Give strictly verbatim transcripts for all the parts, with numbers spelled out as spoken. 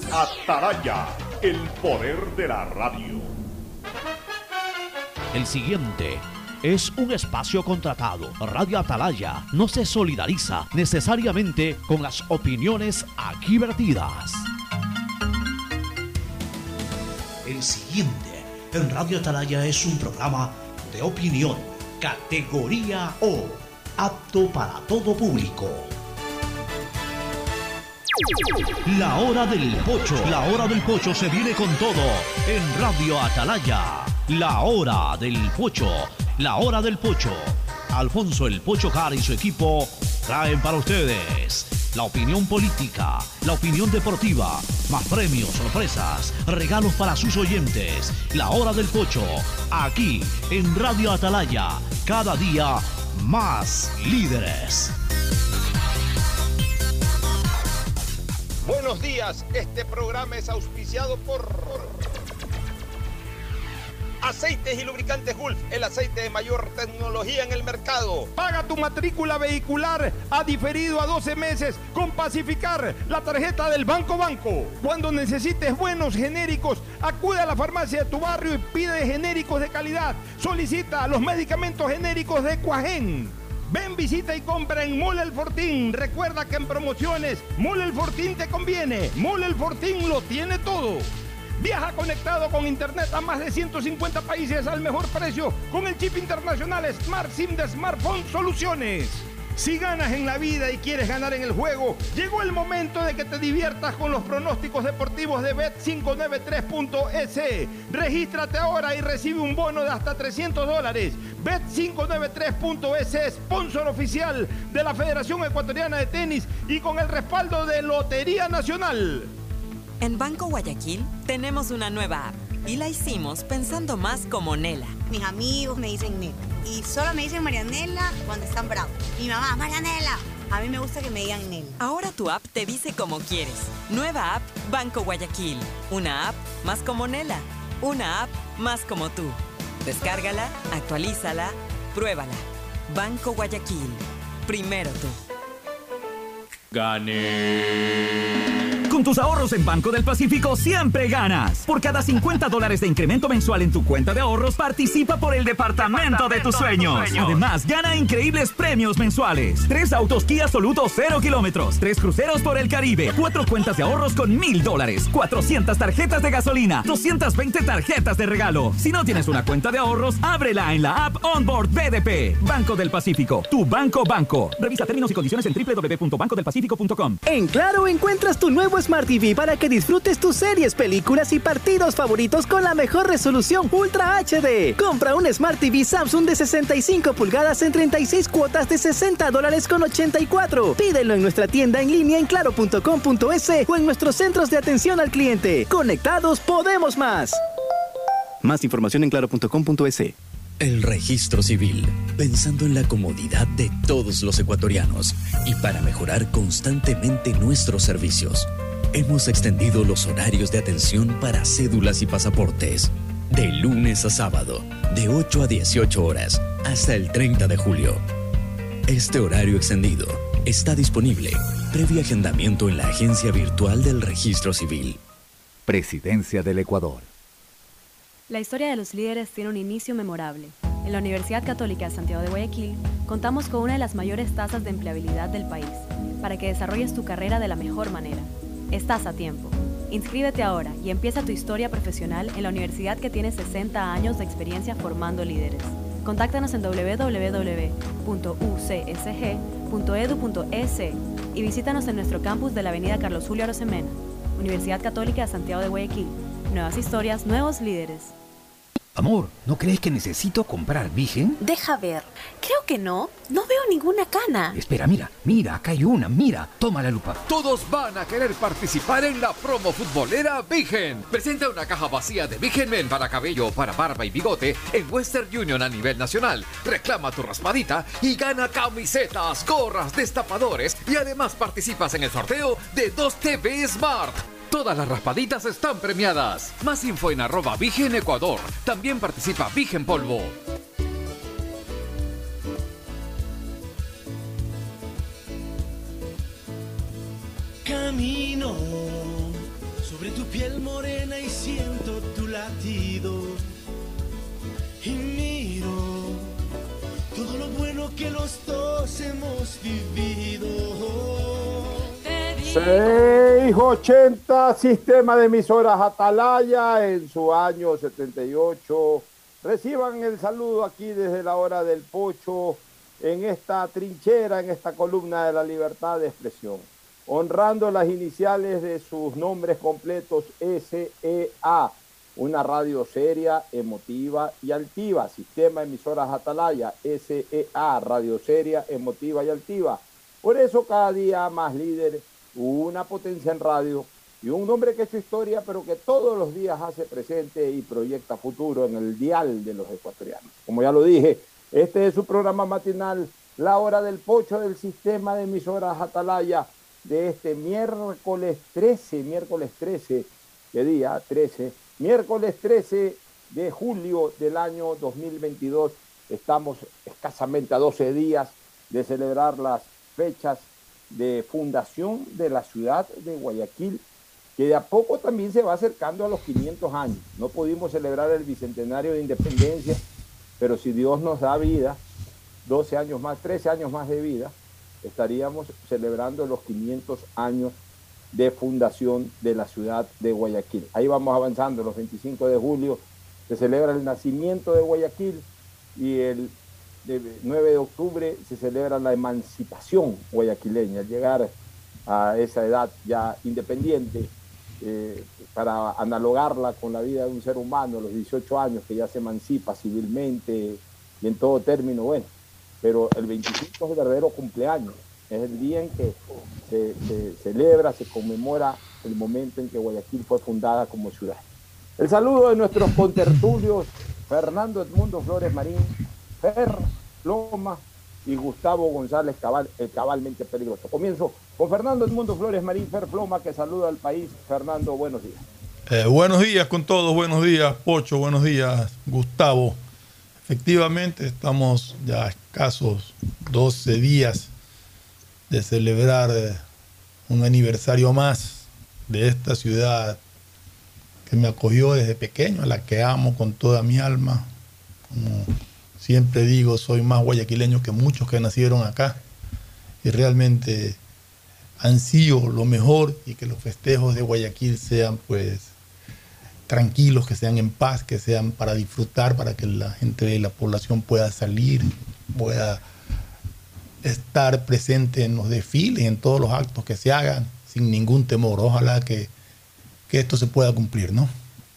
Atalaya, el poder de la radio. El siguiente es un espacio contratado. Radio Atalaya no se solidariza necesariamente con las opiniones aquí vertidas. El siguiente en Radio Atalaya es un programa de opinión, categoría O, apto para todo público. La hora del pocho. La hora del pocho se viene con todo en Radio Atalaya. La hora del pocho. La hora del pocho. Alfonso el Pocho Cara y su equipo traen para ustedes la opinión política, la opinión deportiva, más premios, sorpresas, regalos para sus oyentes. La hora del pocho, aquí en Radio Atalaya, cada día más líderes. Buenos días, este programa es auspiciado por Aceites y Lubricantes Gulf, el aceite de mayor tecnología en el mercado. Paga tu matrícula vehicular a diferido a doce meses con Pacificar, la tarjeta del Banco Banco. Cuando necesites buenos genéricos, acude a la farmacia de tu barrio y pide genéricos de calidad. Solicita los medicamentos genéricos de Cuajén. Ven, visita y compra en Mall El Fortín. Recuerda que en promociones, Mall El Fortín te conviene. Mall El Fortín lo tiene todo. Viaja conectado con internet a más de ciento cincuenta países al mejor precio con el chip internacional Smart SIM de Smartphone Soluciones. Si ganas en la vida y quieres ganar en el juego, llegó el momento de que te diviertas con los pronósticos deportivos de Bet cinco nueve tres punto es. Regístrate ahora y recibe un bono de hasta trescientos dólares. Bet cinco nueve tres punto es, sponsor oficial de la Federación Ecuatoriana de Tenis y con el respaldo de Lotería Nacional. En Banco Guayaquil tenemos una nueva app y la hicimos pensando más como Nela. Mis amigos me dicen Nela y solo me dicen Marianela cuando están bravos. Mi mamá, Marianela. A mí me gusta que me digan Nela. Ahora tu app te dice como quieres. Nueva app Banco Guayaquil. Una app más como Nela. Una app más como tú. Descárgala, actualízala, pruébala. Banco Guayaquil. Primero tú. Gané. Con tus ahorros en Banco del Pacífico siempre ganas. Por cada cincuenta dólares de incremento mensual en tu cuenta de ahorros, participa por el departamento, departamento de tus sueños. De tus sueños. Además, gana increíbles premios mensuales. Tres autos Kia Soluto cero kilómetros. Tres cruceros por el Caribe. Cuatro cuentas de ahorros con mil dólares. Cuatrocientas tarjetas de gasolina. Doscientas veinte tarjetas de regalo. Si no tienes una cuenta de ahorros, ábrela en la app Onboard B D P. Banco del Pacífico. Tu banco banco. Revisa términos y condiciones en doble u doble u doble u punto banco del pacífico punto com. En Claro encuentras tu nuevo Smart T V para que disfrutes tus series, películas y partidos favoritos con la mejor resolución Ultra H D. Compra un Smart T V Samsung de sesenta y cinco pulgadas en treinta y seis cuotas de sesenta dólares con ochenta y cuatro. Pídelo en nuestra tienda en línea en claro punto com punto es o en nuestros centros de atención al cliente. Conectados podemos más. Más información en claro punto com punto es. El registro civil, pensando en la comodidad de todos los ecuatorianos y para mejorar constantemente nuestros servicios. Hemos extendido los horarios de atención para cédulas y pasaportes, de lunes a sábado, de ocho a dieciocho horas, hasta el treinta de julio. Este horario extendido está disponible previo agendamiento en la agencia virtual del registro civil. Presidencia del Ecuador. La historia de los líderes tiene un inicio memorable. En la Universidad Católica de Santiago de Guayaquil contamos con una de las mayores tasas de empleabilidad del país para que desarrolles tu carrera de la mejor manera. Estás a tiempo. Inscríbete ahora y empieza tu historia profesional en la universidad que tiene sesenta años de experiencia formando líderes. Contáctanos en doble u doble u doble u punto u c s g punto e d u punto e s y visítanos en nuestro campus de la avenida Carlos Julio Arosemena. Universidad Católica de Santiago de Guayaquil. Nuevas historias, nuevos líderes. Amor, ¿no crees que necesito comprar Vigen? Deja ver. Creo que no. No veo ninguna cana. Espera, mira, mira, acá hay una, mira. Toma la lupa. Todos van a querer participar en la promo futbolera Vigen. Presenta una caja vacía de Vigen Men para cabello, para barba y bigote en Western Union a nivel nacional. Reclama tu raspadita y gana camisetas, gorras, destapadores y además participas en el sorteo de dos T V Smart. Todas las raspaditas están premiadas. Más info en arroba Vigen Ecuador. También participa Vigen Polvo. Camino sobre tu piel morena y siento tu latido y miro todo lo bueno que los dos hemos vivido. seiscientos ochenta, sistema de emisoras Atalaya en su año setenta y ocho. Reciban el saludo aquí desde la hora del Pocho, en esta trinchera, en esta columna de la libertad de expresión, honrando las iniciales de sus nombres completos, S E A, una radio seria, emotiva y altiva. Sistema de emisoras Atalaya, S E A, radio seria, emotiva y altiva. Por eso cada día más líder, una potencia en radio y un hombre que ha hecho historia, pero que todos los días hace presente y proyecta futuro en el dial de los ecuatorianos. Como ya lo dije, este es su programa matinal, La Hora del Pocho, del sistema de emisoras Atalaya, de este miércoles trece, miércoles trece, ¿qué día? trece, miércoles trece de julio del año dos mil veintidós. Estamos escasamente a doce días de celebrar las fechas de fundación de la ciudad de Guayaquil, que de a poco también se va acercando a los quinientos años. No pudimos celebrar el bicentenario de independencia, pero si Dios nos da vida, doce años más, trece años más de vida, estaríamos celebrando los quinientos años de fundación de la ciudad de Guayaquil. Ahí vamos avanzando. Los veinticinco de julio se celebra el nacimiento de Guayaquil y el nueve de octubre se celebra la emancipación guayaquileña, llegar a esa edad ya independiente, eh, para analogarla con la vida de un ser humano, los dieciocho años que ya se emancipa civilmente y en todo término, bueno, pero el veinticinco es el verdadero cumpleaños, es el día en que se, se celebra, se conmemora el momento en que Guayaquil fue fundada como ciudad. El saludo de nuestros contertulios, Fernando Edmundo Flores Marín, Fer Ploma y Gustavo González Cabal, el cabalmente peligroso. Comienzo con Fernando Edmundo Flores Marín, Fer Ploma, que saluda al país. Fernando, buenos días. Eh, buenos días con todos, buenos días Pocho, buenos días Gustavo. Efectivamente estamos ya a escasos doce días de celebrar eh, un aniversario más de esta ciudad que me acogió desde pequeño, a la que amo con toda mi alma. Como siempre digo, soy más guayaquileño que muchos que nacieron acá y realmente ansío lo mejor y que los festejos de Guayaquil sean pues tranquilos, que sean en paz, que sean para disfrutar, para que la gente de la población pueda salir, pueda estar presente en los desfiles, en todos los actos que se hagan sin ningún temor. Ojalá que, que esto se pueda cumplir, ¿no?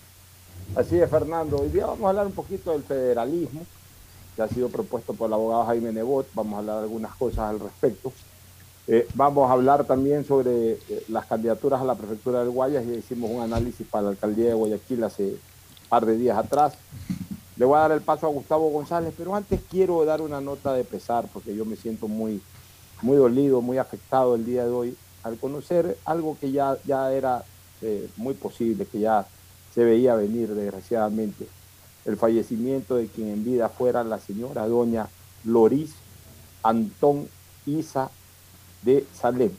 Así es, Fernando. Hoy día vamos a hablar un poquito del federalismo, que ha sido propuesto por el abogado Jaime Nebot. Vamos a hablar de algunas cosas al respecto. Eh, vamos a hablar también sobre eh, las candidaturas a la prefectura del Guayas. Ya hicimos un análisis para la alcaldía de Guayaquil hace un par de días atrás. Le voy a dar el paso a Gustavo González, pero antes quiero dar una nota de pesar, porque yo me siento muy, muy dolido, muy afectado el día de hoy, al conocer algo que ya, ya era eh, muy posible, que ya se veía venir, desgraciadamente, el fallecimiento de quien en vida fuera la señora doña Loris Antón Isa de Salén,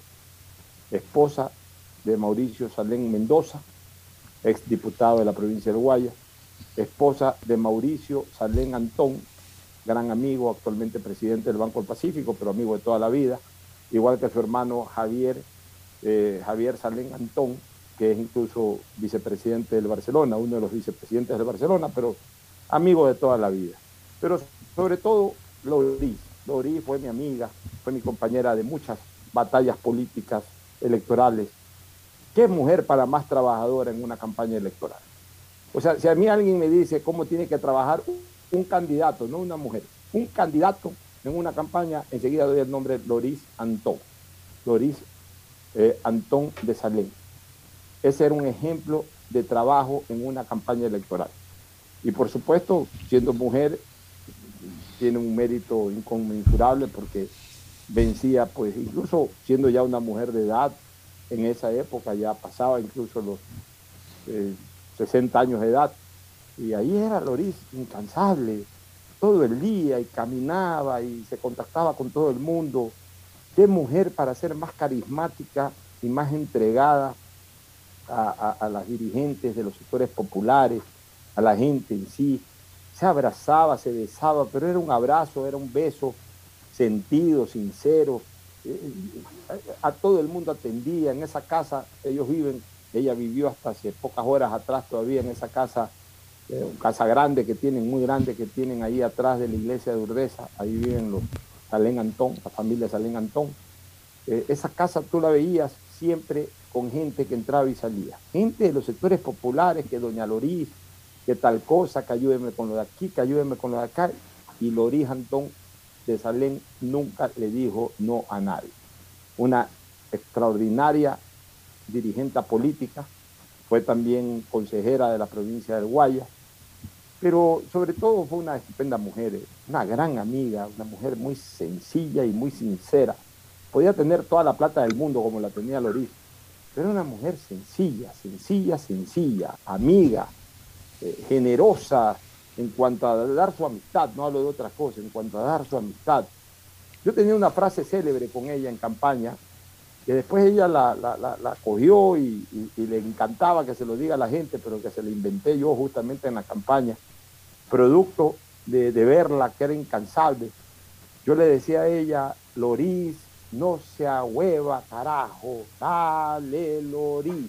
esposa de Mauricio Salén Mendoza, exdiputado de la provincia del Guayas, esposa de Mauricio Salén Antón, gran amigo, actualmente presidente del Banco del Pacífico, pero amigo de toda la vida, igual que su hermano Javier, eh, Javier Salén Antón, que es incluso vicepresidente del Barcelona, uno de los vicepresidentes del Barcelona, pero amigo de toda la vida. Pero sobre todo, Loris. Loris fue mi amiga, fue mi compañera de muchas batallas políticas electorales. ¿Qué mujer para más trabajadora en una campaña electoral? O sea, si a mí alguien me dice cómo tiene que trabajar un, un candidato, no una mujer, un candidato en una campaña, enseguida doy el nombre Loris Antón. Loris eh, Antón de Salén. Ese era un ejemplo de trabajo en una campaña electoral. Y por supuesto, siendo mujer, tiene un mérito inconmensurable porque vencía, pues incluso siendo ya una mujer de edad, en esa época ya pasaba incluso los eh, sesenta años de edad. Y ahí era Loris incansable, todo el día, y caminaba y se contactaba con todo el mundo. Qué mujer para ser más carismática y más entregada a, a, a las dirigentes de los sectores populares, a la gente en sí. Se abrazaba, se besaba, pero era un abrazo, era un beso sentido, sincero. A todo el mundo atendía. En esa casa ellos viven, ella vivió hasta hace pocas horas atrás todavía en esa casa, eh, una casa grande que tienen, muy grande que tienen ahí atrás de la iglesia de Urdesa. Ahí viven los Salén Antón, la familia Salén Antón. Eh, esa casa tú la veías siempre con gente que entraba y salía. Gente de los sectores populares, que doña Loris, que tal cosa, que ayúdeme con lo de aquí, que ayúdeme con lo de acá. Y Loris Antón de Salén nunca le dijo no a nadie. Una extraordinaria dirigente política, fue también consejera de la provincia del Guayas, pero sobre todo fue una estupenda mujer, una gran amiga, una mujer muy sencilla y muy sincera. Podía tener toda la plata del mundo como la tenía Loris, pero era una mujer sencilla, sencilla, sencilla, amiga, eh, generosa, en cuanto a dar su amistad, no hablo de otras cosas, en cuanto a dar su amistad. Yo tenía una frase célebre con ella en campaña, que después ella la, la, la, la cogió y, y, y le encantaba que se lo diga a la gente, pero que se la inventé yo justamente en la campaña, producto de, de verla, que era incansable. Yo le decía a ella, Loris, no se ahueva, carajo, dale, Loris,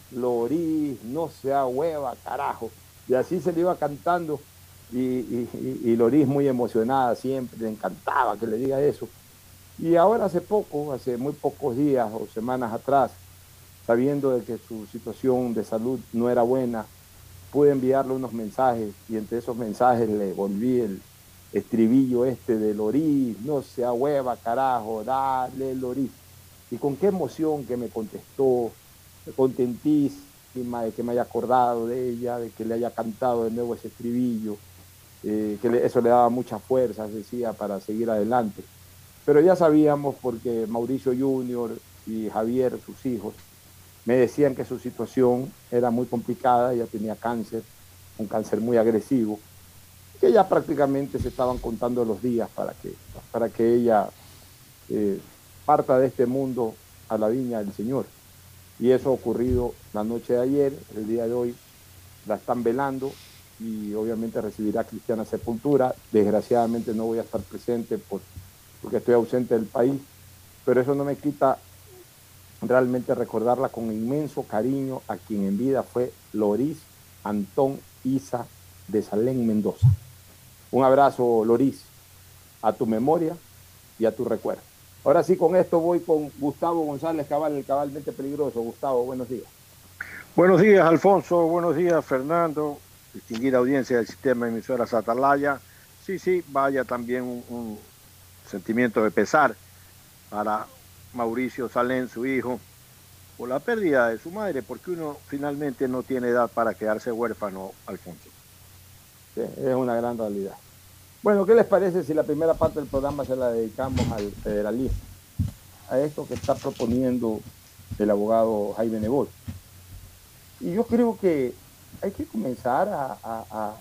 Loris, no se ahueva, carajo. Y así se le iba cantando. Y, y, y Loris muy emocionada siempre, le encantaba que le diga eso. Y ahora hace poco, hace muy pocos días o semanas atrás, sabiendo de que su situación de salud no era buena, pude enviarle unos mensajes y entre esos mensajes le volví el estribillo este de Loris, no se ahueva, carajo, dale, Loris. Y con qué emoción que me contestó, contentísima de que me haya acordado de ella, de que le haya cantado de nuevo ese estribillo. Eh, que le, eso le daba muchas fuerzas, decía, para seguir adelante. Pero ya sabíamos, porque Mauricio junior y Javier, sus hijos, me decían que su situación era muy complicada, ella tenía cáncer, un cáncer muy agresivo, que ya prácticamente se estaban contando los días para que, para que ella eh, parta de este mundo a la viña del Señor. Y eso ha ocurrido la noche de ayer, el día de hoy la están velando, y obviamente recibirá cristiana sepultura. Desgraciadamente no voy a estar presente por, porque estoy ausente del país, pero eso no me quita realmente recordarla con inmenso cariño a quien en vida fue Loris Antón Isa de Salén, Mendoza. Un abrazo, Loris, a tu memoria y a tu recuerdo. Ahora sí, con esto voy con Gustavo González Cabal, el cabalmente peligroso. Gustavo, buenos días. Buenos días, Alfonso. Buenos días, Fernando. Distinguida audiencia del sistema de emisoras Atalaya. Sí, sí, vaya también un, un sentimiento de pesar para Mauricio Salén, su hijo, por la pérdida de su madre, porque uno finalmente no tiene edad para quedarse huérfano, Alfonso. Sí, es una gran realidad. Bueno, ¿qué les parece si la primera parte del programa se la dedicamos al federalismo? A esto que está proponiendo el abogado Jaime Nebot. Y yo creo que hay que comenzar a, a, a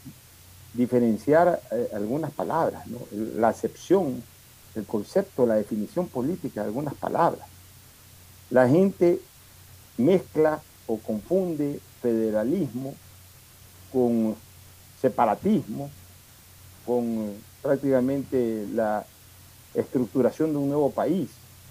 diferenciar eh, algunas palabras, ¿no? La acepción, el concepto, la definición política de algunas palabras. La gente mezcla o confunde federalismo con separatismo, con prácticamente la estructuración de un nuevo país.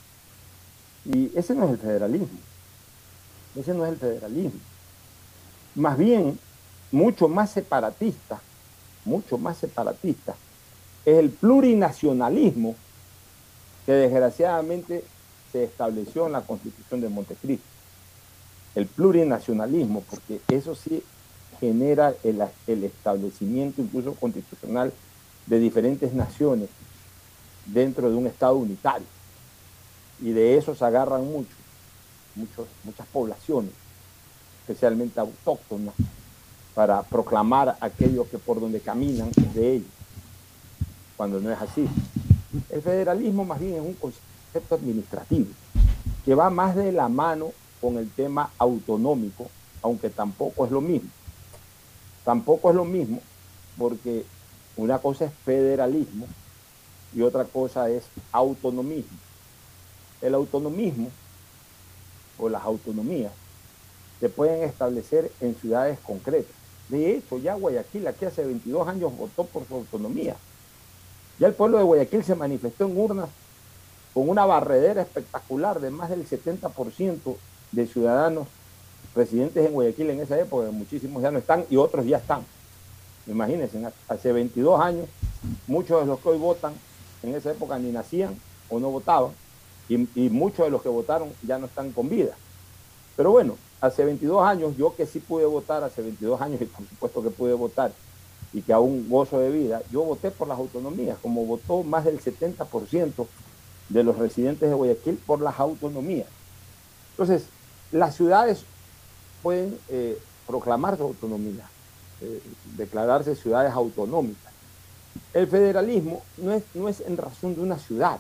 Y ese no es el federalismo. Ese no es el federalismo. Más bien, mucho más separatista, mucho más separatista, es el plurinacionalismo que desgraciadamente se estableció en la Constitución de Montecristo. El plurinacionalismo, porque eso sí genera el, el establecimiento incluso constitucional de diferentes naciones dentro de un Estado unitario. Y de eso se agarran muchos, muchos muchas poblaciones, especialmente autóctonas, para proclamar aquello que por donde caminan es de ellos, cuando no es así. El federalismo más bien es un concepto administrativo que va más de la mano con el tema autonómico, aunque tampoco es lo mismo. Tampoco es lo mismo porque una cosa es federalismo y otra cosa es autonomismo. El autonomismo o las autonomías se pueden establecer en ciudades concretas. De hecho, ya Guayaquil, aquí hace veintidós años, votó por su autonomía. Ya el pueblo de Guayaquil se manifestó en urnas con una barredera espectacular de más del setenta por ciento de ciudadanos residentes en Guayaquil en esa época. Muchísimos ya no están y otros ya están. Imagínense, hace veintidós años, muchos de los que hoy votan en esa época ni nacían o no votaban, y, y muchos de los que votaron ya no están con vida. Pero bueno, hace veintidós años, yo que sí pude votar hace veintidós años, y por supuesto que pude votar, y que aún gozo de vida, yo voté por las autonomías, como votó más del setenta por ciento de los residentes de Guayaquil por las autonomías. Entonces, las ciudades pueden eh, proclamar su autonomía, eh, declararse ciudades autonómicas. El federalismo no es, no es en razón de una ciudad,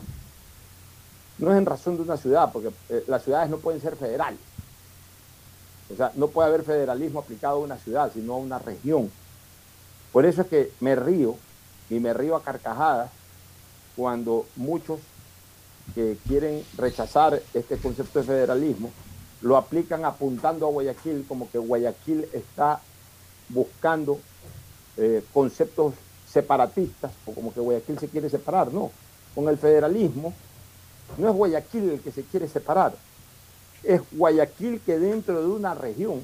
no es en razón de una ciudad, porque eh, las ciudades no pueden ser federales. O sea, no puede haber federalismo aplicado a una ciudad, sino a una región. Por eso es que me río, y me río a carcajadas, cuando muchos que quieren rechazar este concepto de federalismo lo aplican apuntando a Guayaquil, como que Guayaquil está buscando eh, conceptos separatistas, o como que Guayaquil se quiere separar. No, con el federalismo no es Guayaquil el que se quiere separar, es Guayaquil que dentro de una región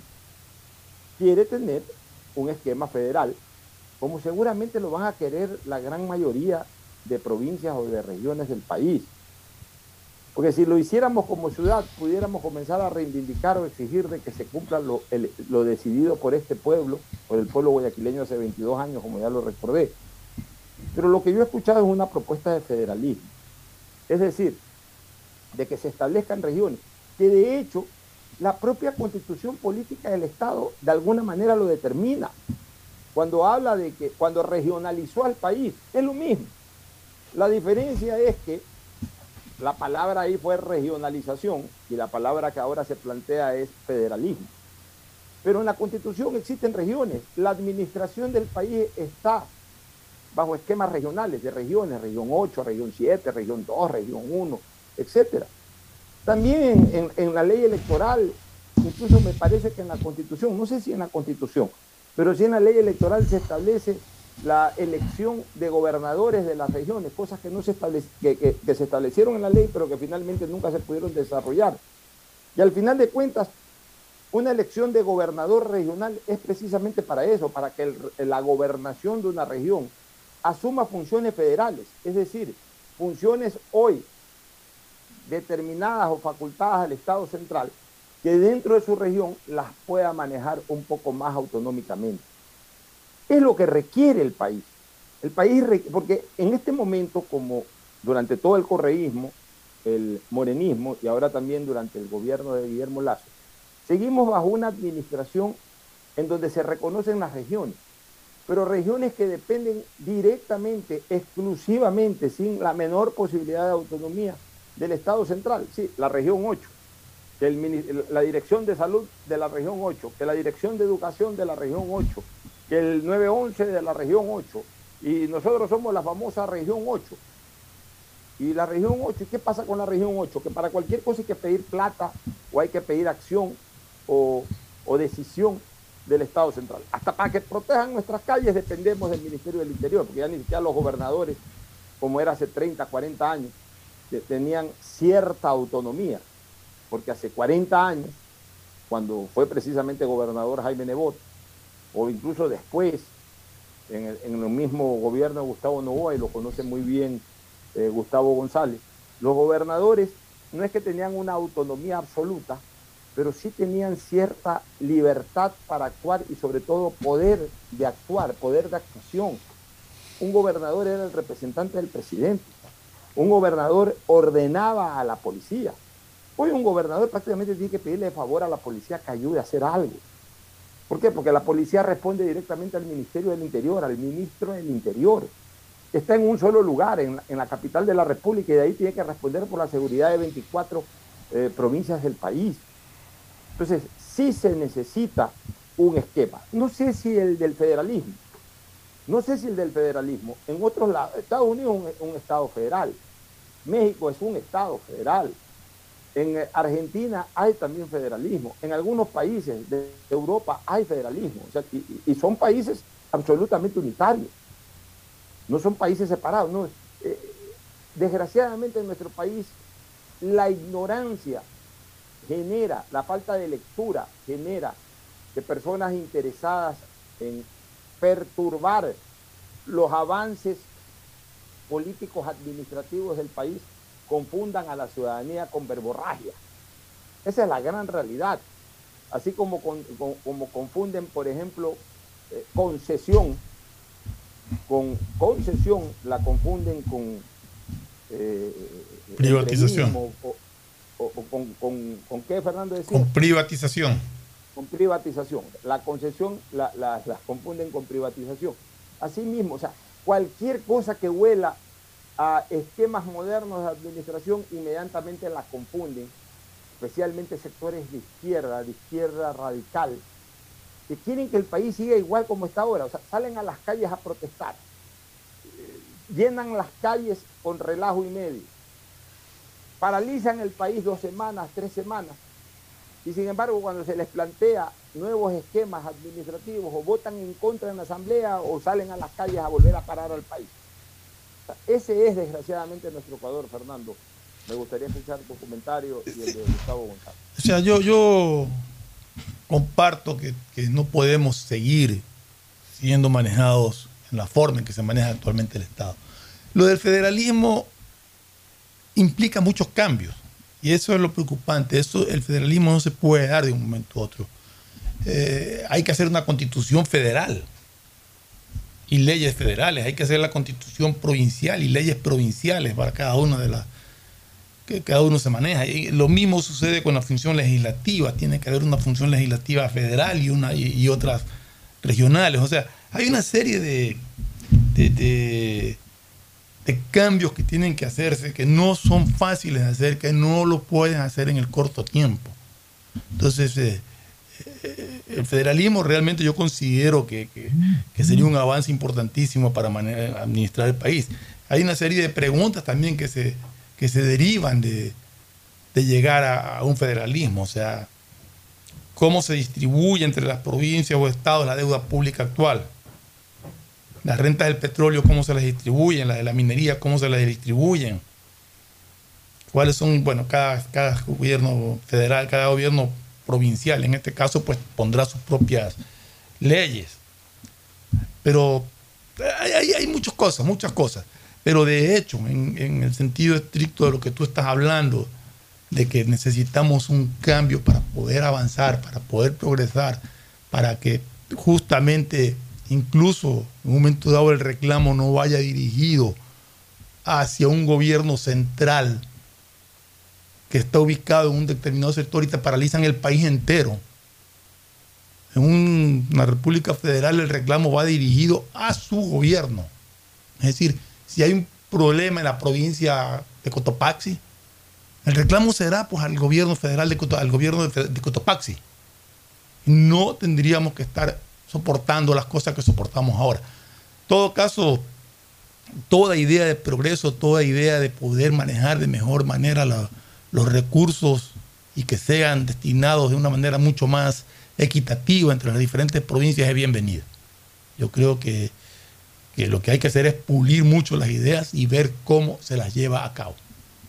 quiere tener un esquema federal, como seguramente lo van a querer la gran mayoría de provincias o de regiones del país. Porque si lo hiciéramos como ciudad, pudiéramos comenzar a reivindicar o exigir de que se cumpla lo, el, lo decidido por este pueblo, por el pueblo guayaquileño hace veintidós años, como ya lo recordé. Pero lo que yo he escuchado es una propuesta de federalismo. Es decir, de que se establezcan regiones, que de hecho la propia constitución política del Estado de alguna manera lo determina. Cuando habla de que, cuando regionalizó al país, es lo mismo. La diferencia es que la palabra ahí fue regionalización y la palabra que ahora se plantea es federalismo. Pero en la Constitución existen regiones. La administración del país está bajo esquemas regionales, de regiones, región ocho, región siete, región dos, región uno, etcétera. También en, en la ley electoral, incluso me parece que en la Constitución, no sé si en la Constitución, pero sí en la ley electoral se establece la elección de gobernadores de las regiones, cosas que, no se, establec que, que, que se establecieron en la ley, pero que finalmente nunca se pudieron desarrollar. Y al final de cuentas, una elección de gobernador regional es precisamente para eso, para que el, la gobernación de una región asuma funciones federales, es decir, funciones hoy determinadas o facultadas al Estado central, que dentro de su región las pueda manejar un poco más autonómicamente. Es lo que requiere el país. El país, porque en este momento, como durante todo el correísmo, el morenismo y ahora también durante el gobierno de Guillermo Lazo, seguimos bajo una administración en donde se reconocen las regiones, pero regiones que dependen directamente, exclusivamente, sin la menor posibilidad de autonomía del Estado central. Sí, la región ocho, el, la dirección de salud de la región ocho, que la dirección de educación de la región ocho, que el nueve once de la región ocho, y nosotros somos la famosa región ocho. Y la región ocho, ¿y qué pasa con la región ocho? Que para cualquier cosa hay que pedir plata, o hay que pedir acción, o, o decisión del Estado central. Hasta para que protejan nuestras calles dependemos del Ministerio del Interior, porque ya ni siquiera los gobernadores, como era hace treinta, cuarenta años, tenían cierta autonomía, porque hace cuarenta años, cuando fue precisamente gobernador Jaime Nebot, o incluso después, en el, en el mismo gobierno de Gustavo Noboa, y lo conoce muy bien eh, Gustavo González, los gobernadores no es que tenían una autonomía absoluta, pero sí tenían cierta libertad para actuar y sobre todo poder de actuar, poder de actuación. Un gobernador era el representante del presidente, un gobernador ordenaba a la policía. Hoy un gobernador prácticamente tiene que pedirle favor a la policía que ayude a hacer algo. ¿Por qué? Porque la policía responde directamente al Ministerio del Interior, al ministro del Interior. Está en un solo lugar, en, en la capital de la República, y de ahí tiene que responder por la seguridad de veinticuatro eh, provincias del país. Entonces, sí se necesita un esquema. No sé si el del federalismo, no sé si el del federalismo, en otros lados, Estados Unidos es un, un estado federal, México es un estado federal, En Argentina hay también federalismo. En algunos países de Europa hay federalismo. O sea, y, y son países absolutamente unitarios. No son países separados. No. Eh, desgraciadamente en nuestro país la ignorancia genera, la falta de lectura genera que personas interesadas en perturbar los avances políticos administrativos del país confundan a la ciudadanía con verborragia. Esa es la gran realidad. Así como, con, con, como confunden, por ejemplo, eh, concesión, con concesión la confunden con eh, privatización. O, o, o, o con, con, ¿con qué, Fernando decía? Con privatización. Con privatización. La concesión la, la, las confunden con privatización. Así mismo, o sea, cualquier cosa que huela a esquemas modernos de administración inmediatamente la confunden, especialmente sectores de izquierda, de izquierda radical, que quieren que el país siga igual como está ahora. O sea, salen a las calles a protestar, eh, llenan las calles con relajo y medio, paralizan el país dos semanas, tres semanas, y sin embargo cuando se les plantea nuevos esquemas administrativos o votan en contra en la asamblea o salen a las calles a volver a parar al país. O sea, ese es desgraciadamente nuestro Ecuador, Fernando. Me gustaría escuchar tu comentario y el de Gustavo González. O sea, yo, yo comparto que, que no podemos seguir siendo manejados en la forma en que se maneja actualmente el Estado. Lo del federalismo implica muchos cambios y eso es lo preocupante. Eso, el federalismo no se puede dar de un momento a otro. Eh, hay que hacer una constitución federal y leyes federales, hay que hacer la constitución provincial y leyes provinciales para cada una de las que cada uno se maneja. Y lo mismo sucede con la función legislativa, tiene que haber una función legislativa federal y una y, y otras regionales. O sea, hay una serie de, de, de, de cambios que tienen que hacerse, que no son fáciles de hacer, que no lo pueden hacer en el corto tiempo. Entonces, eh, el federalismo realmente yo considero que, que, que sería un avance importantísimo para manejar, administrar el país. Hay una serie de preguntas también que se, que se derivan de, de llegar a, a un federalismo. O sea, cómo se distribuye entre las provincias o estados la deuda pública actual. Las rentas del petróleo, cómo se las distribuyen, las de la minería, cómo se las distribuyen. Cuáles son, bueno, cada, cada gobierno federal, cada gobierno provincial, en este caso, pues pondrá sus propias leyes. Pero hay, hay, hay muchas cosas, muchas cosas. Pero de hecho, en, en el sentido estricto de lo que tú estás hablando, de que necesitamos un cambio para poder avanzar, para poder progresar, para que justamente incluso en un momento dado el reclamo no vaya dirigido hacia un gobierno central que está ubicado en un determinado sector y te paralizan el país entero. En un, una república federal el reclamo va dirigido a su gobierno. Es decir, si hay un problema en la provincia de Cotopaxi, el reclamo será pues al gobierno federal de, al gobierno de, de Cotopaxi. No tendríamos que estar soportando las cosas que soportamos ahora. En todo caso, toda idea de progreso, toda idea de poder manejar de mejor manera la los recursos y que sean destinados de una manera mucho más equitativa entre las diferentes provincias es bienvenida. Yo creo que, que lo que hay que hacer es pulir mucho las ideas y ver cómo se las lleva a cabo.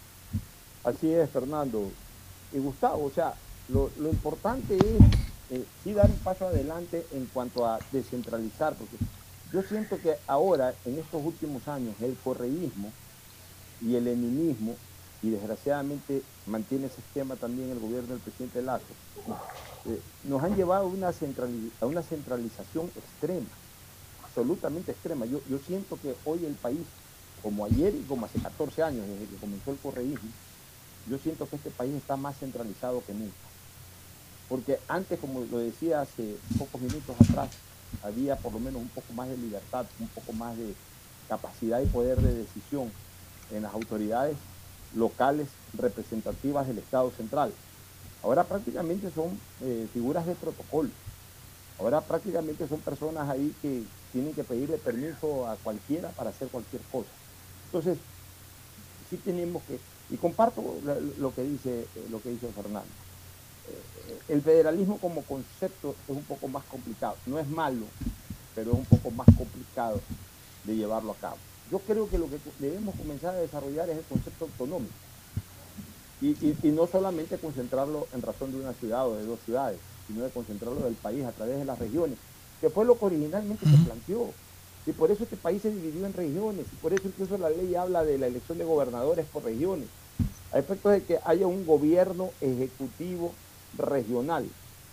Así es, Fernando. Y Gustavo, o sea, lo, lo importante es eh, sí dar un paso adelante en cuanto a descentralizar, porque yo siento que ahora, en estos últimos años, el correísmo y el leninismo, y desgraciadamente mantiene ese esquema también el gobierno del presidente Lazo, eh, nos han llevado a una, centraliz a una centralización extrema, absolutamente extrema. Yo, yo siento que hoy el país, como ayer y como hace catorce años, desde que comenzó el correísmo, yo siento que este país está más centralizado que nunca. Porque antes, como lo decía hace pocos minutos atrás, había por lo menos un poco más de libertad, un poco más de capacidad y poder de decisión en las autoridades locales representativas del Estado central. Ahora prácticamente son eh, figuras de protocolo. Ahora prácticamente son personas ahí que tienen que pedirle permiso a cualquiera para hacer cualquier cosa. Entonces, sí tenemos que... Y comparto lo que dice, lo que dice Fernando. El federalismo como concepto es un poco más complicado. No es malo, pero es un poco más complicado de llevarlo a cabo. Yo creo que lo que debemos comenzar a desarrollar es el concepto autonómico. Y, y, y no solamente concentrarlo en razón de una ciudad o de dos ciudades, sino de concentrarlo del país a través de las regiones, que fue lo que originalmente se planteó. Y por eso este país se dividió en regiones, y por eso incluso la ley habla de la elección de gobernadores por regiones, a efectos de que haya un gobierno ejecutivo regional,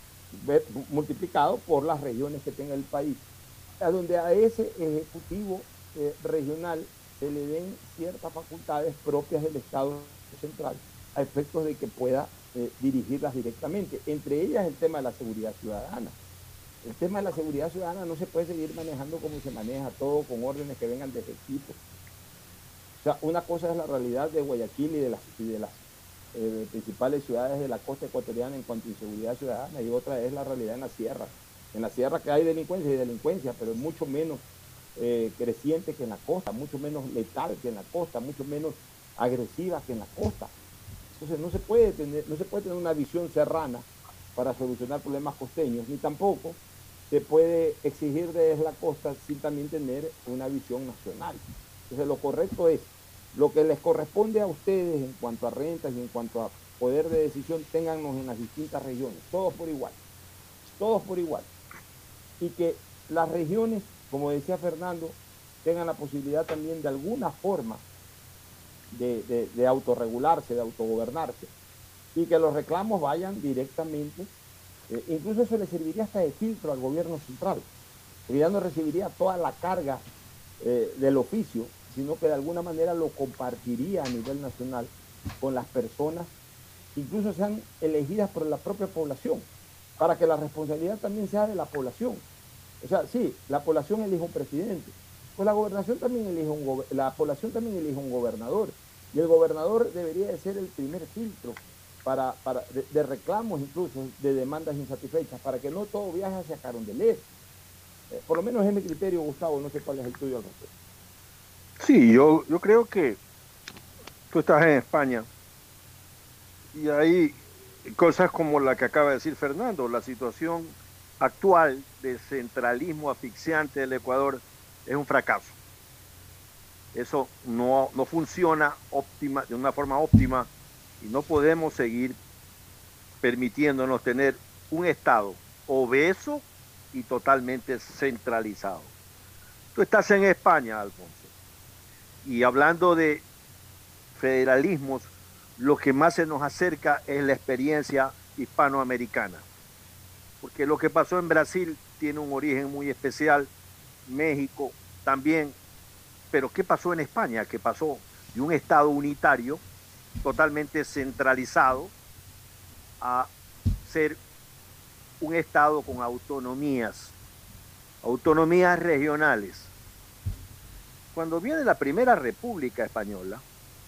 multiplicado por las regiones que tenga el país, a donde a ese ejecutivo eh, regional se le den ciertas facultades propias del Estado central, a efectos de que pueda eh, dirigirlas directamente, entre ellas el tema de la seguridad ciudadana. El tema de la seguridad ciudadana no se puede seguir manejando como se maneja, todo con órdenes que vengan de ese tipo. O sea, una cosa es la realidad de Guayaquil y de las, y de las eh, principales ciudades de la costa ecuatoriana en cuanto a inseguridad ciudadana, y otra es la realidad en la sierra. En la sierra que hay delincuencia y delincuencia, pero es mucho menos eh, creciente que en la costa, mucho menos letal que en la costa, mucho menos agresiva que en la costa. Entonces no se puede tener, no se puede tener una visión serrana para solucionar problemas costeños, ni tampoco se puede exigir desde la costa sin también tener una visión nacional. Entonces lo correcto es, lo que les corresponde a ustedes en cuanto a rentas y en cuanto a poder de decisión, téngannos en las distintas regiones, todos por igual, todos por igual. Y que las regiones, como decía Fernando, tengan la posibilidad también de alguna forma de, de, de autorregularse, de autogobernarse, y que los reclamos vayan directamente, eh, incluso eso le serviría hasta de filtro al gobierno central, porque ya no recibiría toda la carga eh, del oficio, sino que de alguna manera lo compartiría a nivel nacional con las personas, incluso sean elegidas por la propia población, para que la responsabilidad también sea de la población. O sea, sí, la población elige un presidente, pues la gobernación también elige un la población también elige un gobernador, y el gobernador debería de ser el primer filtro para, para de, de reclamos, incluso de demandas insatisfechas, para que no todo viaje hacia Carondelet. Eh, por lo menos es mi criterio, Gustavo, no sé cuál es el tuyo al respecto. Sí, yo, yo creo que tú estás en España y hay cosas como la que acaba de decir Fernando, la situación actual de centralismo asfixiante del Ecuador es un fracaso. Eso no, no funciona óptima, de una forma óptima, y no podemos seguir permitiéndonos tener un Estado obeso y totalmente centralizado. Tú estás en España, Alfonso, y hablando de federalismos, lo que más se nos acerca es la experiencia hispanoamericana, porque lo que pasó en Brasil tiene un origen muy especial, México también, pero ¿qué pasó en España? Que pasó de un Estado unitario totalmente centralizado a ser un Estado con autonomías, autonomías regionales. Cuando viene la Primera República Española,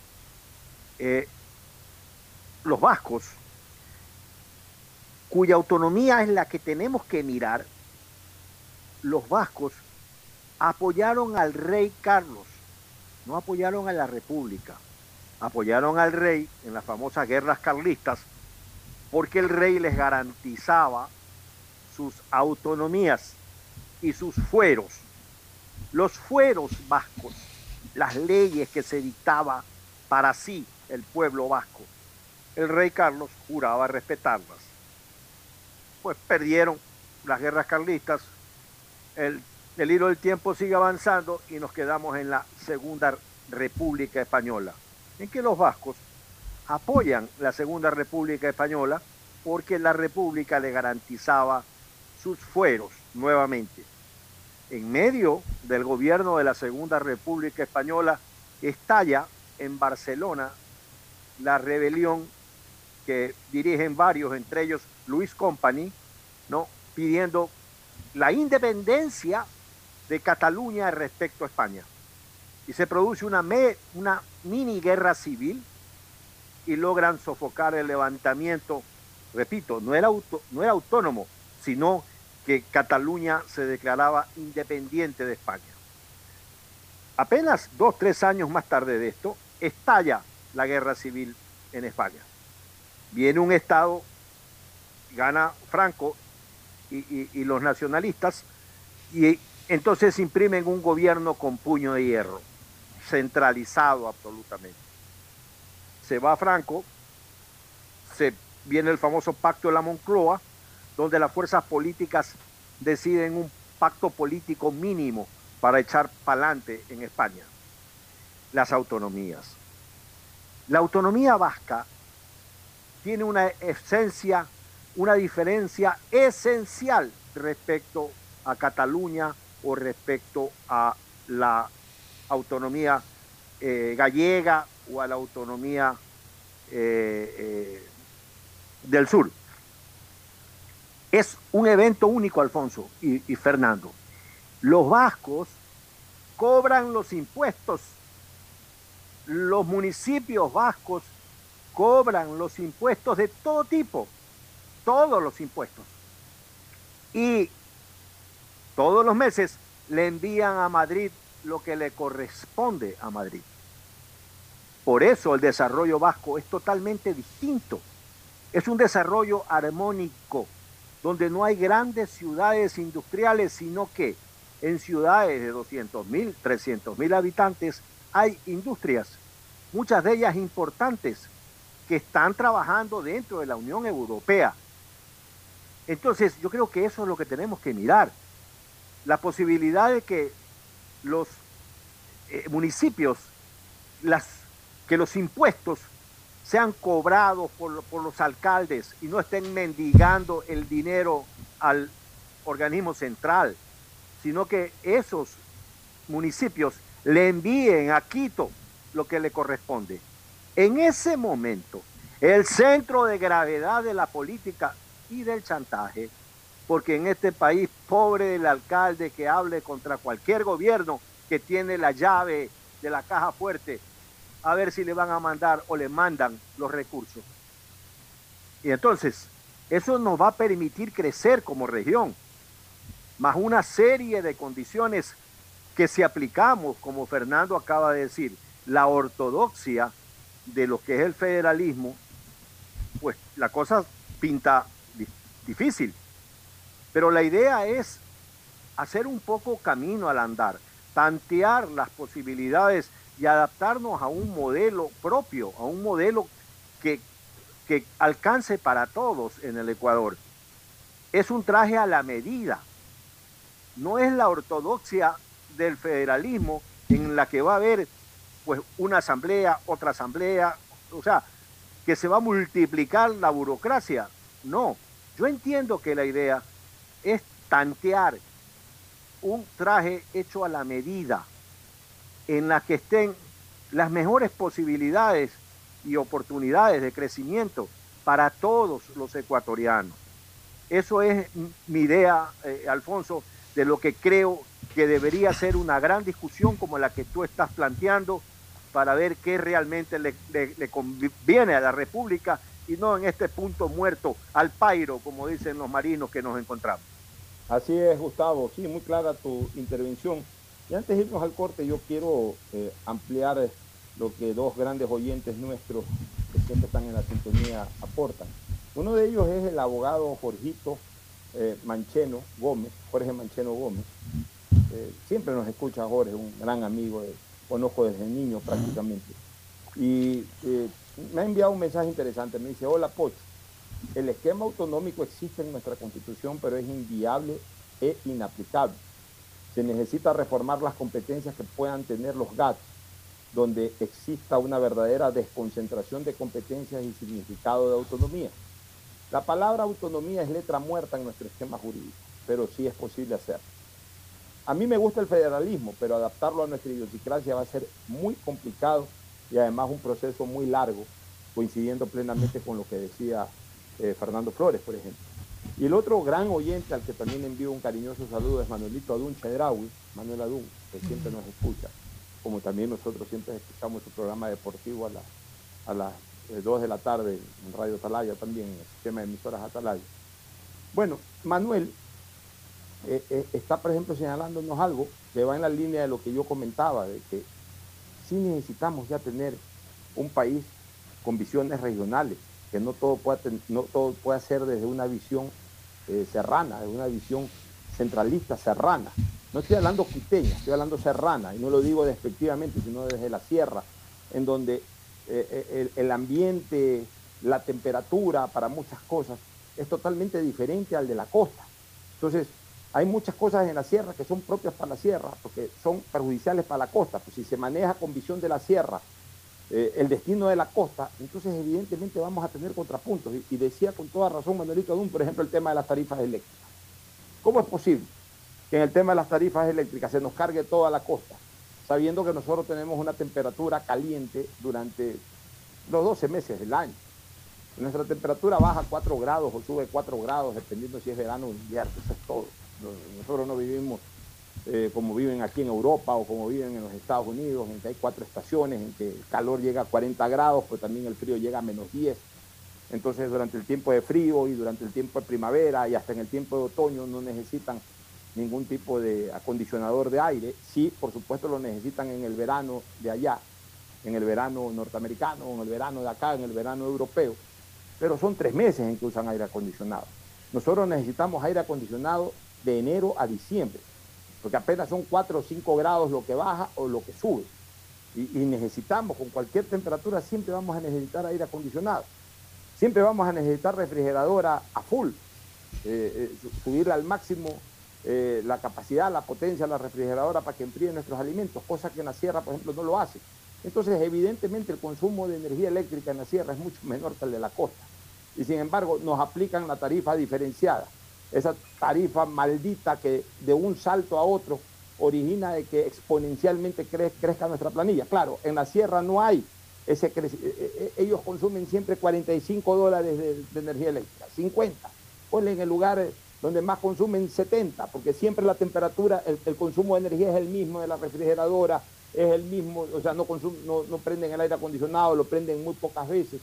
eh, los vascos, cuya autonomía es la que tenemos que mirar, los vascos apoyaron al rey Carlos, no apoyaron a la República, apoyaron al rey en las famosas guerras carlistas, porque el rey les garantizaba sus autonomías y sus fueros. Los fueros vascos, las leyes que se dictaba para sí el pueblo vasco, el rey Carlos juraba respetarlas. Pues perdieron las guerras carlistas, el, el hilo del tiempo sigue avanzando y nos quedamos en la Segunda República Española, en que los vascos apoyan la Segunda República Española porque la República le garantizaba sus fueros nuevamente. En medio del gobierno de la Segunda República Española estalla en Barcelona la rebelión que dirigen varios, entre ellos Luis Companys, ¿no?, pidiendo la independencia de Cataluña respecto a España. Y se produce una, me, una mini guerra civil y logran sofocar el levantamiento. Repito, no era, auto, no era autónomo, sino que Cataluña se declaraba independiente de España. Apenas dos, tres años más tarde de esto, estalla la guerra civil en España. Viene un Estado, gana Franco y, y, y los nacionalistas, y entonces imprimen un gobierno con puño de hierro, centralizado absolutamente. Se va Franco, se viene el famoso pacto de la Moncloa, donde las fuerzas políticas deciden un pacto político mínimo para echar para adelante en España. Las autonomías. La autonomía vasca tiene una esencia, una diferencia esencial respecto a Cataluña o respecto a la autonomía eh, gallega o a la autonomía eh, eh, del sur. Es un evento único, Alfonso y, y Fernando. Los vascos cobran los impuestos. Los municipios vascos cobran los impuestos de todo tipo, todos los impuestos. Y todos los meses le envían a Madrid lo que le corresponde a Madrid. Por eso el desarrollo vasco es totalmente distinto. Es un desarrollo armónico, donde no hay grandes ciudades industriales, sino que en ciudades de doscientos mil, trescientos mil habitantes hay industrias, muchas de ellas importantes, que están trabajando dentro de la Unión Europea. Entonces, yo creo que eso es lo que tenemos que mirar. La posibilidad de que los eh, municipios, las, que los impuestos sean cobrados por, por los alcaldes y no estén mendigando el dinero al organismo central, sino que esos municipios le envíen a Quito lo que le corresponde. En ese momento, el centro de gravedad de la política y del chantaje, porque en este país, pobre del alcalde que hable contra cualquier gobierno que tiene la llave de la caja fuerte, a ver si le van a mandar o le mandan los recursos. Y entonces, eso nos va a permitir crecer como región, más una serie de condiciones que si aplicamos, como Fernando acaba de decir, la ortodoxia de lo que es el federalismo, pues la cosa pinta di- difícil. Pero la idea es hacer un poco camino al andar, tantear las posibilidades y adaptarnos a un modelo propio, a un modelo que, que alcance para todos en el Ecuador. Es un traje a la medida, no es la ortodoxia del federalismo en la que va a haber pues una asamblea, otra asamblea, o sea, que se va a multiplicar la burocracia. No, yo entiendo que la idea es tantear un traje hecho a la medida, en la que estén las mejores posibilidades y oportunidades de crecimiento para todos los ecuatorianos. Eso es mi idea, eh, Alfonso, de lo que creo que debería ser una gran discusión como la que tú estás planteando, para ver qué realmente le, le, le conviene a la República y no en este punto muerto al pairo, como dicen los marinos que nos encontramos. Así es, Gustavo. Sí, muy clara tu intervención. Y antes de irnos al corte, yo quiero eh, ampliar lo que dos grandes oyentes nuestros que siempre están en la sintonía aportan. Uno de ellos es el abogado Jorgito eh, Mancheno Gómez, Jorge Mancheno Gómez. Eh, siempre nos escucha Jorge, un gran amigo, de, conozco desde niño prácticamente. Y eh, me ha enviado un mensaje interesante. Me dice: hola Pocho, el esquema autonómico existe en nuestra Constitución, pero es inviable e inaplicable. Se necesita reformar las competencias que puedan tener los G A T, donde exista una verdadera desconcentración de competencias y significado de autonomía. La palabra autonomía es letra muerta en nuestro esquema jurídico, pero sí es posible hacerlo. A mí me gusta el federalismo, pero adaptarlo a nuestra idiosincrasia va a ser muy complicado y además un proceso muy largo, coincidiendo plenamente con lo que decía eh, Fernando Flores, por ejemplo. Y el otro gran oyente al que también envío un cariñoso saludo es Manuelito Adún Chedraui, Manuel Adún, que siempre nos escucha, como también nosotros siempre escuchamos su programa deportivo a, la, a las eh, dos de la tarde en Radio Atalaya también, en el sistema de emisoras Atalaya. Bueno, Manuel eh, eh, está, por ejemplo, señalándonos algo que va en la línea de lo que yo comentaba, de que sí necesitamos ya tener un país con visiones regionales, que no todo pueda, no todo pueda ser desde una visión eh, serrana, desde una visión centralista serrana. No estoy hablando quiteña, estoy hablando serrana, y no lo digo despectivamente, sino desde la sierra, en donde eh, el, el ambiente, la temperatura para muchas cosas es totalmente diferente al de la costa. Entonces, hay muchas cosas en la sierra que son propias para la sierra, porque son perjudiciales para la costa. Pues si se maneja con visión de la sierra eh, el destino de la costa, entonces evidentemente vamos a tener contrapuntos. Y, y decía con toda razón Manuelito Adún, por ejemplo, el tema de las tarifas eléctricas. ¿Cómo es posible que en el tema de las tarifas eléctricas se nos cargue toda la costa, sabiendo que nosotros tenemos una temperatura caliente durante los doce meses del año? Nuestra temperatura baja cuatro grados o sube cuatro grados, dependiendo si es verano o invierno, eso es todo. Nosotros no vivimos eh, como viven aquí en Europa o como viven en los Estados Unidos, en que hay cuatro estaciones, en que el calor llega a cuarenta grados, pues también el frío llega a menos diez. Entonces, durante el tiempo de frío y durante el tiempo de primavera y hasta en el tiempo de otoño no necesitan ningún tipo de acondicionador de aire. Sí, por supuesto lo necesitan en el verano de allá, en el verano norteamericano, en el verano de acá, en el verano europeo, pero son tres meses en que usan aire acondicionado. Nosotros necesitamos aire acondicionado de enero a diciembre, porque apenas son cuatro o cinco grados lo que baja o lo que sube. Y, y necesitamos, con cualquier temperatura, siempre vamos a necesitar aire acondicionado. Siempre vamos a necesitar refrigeradora a full, eh, eh, subir al máximo eh, la capacidad, la potencia de la refrigeradora para que enfríe nuestros alimentos, cosa que en la sierra, por ejemplo, no lo hace. Entonces, evidentemente, el consumo de energía eléctrica en la sierra es mucho menor que el de la costa. Y sin embargo, nos aplican la tarifa diferenciada. Esa tarifa maldita que de un salto a otro origina de que exponencialmente cre crezca nuestra planilla. Claro, en la sierra no hay ese crecimiento. Ellos consumen siempre cuarenta y cinco dólares de, de energía eléctrica, cincuenta. Ponle en el lugar donde más consumen setenta, porque siempre la temperatura, el, el consumo de energía es el mismo de la refrigeradora, es el mismo, o sea, no, consum no, no prenden el aire acondicionado, lo prenden muy pocas veces.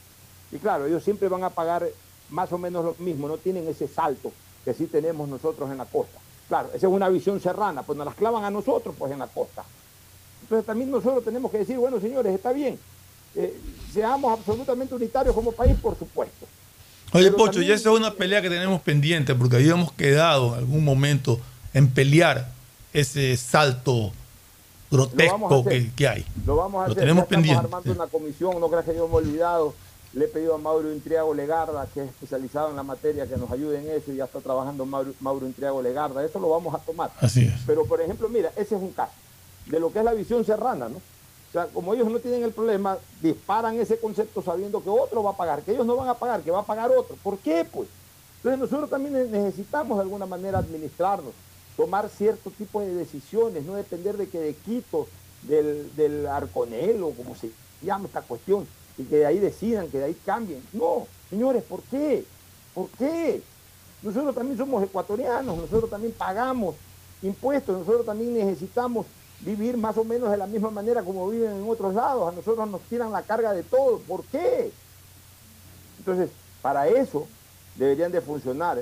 Y claro, ellos siempre van a pagar más o menos lo mismo, no tienen ese salto que sí tenemos nosotros en la costa. Claro, esa es una visión serrana, pues nos las clavan a nosotros pues en la costa. Entonces también nosotros tenemos que decir, bueno señores, está bien, eh, seamos absolutamente unitarios como país, por supuesto. Oye, Pero Pocho, también... y esa es una pelea que tenemos pendiente, porque habíamos quedado en algún momento en pelear ese salto grotesco que, que hay. Lo vamos a Lo hacer, tenemos ya pendiente. Estamos armando una comisión, no creas que yo me he olvidado. Le he pedido a Mauro Intriago Legarda, que es especializado en la materia, que nos ayude en eso, y ya está trabajando Mauro, Mauro Intriago Legarda. Eso lo vamos a tomar. Así es. Pero, por ejemplo, mira, ese es un caso de lo que es la visión serrana, ¿no? O sea, como ellos no tienen el problema, disparan ese concepto sabiendo que otro va a pagar, que ellos no van a pagar, que va a pagar otro. ¿Por qué, pues? Entonces nosotros también necesitamos de alguna manera administrarnos, tomar cierto tipo de decisiones, no depender de que de Quito, del, del Arconel o como se llama esta cuestión, y que de ahí decidan, que de ahí cambien. No, señores, ¿por qué? ¿Por qué? Nosotros también somos ecuatorianos, nosotros también pagamos impuestos, nosotros también necesitamos vivir más o menos de la misma manera como viven en otros lados. A nosotros nos tiran la carga de todo. ¿Por qué? Entonces, para eso deberían de funcionar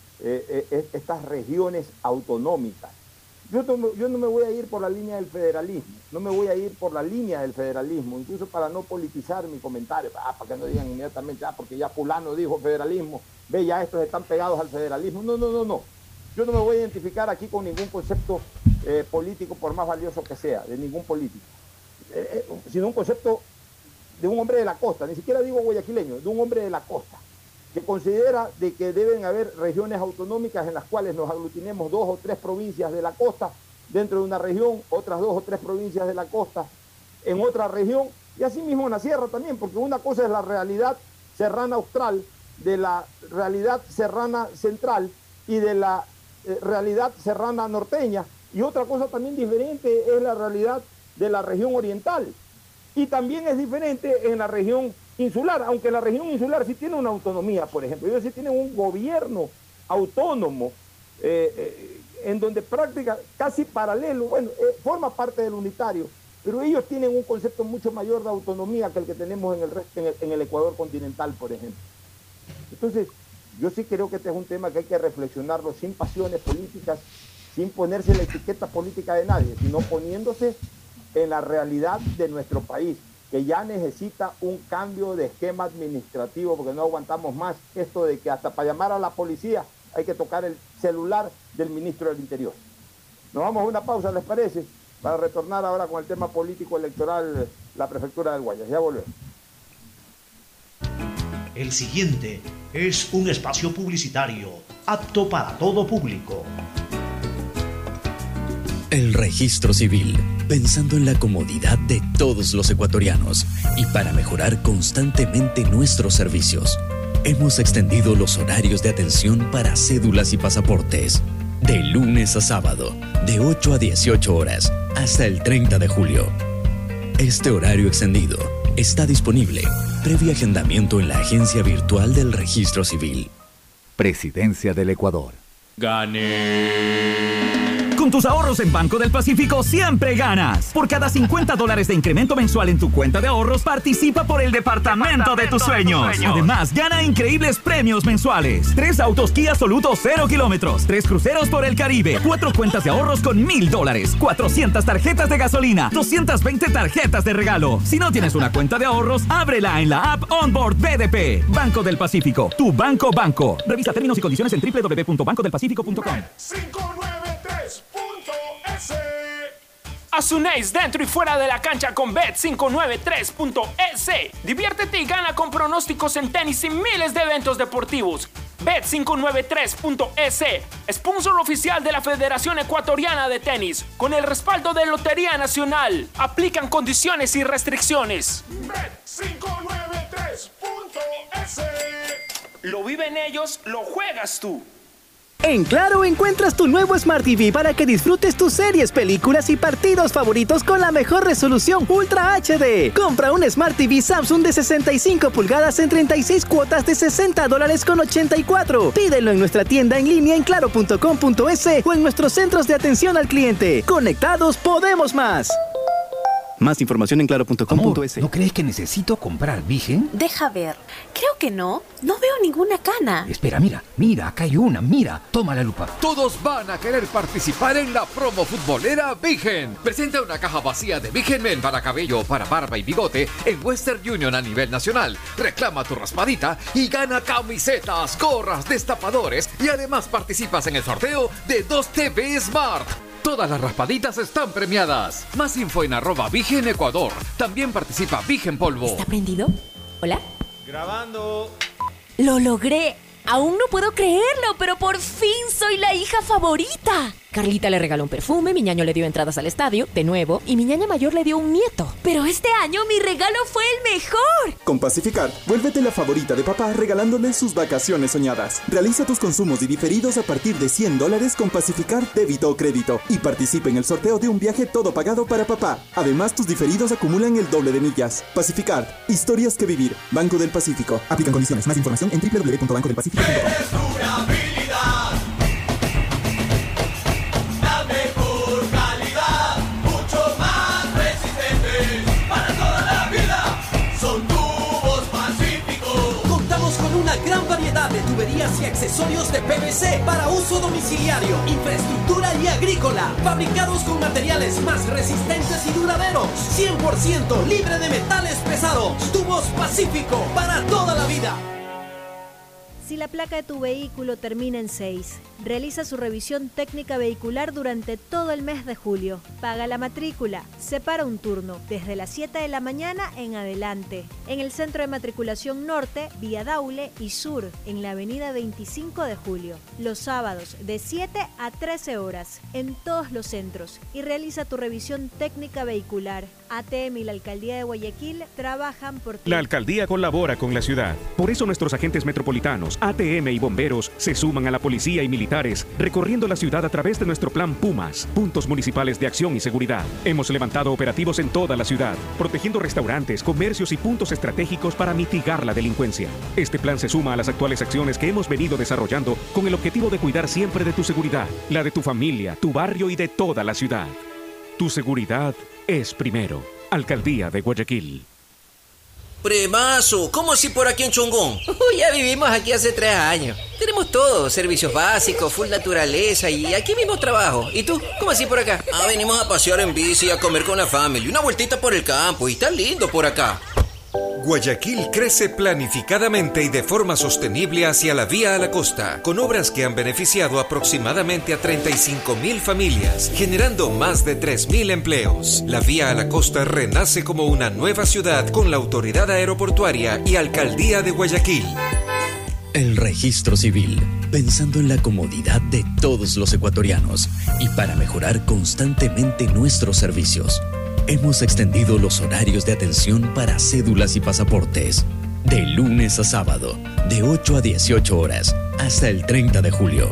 eh, eh, estas regiones autonómicas. Yo no, yo no me voy a ir por la línea del federalismo, no me voy a ir por la línea del federalismo, incluso para no politizar mi comentario, ah, para que no digan inmediatamente, ah, porque ya fulano dijo federalismo, ve, ya estos están pegados al federalismo. No, no, no, no. Yo no me voy a identificar aquí con ningún concepto eh, político, por más valioso que sea, de ningún político, eh, eh, sino un concepto de un hombre de la costa, ni siquiera digo guayaquileño, de un hombre de la costa, que considera de que deben haber regiones autonómicas en las cuales nos aglutinemos dos o tres provincias de la costa dentro de una región, otras dos o tres provincias de la costa en otra región, y así mismo en la sierra también, porque una cosa es la realidad serrana austral, de la realidad serrana central y de la eh, realidad serrana norteña, y otra cosa también diferente es la realidad de la región oriental, y también es diferente en la región insular, aunque la región insular sí tiene una autonomía, por ejemplo, ellos sí tienen un gobierno autónomo eh, eh, en donde práctica casi paralelo, bueno, eh, forma parte del unitario, pero ellos tienen un concepto mucho mayor de autonomía que el que tenemos en el, resto, en el, en el Ecuador continental, por ejemplo. Entonces, yo sí creo que este es un tema que hay que reflexionarlo sin pasiones políticas, sin ponerse la etiqueta política de nadie, sino poniéndose en la realidad de nuestro país. que ya necesita un cambio de esquema administrativo porque no aguantamos más esto de que hasta para llamar a la policía hay que tocar el celular del ministro del Interior. Nos vamos a una pausa, ¿les parece? Para retornar ahora con el tema político electoral, la prefectura del Guayas. Ya volvemos. El siguiente es un espacio publicitario apto para todo público. El registro civil, pensando en la comodidad de todos los ecuatorianos y para mejorar constantemente nuestros servicios. Hemos extendido los horarios de atención para cédulas y pasaportes. De lunes a sábado, de ocho a dieciocho horas, hasta el treinta de julio. Este horario extendido está disponible previo agendamiento en la agencia virtual del registro civil. Presidencia del Ecuador. ¡Gané! Con tus ahorros en Banco del Pacífico siempre ganas. Por cada cincuenta dólares de incremento mensual en tu cuenta de ahorros, participa por el departamento de tus sueños. Además, gana increíbles premios mensuales. Tres autos Kia Soluto cero kilómetros, tres cruceros por el Caribe, cuatro cuentas de ahorros con mil dólares, cuatrocientas tarjetas de gasolina, doscientas veinte tarjetas de regalo. Si no tienes una cuenta de ahorros, ábrela en la app Onboard B D P. Banco del Pacífico, tu banco banco. Revisa términos y condiciones en doble u doble u doble u punto banco del pacífico punto com. cinco nueve tres punto es. Asunéis dentro y fuera de la cancha con Bet cinco nueve tres punto es. Diviértete y gana con pronósticos en tenis y miles de eventos deportivos. Bet cinco nueve tres punto es, sponsor oficial de la Federación Ecuatoriana de Tenis, con el respaldo de Lotería Nacional. Aplican condiciones y restricciones. Bet cinco nueve tres punto es. Lo viven ellos, lo juegas tú. En Claro encuentras tu nuevo Smart T V para que disfrutes tus series, películas y partidos favoritos con la mejor resolución Ultra H D. Compra un Smart T V Samsung de sesenta y cinco pulgadas en treinta y seis cuotas de sesenta dólares con ochenta y cuatro. Pídelo en nuestra tienda en línea en claro punto com punto es o en nuestros centros de atención al cliente. Conectados podemos más. Más información en claro punto com punto es. ¿No crees que necesito comprar Vigen? Deja ver. Creo que no. No veo ninguna cana. Espera, mira, mira, acá hay una, mira. Toma la lupa. Todos van a querer participar en la promo futbolera Vigen. Presenta una caja vacía de Vigen Men para cabello, para barba y bigote en Western Union a nivel nacional. Reclama tu raspadita y gana camisetas, gorras, destapadores y además participas en el sorteo de dos T V Smart. Todas las raspaditas están premiadas. Más info en arroba Vigen Ecuador. También participa Vigen Polvo. ¿Está prendido? ¿Hola? Grabando. ¡Lo logré! Aún no puedo creerlo, pero por fin soy la hija favorita. Carlita le regaló un perfume, mi ñaño le dio entradas al estadio, de nuevo, y mi ñaña mayor le dio un nieto. Pero este año mi regalo fue el mejor. Con Pacificar, vuélvete la favorita de papá regalándole sus vacaciones soñadas. Realiza tus consumos y diferidos a partir de cien dólares con Pacificar débito o crédito y participa en el sorteo de un viaje todo pagado para papá. Además, tus diferidos acumulan el doble de millas. Pacificar, historias que vivir. Banco del Pacífico. Aplican condiciones. Más información en doble u doble u doble u punto banco del pacífico punto com. Gran variedad de tuberías y accesorios de P V C para uso domiciliario, infraestructura y agrícola, fabricados con materiales más resistentes y duraderos, cien por ciento libre de metales pesados. Tubos Pacífico para toda la vida. Si la placa de tu vehículo termina en seis, realiza su revisión técnica vehicular durante todo el mes de julio. Paga la matrícula. Separa un turno desde las siete de la mañana en adelante. En el Centro de Matriculación Norte, vía Daule y Sur, en la avenida veinticinco de julio. Los sábados de siete a trece horas en todos los centros. Y realiza tu revisión técnica vehicular. A T M y la Alcaldía de Guayaquil trabajan por ti. La Alcaldía colabora con la ciudad. Por eso nuestros agentes metropolitanos, A T M y bomberos se suman a la policía y militares, recorriendo la ciudad a través de nuestro plan Pumas, puntos municipales de acción y seguridad. Hemos levantado operativos en toda la ciudad, protegiendo restaurantes, comercios y puntos estratégicos para mitigar la delincuencia. Este plan se suma a las actuales acciones que hemos venido desarrollando con el objetivo de cuidar siempre de tu seguridad, la de tu familia, tu barrio y de toda la ciudad. Tu seguridad es primero. Alcaldía de Guayaquil. Premazo, ¿cómo así por aquí en Chongón? Uh, ya vivimos aquí hace tres años. Tenemos todo, servicios básicos, full naturaleza y aquí mismo trabajo. ¿Y tú? ¿Cómo así por acá? Ah, venimos a pasear en bici, a comer con la familia, una vueltita por el campo y está lindo por acá. Guayaquil crece planificadamente y de forma sostenible hacia la vía a la costa, con obras que han beneficiado aproximadamente a treinta y cinco mil familias, generando más de tres mil empleos. La vía a la costa renace como una nueva ciudad con la autoridad aeroportuaria y alcaldía de Guayaquil. El registro civil, pensando en la comodidad de todos los ecuatorianos y para mejorar constantemente nuestros servicios. Hemos extendido los horarios de atención para cédulas y pasaportes, de lunes a sábado, de ocho a dieciocho horas, hasta el treinta de julio.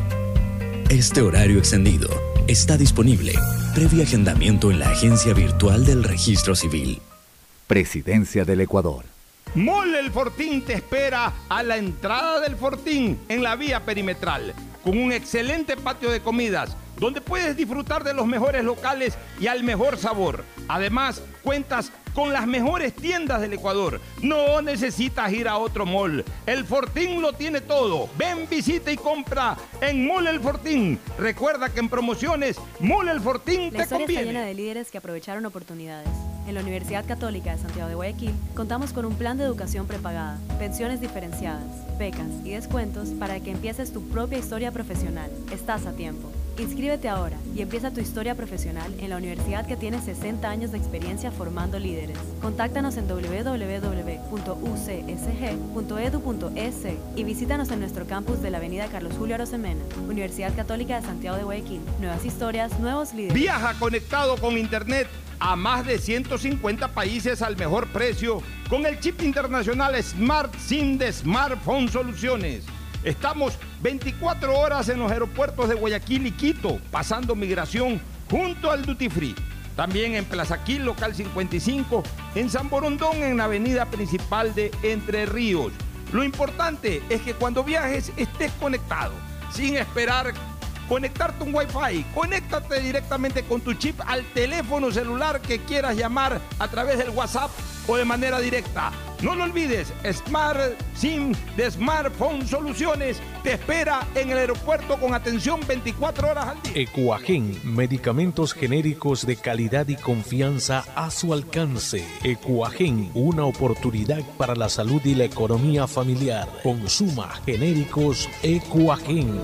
Este horario extendido está disponible previo agendamiento en la agencia virtual del Registro Civil. Presidencia del Ecuador. Mole El Fortín te espera a la entrada del Fortín en la vía perimetral, con un excelente patio de comidas, donde puedes disfrutar de los mejores locales y al mejor sabor. Además, cuentas con las mejores tiendas del Ecuador. No necesitas ir a otro mall. El Fortín lo tiene todo. Ven, visita y compra en Mole El Fortín. Recuerda que en promociones, Mole El Fortín La te conviene. historia está llena de líderes que aprovecharon oportunidades. En la Universidad Católica de Santiago de Guayaquil contamos con un plan de educación prepagada, pensiones diferenciadas, becas y descuentos para que empieces tu propia historia profesional. Estás a tiempo. Inscríbete ahora y empieza tu historia profesional en la universidad que tiene sesenta años de experiencia formando líderes. Contáctanos en doble u doble u doble u punto u c s g punto e d u punto e s y visítanos en nuestro campus de la avenida Carlos Julio Arosemena. Universidad Católica de Santiago de Guayaquil. Nuevas historias, nuevos líderes. Viaja conectado con internet a más de ciento cincuenta países al mejor precio con el chip internacional Smart SIM de Smartphone Soluciones. Estamos veinticuatro horas en los aeropuertos de Guayaquil y Quito, pasando migración junto al Duty Free. También en Plaza Quil, local cincuenta y cinco, en San Borondón, en la avenida principal de Entre Ríos. Lo importante es que cuando viajes estés conectado, sin esperar conectarte un Wi-Fi. Conéctate directamente con tu chip al teléfono celular que quieras llamar a través del WhatsApp o de manera directa. No lo olvides, Smart SIM de Smartphone Soluciones te espera en el aeropuerto con atención veinticuatro horas al día. Ecuagen, medicamentos genéricos de calidad y confianza a su alcance. Ecuagen, una oportunidad para la salud y la economía familiar. Consuma genéricos Ecuagen.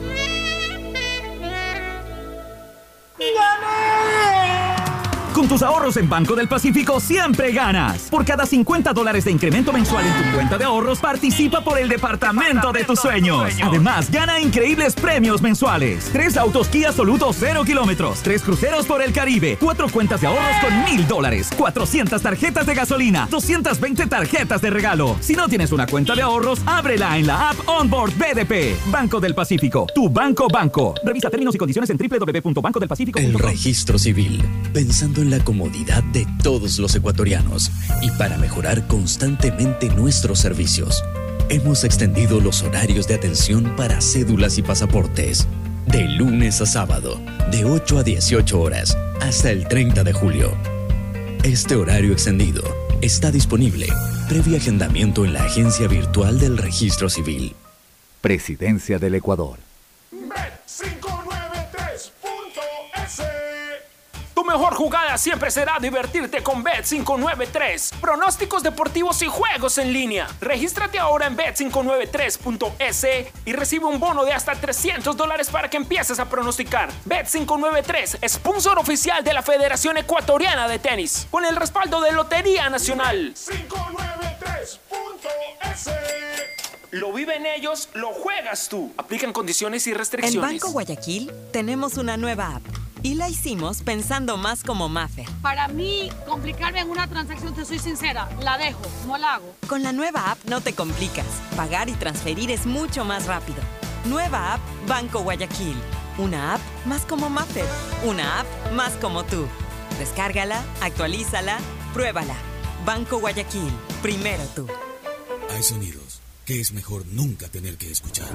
Con tus ahorros en Banco del Pacífico siempre ganas. Por cada cincuenta dólares de incremento mensual en tu cuenta de ahorros, participa por el departamento de tus sueños. Además, gana increíbles premios mensuales. Tres autos Kia Soluto cero kilómetros, tres cruceros por el Caribe, cuatro cuentas de ahorros con mil dólares, cuatrocientas tarjetas de gasolina, doscientas veinte tarjetas de regalo. Si no tienes una cuenta de ahorros, ábrela en la app Onboard B D P. Banco del Pacífico, tu banco banco. Revisa términos y condiciones en doble u doble u doble u punto banco del pacífico punto com. El Registro Civil, pensando en la comodidad de todos los ecuatorianos y para mejorar constantemente nuestros servicios. Hemos extendido los horarios de atención para cédulas y pasaportes, de lunes a sábado, de ocho a dieciocho horas, hasta el treinta de julio. Este horario extendido está disponible previo agendamiento en la agencia virtual del Registro Civil. Presidencia del Ecuador. Bet cinco nueve tres punto es. Tu mejor jugada siempre será divertirte con Bet cinco nueve tres. Pronósticos deportivos y juegos en línea. Regístrate ahora en Bet cinco nueve tres punto es y recibe un bono de hasta trescientos dólares para que empieces a pronosticar. Bet cinco nueve tres, sponsor oficial de la Federación Ecuatoriana de Tenis, con el respaldo de Lotería Nacional. cinco nueve tres punto es. Lo viven ellos, lo juegas tú. Aplican condiciones y restricciones. En Banco Guayaquil tenemos una nueva app y la hicimos pensando más como Maffer. Para mí, complicarme en una transacción, te soy sincera, la dejo, no la hago. Con la nueva app no te complicas. Pagar y transferir es mucho más rápido. Nueva app Banco Guayaquil. Una app más como Maffer. Una app más como tú. Descárgala, actualízala, pruébala. Banco Guayaquil. Primero tú. Hay sonidos que es mejor nunca tener que escuchar.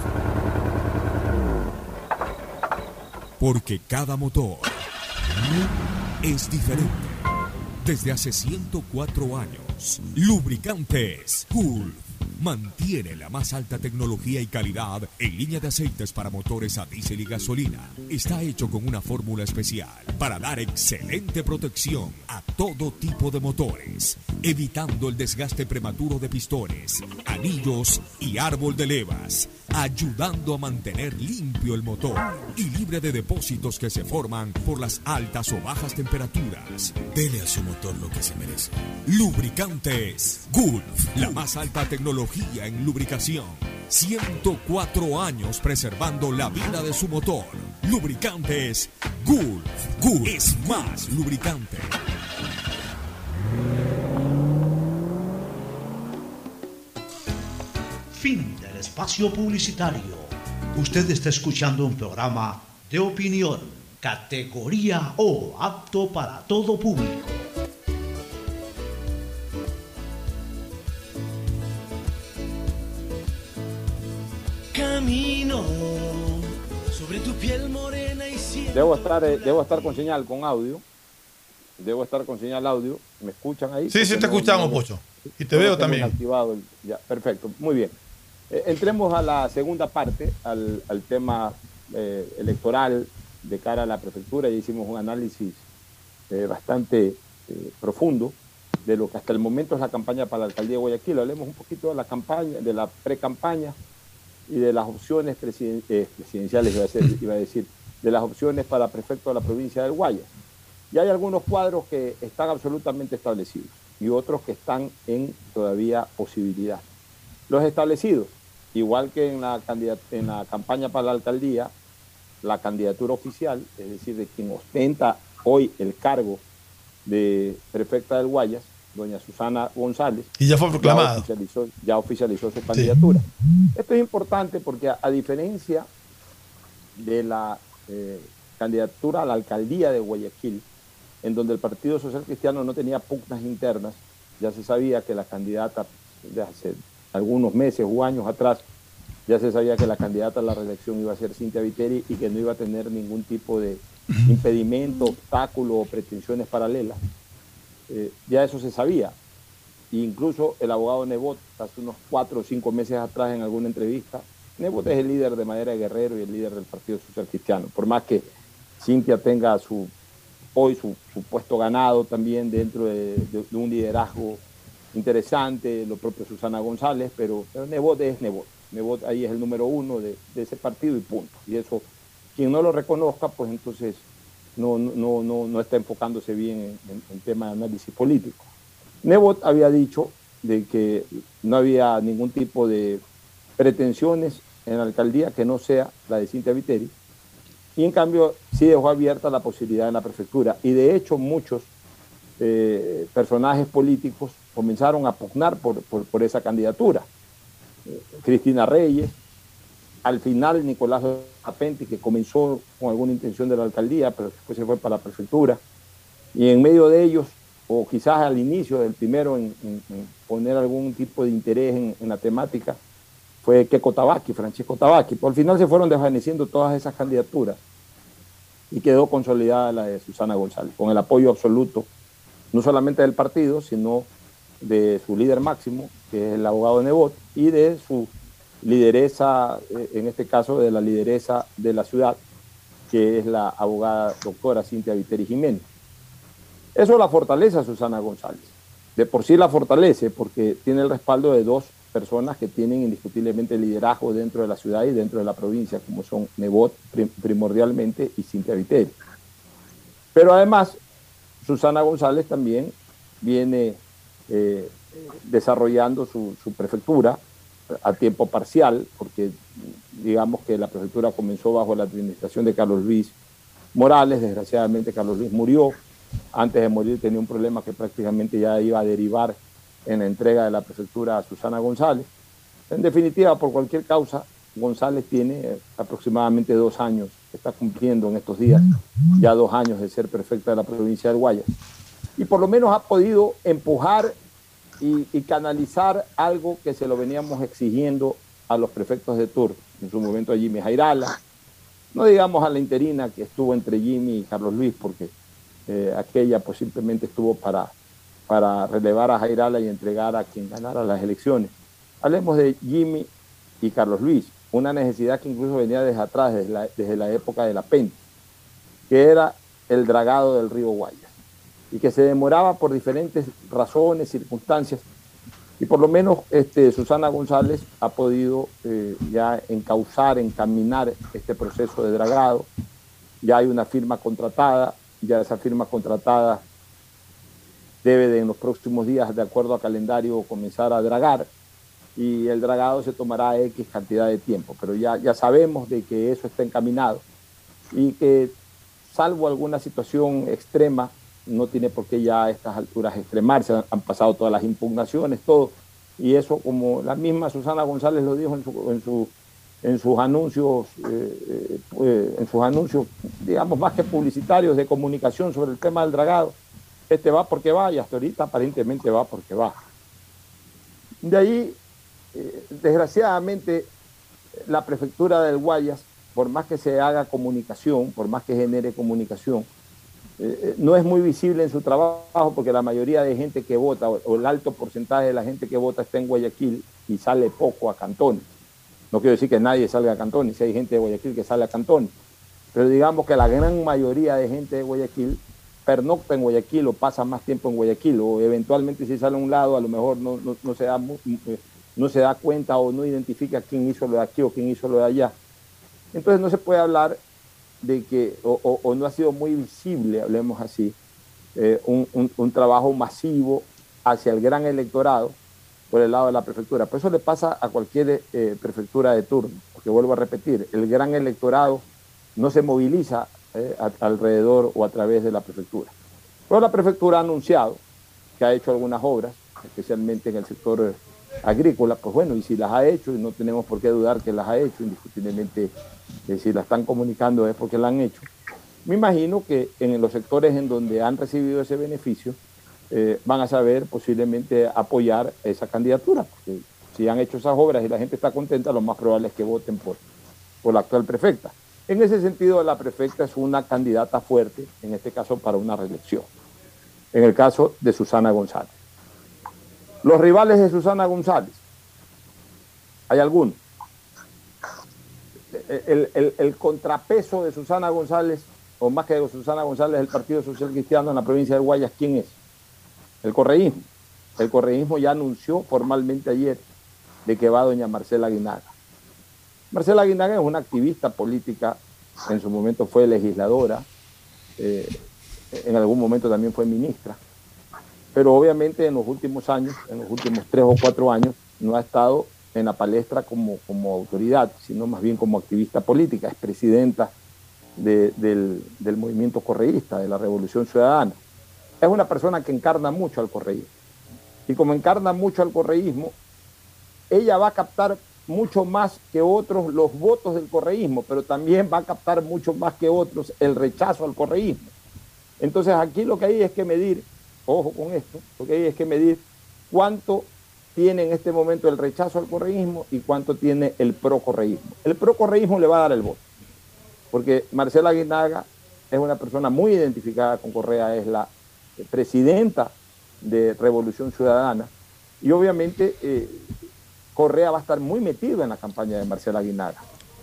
Porque cada motor es diferente. Desde hace ciento cuatro años, dos. Lubricantes Gulf. Mantiene la más alta tecnología y calidad en línea de aceites para motores a diésel y gasolina. Está hecho con una fórmula especial para dar excelente protección a todo tipo de motores, evitando el desgaste prematuro de pistones, anillos y árbol de levas, ayudando a mantener limpio el motor y libre de depósitos que se forman por las altas o bajas temperaturas. Dele a su motor lo que se merece. Lubricantes Gulf, la más alta tecnología en lubricación. ciento cuatro años preservando la vida de su motor. Lubricantes Gulf. Gulf es más lubricante. Fin del espacio publicitario. Usted está escuchando un programa de opinión, categoría O, apto para todo público. Camino sobre tu piel morena y cielo. Debo estar, eh, debo estar con señal, con audio. Debo estar con señal audio. ¿Me escuchan ahí? Sí, sí te no, escuchamos, no, Pocho. Y te no veo también. Activado el, ya, perfecto, muy bien. Eh, entremos a la segunda parte, al, al tema eh, electoral de cara a la prefectura. Ya hicimos un análisis eh, bastante eh, profundo de lo que hasta el momento es la campaña para la alcaldía de Guayaquil. Hablemos un poquito de la campaña, de la pre-campaña y de las opciones presiden eh, presidenciales, iba a, ser, iba a decir, de las opciones para prefecto de la provincia del Guayas. Y hay algunos cuadros que están absolutamente establecidos y otros que están en todavía posibilidad. Los establecidos, igual que en la, en la campaña para la alcaldía, la candidatura oficial, es decir, de quien ostenta hoy el cargo de prefecta del Guayas, doña Susana González. Y ya fue proclamado. Ya oficializó, ya oficializó su candidatura. Sí. Esto es importante porque a, a diferencia de la eh, candidatura a la alcaldía de Guayaquil, en donde el Partido Social Cristiano no tenía pugnas internas, ya se sabía que la candidata, de hace algunos meses o años atrás, ya se sabía que la candidata a la reelección iba a ser Cintia Viteri y que no iba a tener ningún tipo de impedimento, obstáculo o pretensiones paralelas. Eh, ya eso se sabía. E incluso el abogado Nebot, hace unos cuatro o cinco meses atrás en alguna entrevista, Nebot es el líder de Madera de Guerrero y el líder del Partido Social Cristiano. Por más que Cintia tenga su hoy su, su puesto ganado también dentro de, de, de un liderazgo interesante, lo propio Susana González, pero, pero Nebot es Nebot. Nebot ahí es el número uno de, de ese partido y punto. Y eso, quien no lo reconozca, pues entonces no, no, no, no está enfocándose bien en, en, en tema de análisis político. Nebot había dicho de que no había ningún tipo de pretensiones en la alcaldía que no sea la de Cintia Viteri, y en cambio sí dejó abierta la posibilidad en la prefectura. Y de hecho muchos eh, personajes políticos comenzaron a pugnar por, por, por esa candidatura. Eh, Cristina Reyes, al final Nicolás Apenti, que comenzó con alguna intención de la alcaldía, pero después se fue para la prefectura. Y en medio de ellos, o quizás al inicio del primero en, en, en poner algún tipo de interés en, en la temática, fue Keco Tabaqui, Francisco Tabaqui. Pero al final se fueron desvaneciendo todas esas candidaturas y quedó consolidada la de Susana González, con el apoyo absoluto, no solamente del partido, sino de su líder máximo, que es el abogado Nebot, y de su lideresa, en este caso de la lideresa de la ciudad, que es la abogada doctora Cintia Viteri Jiménez. Eso la fortalece a Susana González. De por sí la fortalece porque tiene el respaldo de dos personas que tienen indiscutiblemente liderazgo dentro de la ciudad y dentro de la provincia, como son Nebot primordialmente y Cintia Viteri. Pero además, Susana González también viene eh, desarrollando su, su prefectura a tiempo parcial, porque digamos que la prefectura comenzó bajo la administración de Carlos Luis Morales. Desgraciadamente Carlos Luis murió. Antes de morir tenía un problema que prácticamente ya iba a derivar en la entrega de la prefectura a Susana González. En definitiva, por cualquier causa, González tiene aproximadamente dos años, está cumpliendo en estos días ya dos años de ser prefecta de la provincia del Guayas. Y por lo menos ha podido empujar y, y canalizar algo que se lo veníamos exigiendo a los prefectos de turno, en su momento a Jimmy Jairala, no digamos a la interina que estuvo entre Jimmy y Carlos Luis, porque eh, aquella pues simplemente estuvo para para relevar a Jairala y entregar a quien ganara las elecciones. Hablemos de Jimmy y Carlos Luis, una necesidad que incluso venía desde atrás, desde la, desde la época de la Pente, que era el dragado del río Guayas, y que se demoraba por diferentes razones, circunstancias, y por lo menos este, Susana González ha podido eh, ya encauzar, encaminar este proceso de dragado. Ya hay una firma contratada, ya esa firma contratada debe de en los próximos días, de acuerdo a calendario, comenzar a dragar, y el dragado se tomará X cantidad de tiempo, pero ya, ya sabemos de que eso está encaminado y que, salvo alguna situación extrema, no tiene por qué ya a estas alturas extremarse. Han, han pasado todas las impugnaciones, todo, y eso, como la misma Susana González lo dijo en, su, en, su, en sus anuncios, eh, eh, en sus anuncios, digamos, más que publicitarios, de comunicación sobre el tema del dragado, este va porque va, y hasta ahorita aparentemente va porque va. De ahí, eh, desgraciadamente, la prefectura del Guayas, por más que se haga comunicación, por más que genere comunicación, eh, no es muy visible en su trabajo, porque la mayoría de gente que vota, o, o el alto porcentaje de la gente que vota, está en Guayaquil y sale poco a Cantones. No quiero decir que nadie salga a Cantones, si hay gente de Guayaquil que sale a Cantones, pero digamos que la gran mayoría de gente de Guayaquil pernocta en Guayaquil o pasa más tiempo en Guayaquil, o eventualmente si sale a un lado a lo mejor no, no, no, se da, no se da cuenta o no identifica quién hizo lo de aquí o quién hizo lo de allá. Entonces no se puede hablar de que, o, o, o no ha sido muy visible, hablemos así, eh, un, un, un trabajo masivo hacia el gran electorado por el lado de la prefectura. Por eso le pasa a cualquier eh, prefectura de turno, porque vuelvo a repetir, el gran electorado no se moviliza eh, a, alrededor o a través de la prefectura. Pero la prefectura ha anunciado que ha hecho algunas obras, especialmente en el sector agrícola. Pues bueno, y si las ha hecho, y no tenemos por qué dudar que las ha hecho, indiscutiblemente, eh, si la están comunicando es porque la han hecho. Me imagino que en los sectores en donde han recibido ese beneficio, eh, van a saber posiblemente apoyar esa candidatura, porque si han hecho esas obras y la gente está contenta, lo más probable es que voten por, por la actual prefecta. En ese sentido, la prefecta es una candidata fuerte, en este caso para una reelección, en el caso de Susana González. Los rivales de Susana González, hay algunos. El, el, el contrapeso de Susana González, o más que de Susana González, el Partido Social Cristiano en la provincia de Guayas, ¿quién es? El correísmo. El correísmo ya anunció formalmente ayer de que va doña Marcela Aguinaga. Marcela Aguinaga es una activista política, en su momento fue legisladora, eh, en algún momento también fue ministra, pero obviamente en los últimos años, en los últimos tres o cuatro años, no ha estado en la palestra como, como autoridad, sino más bien como activista política. Es presidenta de, del, del movimiento correísta, de la Revolución Ciudadana. Es una persona que encarna mucho al correísmo. Y como encarna mucho al correísmo, ella va a captar mucho más que otros los votos del correísmo, pero también va a captar mucho más que otros el rechazo al correísmo. Entonces aquí lo que hay es que medir, ojo con esto, lo que hay es que medir cuánto tiene en este momento el rechazo al correísmo y cuánto tiene el pro-correísmo. El pro-correísmo le va a dar el voto, porque Marcela Aguinaga es una persona muy identificada con Correa, es la presidenta de Revolución Ciudadana, y obviamente eh, Correa va a estar muy metido en la campaña de Marcela Aguinaga.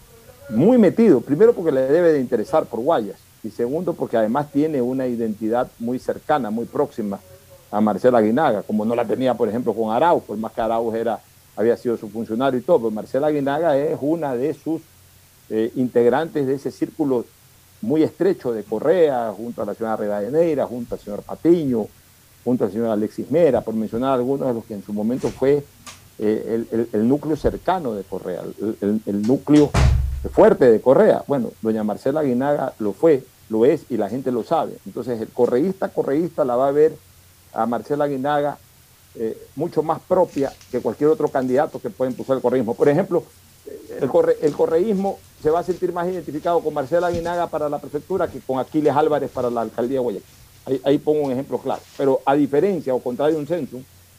Muy metido, primero porque le debe de interesar por Guayas, y segundo porque además tiene una identidad muy cercana, muy próxima a Marcela Aguinaga, como no la tenía, por ejemplo, con Arauz, por más que Arauz era, había sido su funcionario y todo, pero Marcela Aguinaga es una de sus eh, integrantes de ese círculo muy estrecho de Correa, junto a la señora Rivadeneira, junto al señor Patiño, junto al señor Alexis Mera, por mencionar algunos de los que en su momento fue eh, el, el, el núcleo cercano de Correa, el, el, el núcleo fuerte de Correa. Bueno, doña Marcela Aguinaga lo fue, lo es y la gente lo sabe. Entonces el correísta, correísta la va a ver a Marcela Aguinaga eh, mucho más propia que cualquier otro candidato que pueda impulsar el correísmo. Por ejemplo, el, corre, el correísmo se va a sentir más identificado con Marcela Aguinaga para la prefectura que con Aquiles Álvarez para la alcaldía de Guayaquil. Ahí, ahí pongo un ejemplo claro. Pero a diferencia o contrario de un censo,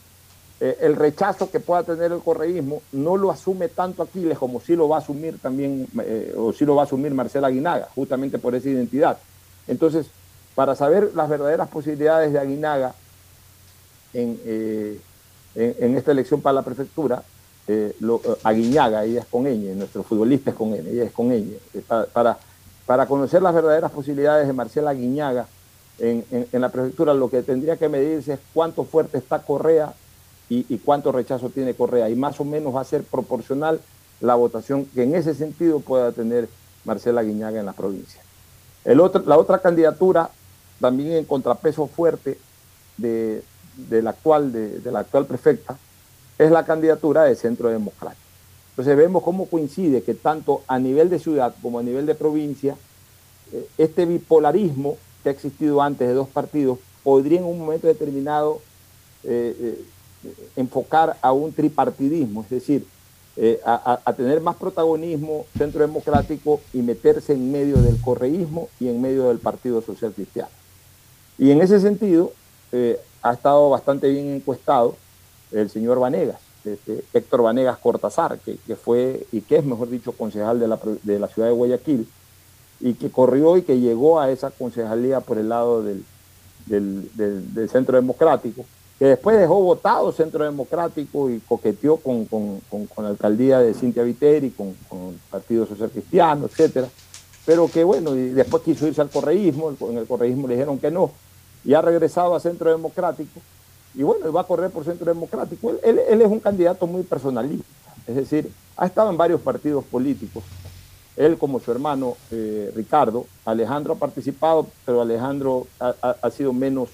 eh, el rechazo que pueda tener el correísmo no lo asume tanto Aquiles como sí lo va a asumir también, eh, o sí lo va a asumir Marcela Aguinaga, justamente por esa identidad. Entonces, para saber las verdaderas posibilidades de Aguinaga, en, eh, en, en esta elección para la prefectura, eh, lo, eh, Aguiñaga, ella es con ñ, nuestro futbolista es con N, ella es con ñ, eh, para, para, para conocer las verdaderas posibilidades de Marcela Aguiñaga en, en, en la prefectura, lo que tendría que medirse es cuánto fuerte está Correa y, y cuánto rechazo tiene Correa, y más o menos va a ser proporcional la votación que en ese sentido pueda tener Marcela Aguiñaga en la provincia. El otro, la otra candidatura, también en contrapeso fuerte de, de, la actual, de, de la actual prefecta, es la candidatura de Centro Democrático. Entonces vemos cómo coincide que tanto a nivel de ciudad como a nivel de provincia, eh, este bipolarismo que ha existido antes de dos partidos podría en un momento determinado eh, eh, enfocar a un tripartidismo, es decir, eh, a, a tener más protagonismo Centro Democrático y meterse en medio del correísmo y en medio del Partido Social Cristiano. Y en ese sentido eh, ha estado bastante bien encuestado el señor Vanegas, este, Héctor Vanegas Cortázar, que, que fue y que es, mejor dicho, concejal de la, de la ciudad de Guayaquil, y que corrió y que llegó a esa concejalía por el lado del, del, del, del Centro Democrático, que después dejó votado Centro Democrático y coqueteó con, con, con, con la alcaldía de Cintia Viteri, con, con el Partido Social Cristiano, etcétera, pero que bueno, y después quiso irse al correísmo, en el correísmo le dijeron que no, y ha regresado a Centro Democrático, y bueno, va a correr por Centro Democrático. Él, él, él es un candidato muy personalista, es decir, ha estado en varios partidos políticos, él como su hermano eh, Ricardo. Alejandro ha participado, pero Alejandro ha, ha, ha sido menos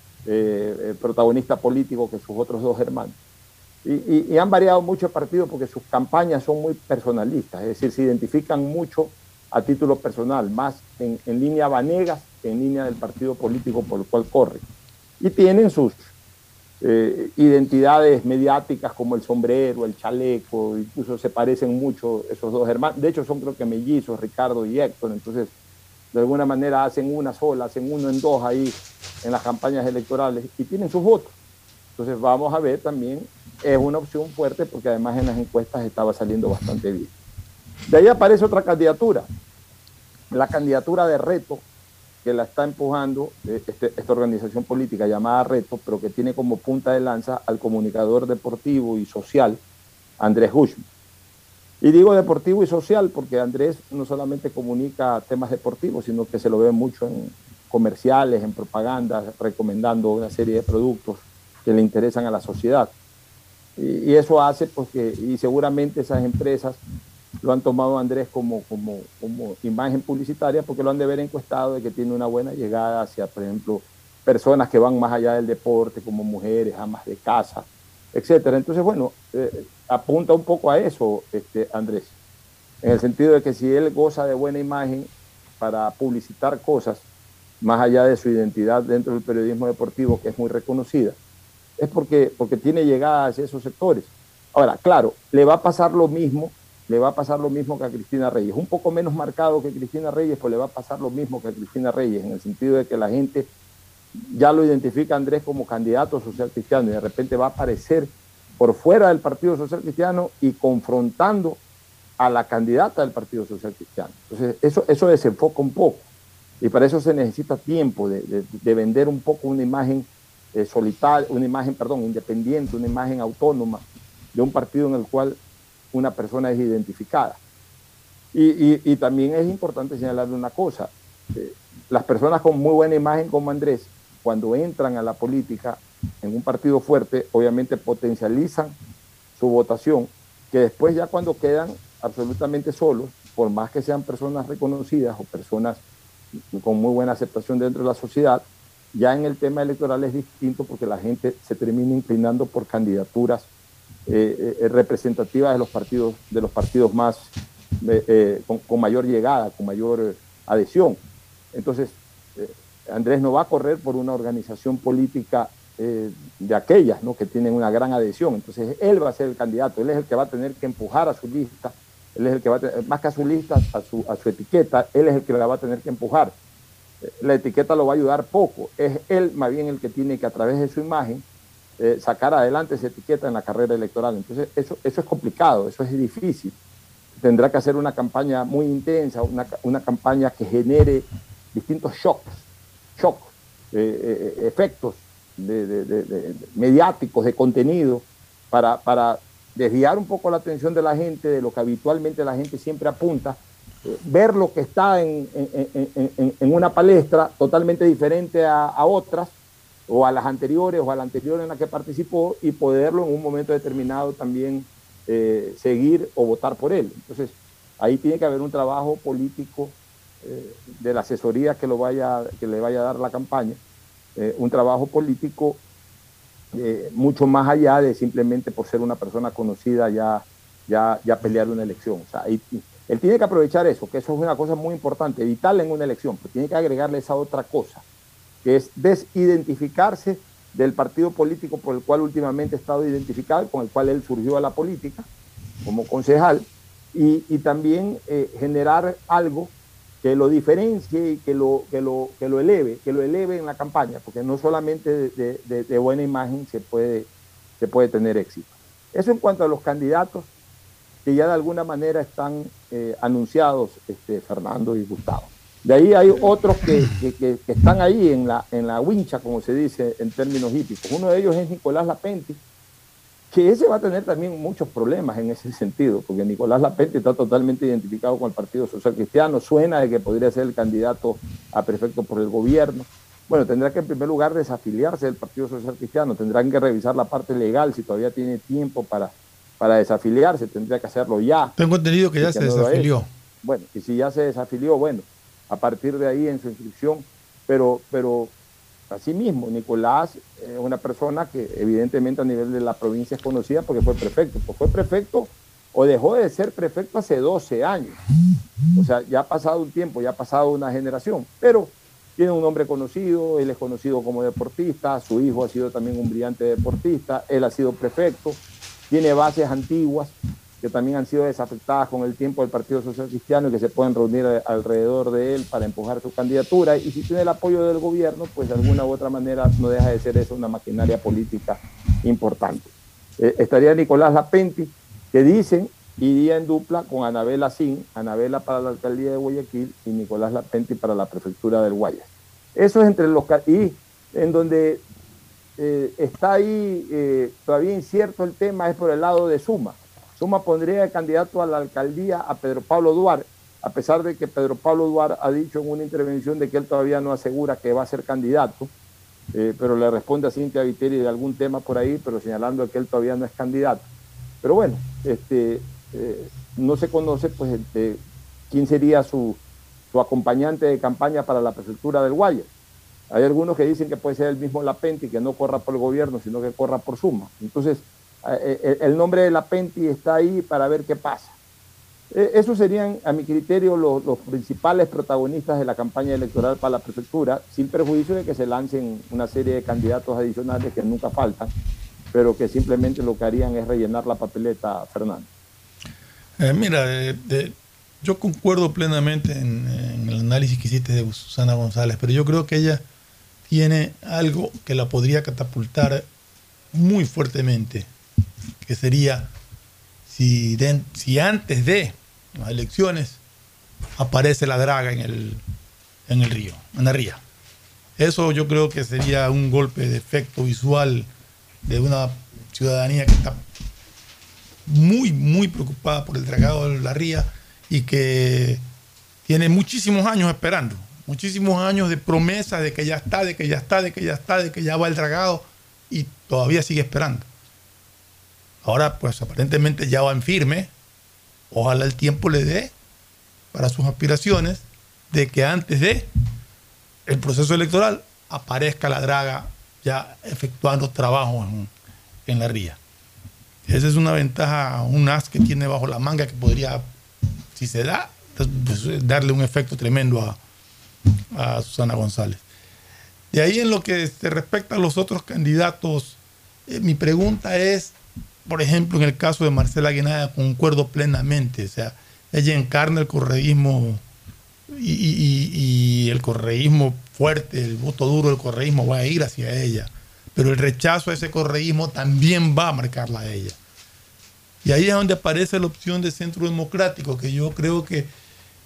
eh, protagonista político que sus otros dos hermanos. Y, y, y han variado mucho el partido porque sus campañas son muy personalistas, es decir, se identifican mucho a título personal, más en, en línea Vanegas que en línea del partido político por el cual corre. Y tienen sus Eh, identidades mediáticas como el sombrero, el chaleco, incluso se parecen mucho esos dos hermanos. De hecho son creo que mellizos, Ricardo y Héctor, entonces de alguna manera hacen una sola, hacen uno en dos ahí en las campañas electorales y tienen sus votos. Entonces vamos a ver también, es una opción fuerte porque además en las encuestas estaba saliendo bastante bien. De ahí aparece otra candidatura, la candidatura de Reto, que la está empujando este, esta organización política llamada Reto, pero que tiene como punta de lanza al comunicador deportivo y social Andrés Guzmán. Y digo deportivo y social porque Andrés no solamente comunica temas deportivos, sino que se lo ve mucho en comerciales, en propaganda, recomendando una serie de productos que le interesan a la sociedad. Y, y eso hace pues que, y seguramente esas empresas lo han tomado Andrés como, como, como imagen publicitaria porque lo han de ver encuestado de que tiene una buena llegada hacia, por ejemplo, personas que van más allá del deporte, como mujeres, amas de casa, etcétera. Entonces, bueno, eh, apunta un poco a eso, este, Andrés, en el sentido de que si él goza de buena imagen para publicitar cosas, más allá de su identidad dentro del periodismo deportivo, que es muy reconocida, es porque, porque tiene llegada hacia esos sectores. Ahora, claro, le va a pasar lo mismo le va a pasar lo mismo que a Cristina Reyes, un poco menos marcado que Cristina Reyes, pues le va a pasar lo mismo que a Cristina Reyes, en el sentido de que la gente ya lo identifica a Andrés como candidato social cristiano y de repente va a aparecer por fuera del Partido Social Cristiano y confrontando a la candidata del Partido Social Cristiano. Entonces eso, eso desenfoca un poco y para eso se necesita tiempo de, de, de vender un poco una imagen eh, solitaria, una imagen, perdón, independiente, una imagen autónoma de un partido en el cual una persona es identificada. Y, y, y también es importante señalarle una cosa, eh, las personas con muy buena imagen como Andrés, cuando entran a la política en un partido fuerte, obviamente potencializan su votación, que después ya cuando quedan absolutamente solos, por más que sean personas reconocidas o personas con muy buena aceptación dentro de la sociedad, ya en el tema electoral es distinto porque la gente se termina inclinando por candidaturas Eh, eh, representativas de los partidos de los partidos más eh, eh, con, con mayor llegada, con mayor eh, adhesión. Entonces eh, Andrés no va a correr por una organización política eh, de aquellas, ¿no?, que tienen una gran adhesión. Entonces él va a ser el candidato, él es el que va a tener que empujar a su lista, él es el que va a tener, más que a su lista, a su, a su etiqueta, él es el que la va a tener que empujar. Eh, la etiqueta lo va a ayudar poco, es él más bien el que tiene que a través de su imagen Eh, sacar adelante esa etiqueta en la carrera electoral. Entonces eso, eso es complicado, eso es difícil. Tendrá que hacer una campaña muy intensa, una, una campaña que genere distintos shocks, shocks, eh, eh, efectos de, de, de, de mediáticos, de contenido, para, para desviar un poco la atención de la gente de lo que habitualmente la gente siempre apunta, eh, ver lo que está en, en, en, en, en una palestra totalmente diferente a, a otras, o a las anteriores, o a la anterior en la que participó, y poderlo en un momento determinado también eh, seguir o votar por él. Entonces, ahí tiene que haber un trabajo político eh, de la asesoría que, lo vaya, que le vaya a dar la campaña, eh, un trabajo político eh, mucho más allá de simplemente por ser una persona conocida ya, ya, ya pelear una elección. O sea, ahí, él tiene que aprovechar eso, que eso es una cosa muy importante, evitarla en una elección, pero tiene que agregarle esa otra cosa, que es desidentificarse del partido político por el cual últimamente ha estado identificado, con el cual él surgió a la política como concejal, y, y también eh, generar algo que lo diferencie y que lo, que, lo, que lo eleve, que lo eleve en la campaña, porque no solamente de, de, de buena imagen se puede, se puede tener éxito. Eso en cuanto a los candidatos que ya de alguna manera están eh, anunciados, este, Fernando y Gustavo. De ahí hay otros que, que, que, que están ahí en la, en la wincha, como se dice en términos hípicos. Uno de ellos es Nicolás Lapenti, que ese va a tener también muchos problemas en ese sentido, porque Nicolás Lapenti está totalmente identificado con el Partido Social Cristiano, suena de que podría ser el candidato a prefecto por el gobierno. Bueno, tendrá que en primer lugar desafiliarse del Partido Social Cristiano, tendrán que revisar la parte legal, si todavía tiene tiempo para, para desafiliarse, tendría que hacerlo ya. Tengo entendido que ya se desafilió. Bueno, y si ya se desafilió, bueno, a partir de ahí en su inscripción, pero, pero asimismo, Nicolás es una persona que evidentemente a nivel de la provincia es conocida porque fue prefecto, pues fue prefecto o dejó de ser prefecto hace doce años, o sea, ya ha pasado un tiempo, ya ha pasado una generación, pero tiene un nombre conocido, él es conocido como deportista, su hijo ha sido también un brillante deportista, él ha sido prefecto, tiene bases antiguas que también han sido desafectadas con el tiempo del Partido Social Cristiano y que se pueden reunir alrededor de él para empujar su candidatura, y si tiene el apoyo del gobierno, pues de alguna u otra manera no deja de ser eso una maquinaria política importante. Eh, estaría Nicolás Lapenti, que dicen iría en dupla con Anabela Sin, Anabela para la alcaldía de Guayaquil y Nicolás Lapenti para la prefectura del Guayas. Eso es entre los... y en donde eh, está ahí eh, todavía incierto el tema es por el lado de Suma. Suma pondría de candidato a la alcaldía a Pedro Pablo Duar, a pesar de que Pedro Pablo Duar ha dicho en una intervención de que él todavía no asegura que va a ser candidato, eh, pero le responde a Cintia Viteri de algún tema por ahí, pero señalando que él todavía no es candidato. Pero bueno, este, eh, no se conoce pues este, quién sería su, su acompañante de campaña para la prefectura del Guayas. Hay algunos que dicen que puede ser el mismo Lapenti, que no corra por el gobierno, sino que corra por Suma. Entonces, el nombre de Lapenti está ahí para ver qué pasa. Esos serían, a mi criterio, los, los principales protagonistas de la campaña electoral para la prefectura, sin perjuicio de que se lancen una serie de candidatos adicionales que nunca faltan, pero que simplemente lo que harían es rellenar la papeleta, Fernando. Eh, mira, eh, de, yo concuerdo plenamente en, en el análisis que hiciste de Susana González, pero yo creo que ella tiene algo que la podría catapultar muy fuertemente, que sería si, de, si antes de las elecciones aparece la draga en el, en el río, en la ría. Eso yo creo que sería un golpe de efecto visual de una ciudadanía que está muy, muy preocupada por el dragado de la ría y que tiene muchísimos años esperando, muchísimos años de promesa de que ya está, de que ya está, de que ya está, de que ya va el dragado, y todavía sigue esperando. Ahora, pues aparentemente ya va en firme. Ojalá el tiempo le dé para sus aspiraciones de que antes de el proceso electoral aparezca la draga ya efectuando trabajos en, en la ría. Esa es una ventaja, un as que tiene bajo la manga que podría, si se da, pues, darle un efecto tremendo a, a Susana González. De ahí en lo que se respecta a los otros candidatos, eh, mi pregunta es, por ejemplo, en el caso de Marcela Guinaga, concuerdo plenamente. O sea, ella encarna el correísmo y, y, y el correísmo fuerte, el voto duro del correísmo va a ir hacia ella. Pero el rechazo a ese correísmo también va a marcarla a ella. Y ahí es donde aparece la opción de Centro Democrático, que yo creo que,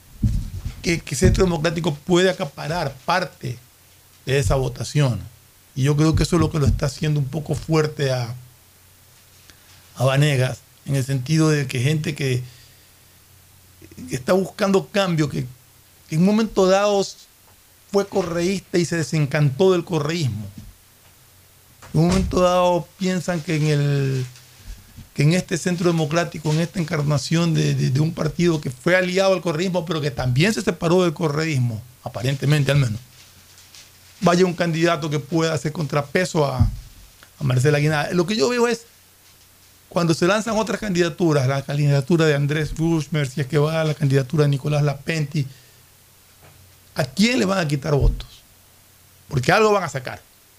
que, que Centro Democrático puede acaparar parte de esa votación. Y yo creo que eso es lo que lo está haciendo un poco fuerte a, a Vanegas, en el sentido de que gente que, que está buscando cambio, que, que en un momento dado fue correísta y se desencantó del correísmo. En un momento dado piensan que en el que en este centro democrático, en esta encarnación de, de, de un partido que fue aliado al correísmo, pero que también se separó del correísmo, aparentemente al menos, vaya un candidato que pueda hacer contrapeso a, a Marcela Guinaga. Lo que yo veo es, cuando se lanzan otras candidaturas, la candidatura de Andrés Buschmer, si es que va, la candidatura de Nicolás Lapenti, ¿a quién le van a quitar votos? Porque algo van a sacar.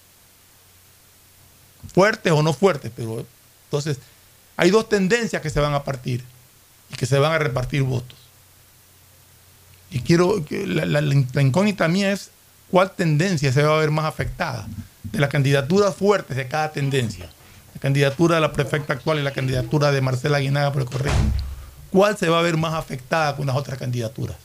Fuertes o no fuertes, pero entonces hay dos tendencias que se van a partir y que se van a repartir votos. Y quiero, la, la, la incógnita mía es cuál tendencia se va a ver más afectada de las candidaturas fuertes de cada tendencia. La candidatura de la prefecta actual y la candidatura de Marcela Guinaga por el correísmo. ¿Cuál se va a ver más afectada con las otras candidaturas?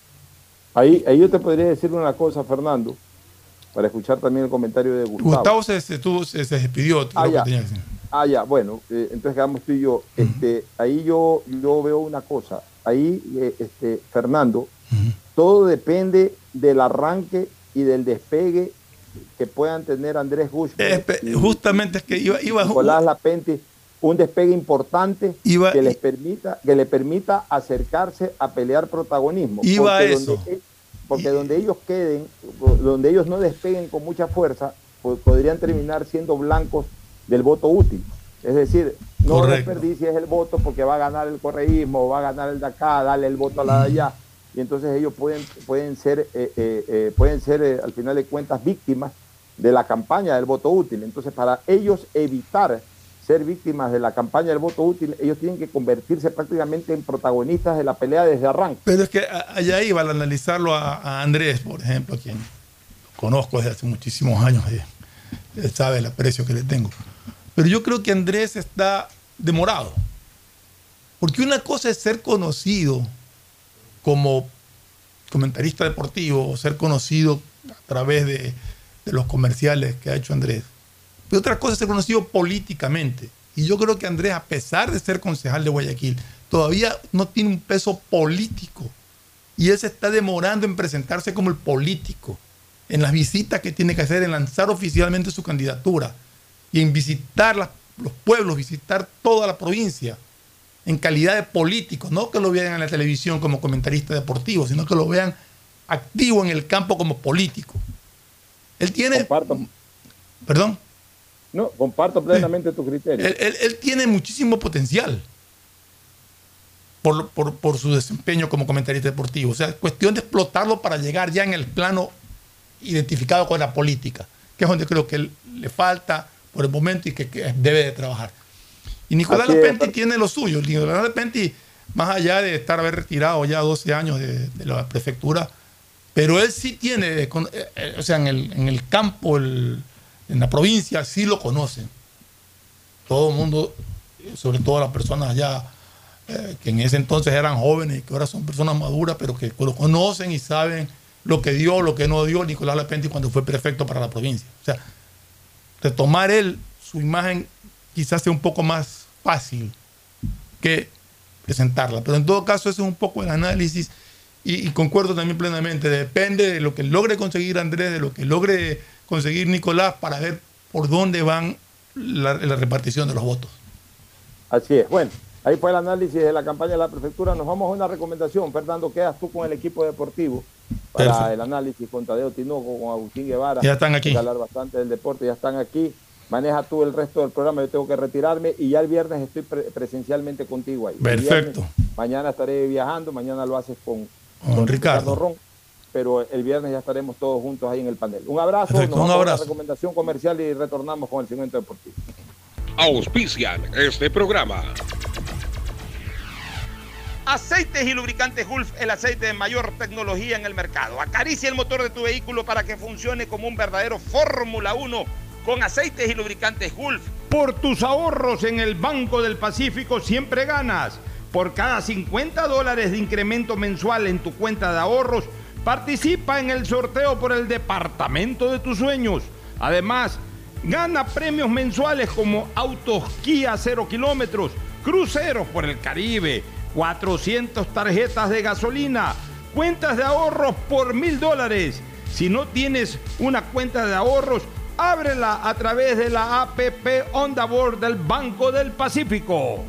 Ahí, ahí yo te podría decir una cosa, Fernando, para escuchar también el comentario de Gustavo. Gustavo se, se, tuvo, se, se despidió. Ah, ya. Que tenía que decir. Ah, ya, bueno, eh, entonces quedamos tú y yo. Uh-huh. Este, ahí yo, yo veo una cosa. Ahí, eh, este, Fernando, uh-huh. todo depende del arranque y del despegue que puedan tener Andrés Buschmer. Eh, justamente es que iba, iba Nicolás Lapenti, un despegue importante iba, que les permita, que le permita acercarse a pelear protagonismo. Iba porque eso. Donde, porque donde ellos queden, donde ellos no despeguen con mucha fuerza, pues podrían terminar siendo blancos del voto útil. Es decir, no Correcto. desperdicies el voto porque va a ganar el correísmo, va a ganar el de acá, dale el voto a la de allá. Y entonces ellos pueden, pueden ser, eh, eh, eh, pueden ser eh, al final de cuentas, víctimas de la campaña del voto útil. Entonces, para ellos evitar ser víctimas de la campaña del voto útil, ellos tienen que convertirse prácticamente en protagonistas de la pelea desde arranque. Pero es que allá iba al analizarlo a, a Andrés, por ejemplo, a quien conozco desde hace muchísimos años, eh, él sabe el aprecio que le tengo. Pero yo creo que Andrés está demorado. Porque una cosa es ser conocido como comentarista deportivo, o ser conocido a través de, de los comerciales que ha hecho Andrés. Pero otra cosa es ser conocido políticamente. Y yo creo que Andrés, a pesar de ser concejal de Guayaquil, todavía no tiene un peso político. Y él se está demorando en presentarse como el político, en las visitas que tiene que hacer, en lanzar oficialmente su candidatura y en visitar las, los pueblos, visitar toda la provincia en calidad de político, no que lo vean en la televisión como comentarista deportivo, sino que lo vean activo en el campo como político. Él tiene... Comparto. ¿Perdón? No, comparto plenamente eh, tu criterio. Él, él, él tiene muchísimo potencial por, por, por su desempeño como comentarista deportivo. O sea, es cuestión de explotarlo para llegar ya en el plano identificado con la política, que es donde creo que él, le falta por el momento y que, que debe de trabajar. Y Nicolás Lapenti tiene lo suyo. Nicolás Lapenti, más allá de estar haber retirado ya doce años de, de la prefectura, pero él sí tiene, o sea, en el, en el campo, el, en la provincia, sí lo conocen. Todo el mundo, sobre todo las personas ya eh, que en ese entonces eran jóvenes y que ahora son personas maduras, pero que lo conocen y saben lo que dio, lo que no dio Nicolás Lapenti cuando fue prefecto para la provincia. O sea, retomar él su imagen quizás sea un poco más fácil que presentarla. Pero en todo caso, ese es un poco el análisis y, y concuerdo también plenamente. Depende de lo que logre conseguir Andrés, de lo que logre conseguir Nicolás para ver por dónde van la, la repartición de los votos. Así es. Bueno, ahí fue el análisis de la campaña de la prefectura. Nos vamos a una recomendación. Fernando, quedas tú con el equipo deportivo para Perfecto. El análisis con Tadeo Tinoco, con Agustín Guevara. Ya están aquí. Hay que hablar bastante del deporte, ya están aquí. Maneja tú el resto del programa, yo tengo que retirarme y ya el viernes estoy pre presencialmente contigo ahí. Perfecto. Viernes, mañana estaré viajando, mañana lo haces con, con, con Ricardo. Ricardo Ron, pero el viernes ya estaremos todos juntos ahí en el panel. Un abrazo, Perfecto, nos un vamos abrazo. a la recomendación comercial y retornamos con el segmento deportivo. Auspician este programa. Aceites y lubricantes Gulf, el aceite de mayor tecnología en el mercado. Acaricia el motor de tu vehículo para que funcione como un verdadero Fórmula uno con aceites y lubricantes Gulf. Por tus ahorros en el Banco del Pacífico siempre ganas. Por cada cincuenta dólares de incremento mensual en tu cuenta de ahorros, participa en el sorteo por el departamento de tus sueños. Además, gana premios mensuales como autos Kia cero kilómetros, cruceros por el Caribe, cuatrocientas tarjetas de gasolina, cuentas de ahorros por mil dólares. Si no tienes una cuenta de ahorros, ábrela a través de la app On The Board del Banco del Pacífico.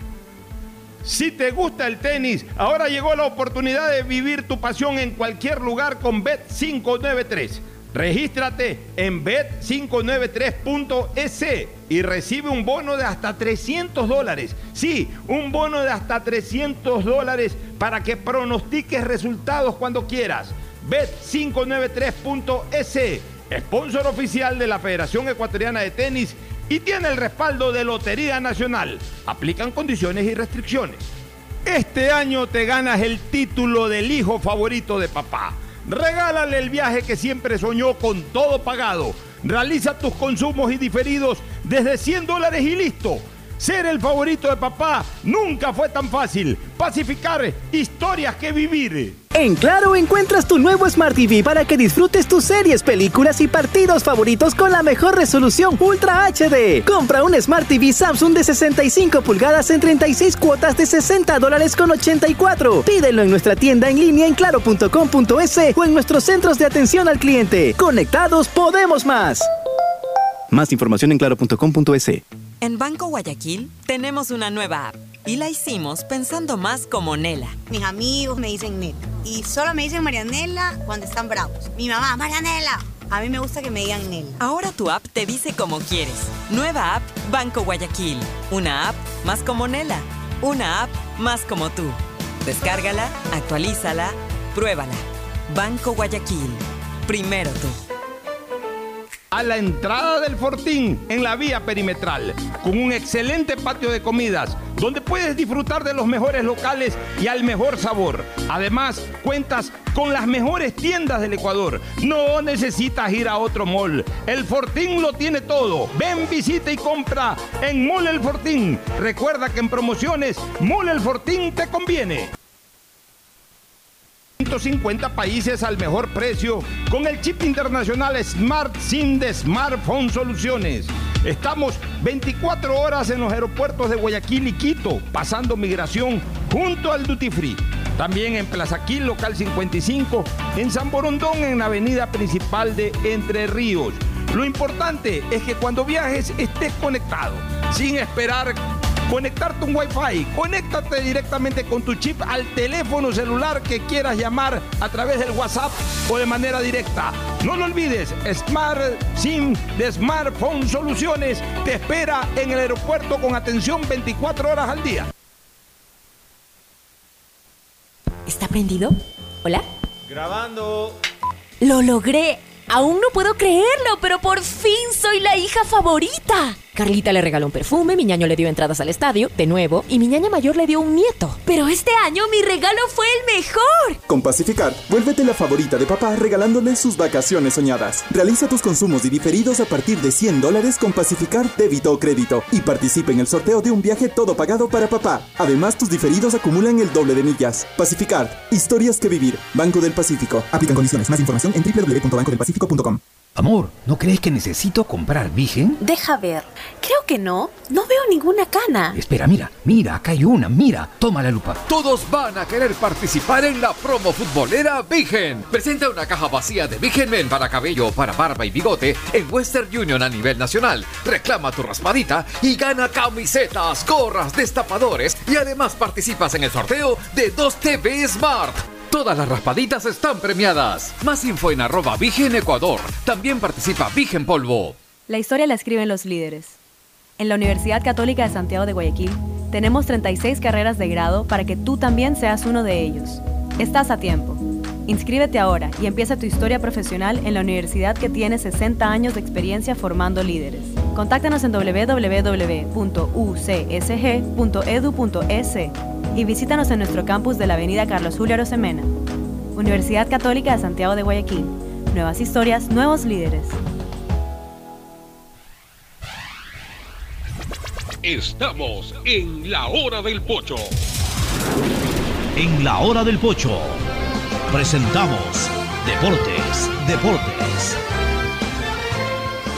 Si te gusta el tenis, ahora llegó la oportunidad de vivir tu pasión en cualquier lugar con Bet quinientos noventa y tres. Regístrate en bet quinientos noventa y tres punto es y recibe un bono de hasta trescientos dólares. Sí, un bono de hasta trescientos dólares para que pronostiques resultados cuando quieras. bet quinientos noventa y tres punto es, sponsor oficial de la Federación Ecuatoriana de Tenis y tiene el respaldo de Lotería Nacional. Aplican condiciones y restricciones. Este año te ganas el título del hijo favorito de papá. Regálale el viaje que siempre soñó con todo pagado. Realiza tus consumos y diferidos desde cien dólares y listo. Ser el favorito de papá nunca fue tan fácil. Pacificar, historias que vivir. En Claro encuentras tu nuevo Smart T V para que disfrutes tus series, películas y partidos favoritos con la mejor resolución Ultra H D. Compra un Smart T V Samsung de sesenta y cinco pulgadas en treinta y seis cuotas de sesenta dólares con ochenta y cuatro. Pídelo en nuestra tienda en línea en claro punto com punto es o en nuestros centros de atención al cliente. Conectados podemos más. Más información en claro punto com punto es. En Banco Guayaquil tenemos una nueva app y la hicimos pensando más como Nela. Mis amigos me dicen Nela y solo me dicen Marianela cuando están bravos. Mi mamá, Marianela. A mí me gusta que me digan Nela. Ahora tu app te dice como quieres. Nueva app Banco Guayaquil. Una app más como Nela. Una app más como tú. Descárgala, actualízala, pruébala. Banco Guayaquil. Primero tú. A la entrada del Fortín, en la vía perimetral, con un excelente patio de comidas, donde puedes disfrutar de los mejores locales y al mejor sabor. Además, cuentas con las mejores tiendas del Ecuador. No necesitas ir a otro mall. El Fortín lo tiene todo. Ven, visita y compra en Mall El Fortín. Recuerda que en promociones, Mall El Fortín te conviene. ciento cincuenta países al mejor precio con el chip internacional Smart SIM de Smartphone Soluciones. Estamos veinticuatro horas en los aeropuertos de Guayaquil y Quito, pasando migración junto al Duty Free. También en Plaza Quil, local cincuenta y cinco, en San Borondón, en la avenida principal de Entre Ríos. Lo importante es que cuando viajes estés conectado, sin esperar conectarte un Wi-Fi. Conéctate directamente con tu chip al teléfono celular que quieras llamar a través del WhatsApp o de manera directa. No lo olvides, Smart SIM de Smartphone Soluciones te espera en el aeropuerto con atención veinticuatro horas al día. ¿Está prendido? ¿Hola? Grabando. ¡Lo logré! Aún no puedo creerlo, pero por fin soy la hija favorita. Carlita le regaló un perfume, mi ñaño le dio entradas al estadio, de nuevo, y mi ñaña mayor le dio un nieto. Pero este año mi regalo fue el mejor. Con Pacificar, vuélvete la favorita de papá regalándole sus vacaciones soñadas. Realiza tus consumos y diferidos a partir de cien dólares con Pacificar débito o crédito y participa en el sorteo de un viaje todo pagado para papá. Además, tus diferidos acumulan el doble de millas. Pacificar, historias que vivir. Banco del Pacífico. Aplican condiciones. Más información en doble u doble u doble u punto banco del pacífico punto com. Amor, ¿no crees que necesito comprar Vigen? Deja ver. Creo que no. No veo ninguna cana. Espera, mira, mira, acá hay una, mira. Toma la lupa. Todos van a querer participar en la promo futbolera Vigen. Presenta una caja vacía de Vigen Men para cabello, para barba y bigote en Western Union a nivel nacional. Reclama tu raspadita y gana camisetas, gorras, destapadores y además participas en el sorteo de dos T V Smart. Todas las raspaditas están premiadas. Más info en arroba Vigen Ecuador. También participa Vigen Polvo. La historia la escriben los líderes. En la Universidad Católica de Santiago de Guayaquil tenemos treinta y seis carreras de grado para que tú también seas uno de ellos. Estás a tiempo. Inscríbete ahora y empieza tu historia profesional en la universidad que tiene sesenta años de experiencia formando líderes. Contáctanos en doble u doble u doble u punto u c s g punto e d u punto e s y visítanos en nuestro campus de la avenida Carlos Julio Arosemena. Universidad Católica de Santiago de Guayaquil. Nuevas historias, nuevos líderes. Estamos en la hora del pocho. En la hora del pocho presentamos Deportes, Deportes.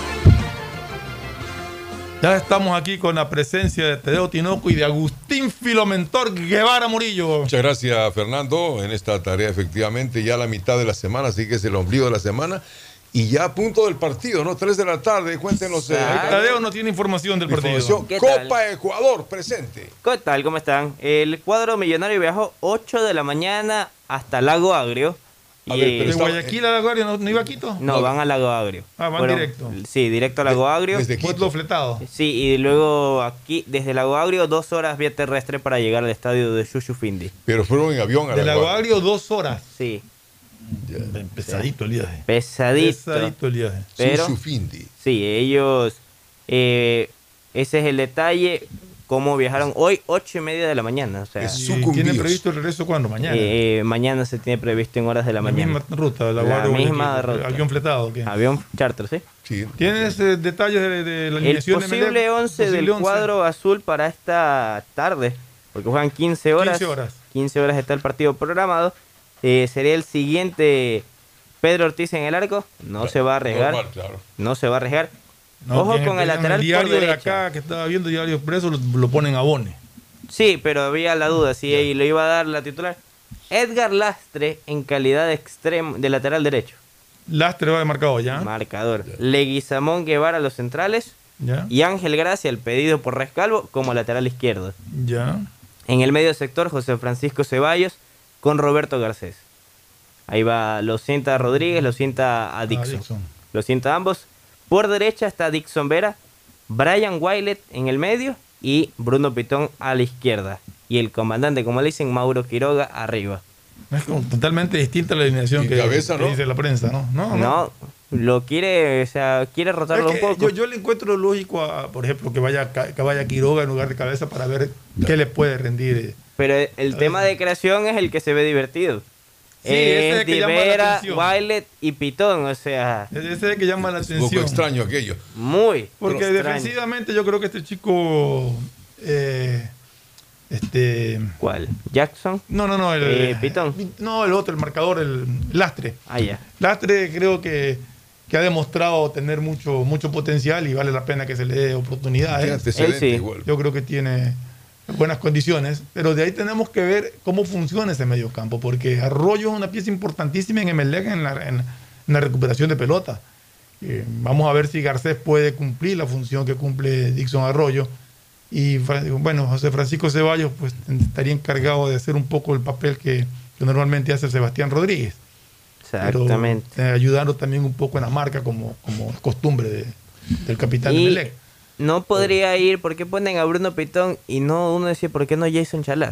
Ya estamos aquí con la presencia de Tadeo Tinoco y de Agustín Filomentor Guevara Murillo. Muchas gracias, Fernando, en esta tarea efectivamente ya la mitad de la semana, así que es el ombligo de la semana y ya a punto del partido, ¿no? tres de la tarde, cuéntenos. Eh, Tadeo no tiene información del partido. Información. Copa Ecuador, presente. ¿Qué tal? ¿Cómo están? El cuadro millonario viajó ocho de la mañana hasta Lago Agrio. A ver, pero ¿de Guayaquil a Lago Agrio no, no iba a Quito? No, van a Lago Agrio. Ah, van Fueron, directo. Sí, directo a Lago Agrio. Desde Quito. Fletado. Sí, y luego aquí, desde Lago Agrio, dos horas vía terrestre para llegar al estadio de Xuxufindi. Pero fueron en avión a De Lago Agrio, dos horas. Sí. Ya. Pesadito el viaje. Pesadito. Pesadito el viaje. Pero, Xuxufindi. Sí, ellos, eh, ese es el detalle. Cómo viajaron hoy, ocho y media de la mañana. O sea, ¿tienen previsto el regreso cuándo? ¿Mañana? Eh, mañana se tiene previsto en horas de la, la mañana. Misma ruta, la, la misma ruta. ¿Avión fletado? ¿Qué? Avión charter, ¿sí? sí. ¿Tienes eh, detalles de, de la alineación El posible de once posible del once. Cuadro azul para esta tarde, porque juegan quince horas. quince horas. quince horas está el partido programado. Eh, sería el siguiente Pedro Ortiz en el arco. No claro, se va a arriesgar. Normal, claro. No se va a arriesgar. No, Ojo con el lateral el diario por de derecha. Acá que estaba viendo Diario Expreso lo, lo ponen a Bone. Sí, pero había la duda si yeah. le iba a dar la titular. Edgar Lastre en calidad de extremo de lateral derecho. Lastre va de marcador ya. Marcador. Yeah. Leguizamón Guevara a los centrales. Yeah. Y Ángel Gracia, el pedido por Rescalvo, como lateral izquierdo. Ya. En el medio sector, José Francisco Ceballos con Roberto Garcés. Ahí va, lo sienta Rodríguez, lo sienta a Dixon. Ah, Dixon. Lo sienta a ambos. Por derecha está Dixon Vera, Brian Wiley en el medio y Bruno Pitón a la izquierda. Y el comandante, como le dicen, Mauro Quiroga arriba. Es como totalmente distinta la alineación que, cabeza, que ¿no? dice la prensa, ¿no? No, no, no. Lo quiere, o sea, quiere rotarlo un poco. Yo, yo le encuentro lógico, a, por ejemplo, que vaya, que vaya Quiroga en lugar de cabeza para ver claro. qué le puede rendir. Pero el, el tema de creación es el que se ve divertido. Sí, ese es el que llama la Divera, atención. Wiley y Pitón, o sea... Ese es el que llama la atención. Un poco extraño aquello. Muy Porque extraño. defensivamente yo creo que este chico... Eh, este ¿Cuál? ¿Jackson? No, no, no. El, eh, ¿Pitón? No, el otro, el marcador, el Lastre. Ah, ya. Lastre creo que, que ha demostrado tener mucho, mucho potencial y vale la pena que se le dé oportunidades. Él sí. Yo creo que tiene... buenas condiciones, pero de ahí tenemos que ver cómo funciona ese mediocampo, porque Arroyo es una pieza importantísima en Emelec en la, en, en la recuperación de pelota. Eh, vamos a ver si Garcés puede cumplir la función que cumple Dixon Arroyo, y bueno, José Francisco Ceballos pues estaría encargado de hacer un poco el papel que, que normalmente hace Sebastián Rodríguez. Exactamente. Pero, eh, ayudarlo también un poco en la marca como, como costumbre de, del capitán de Emelec. No podría ir, ¿por qué ponen a Bruno Pitón? Y no, uno decía, ¿por qué no Jason Chalá?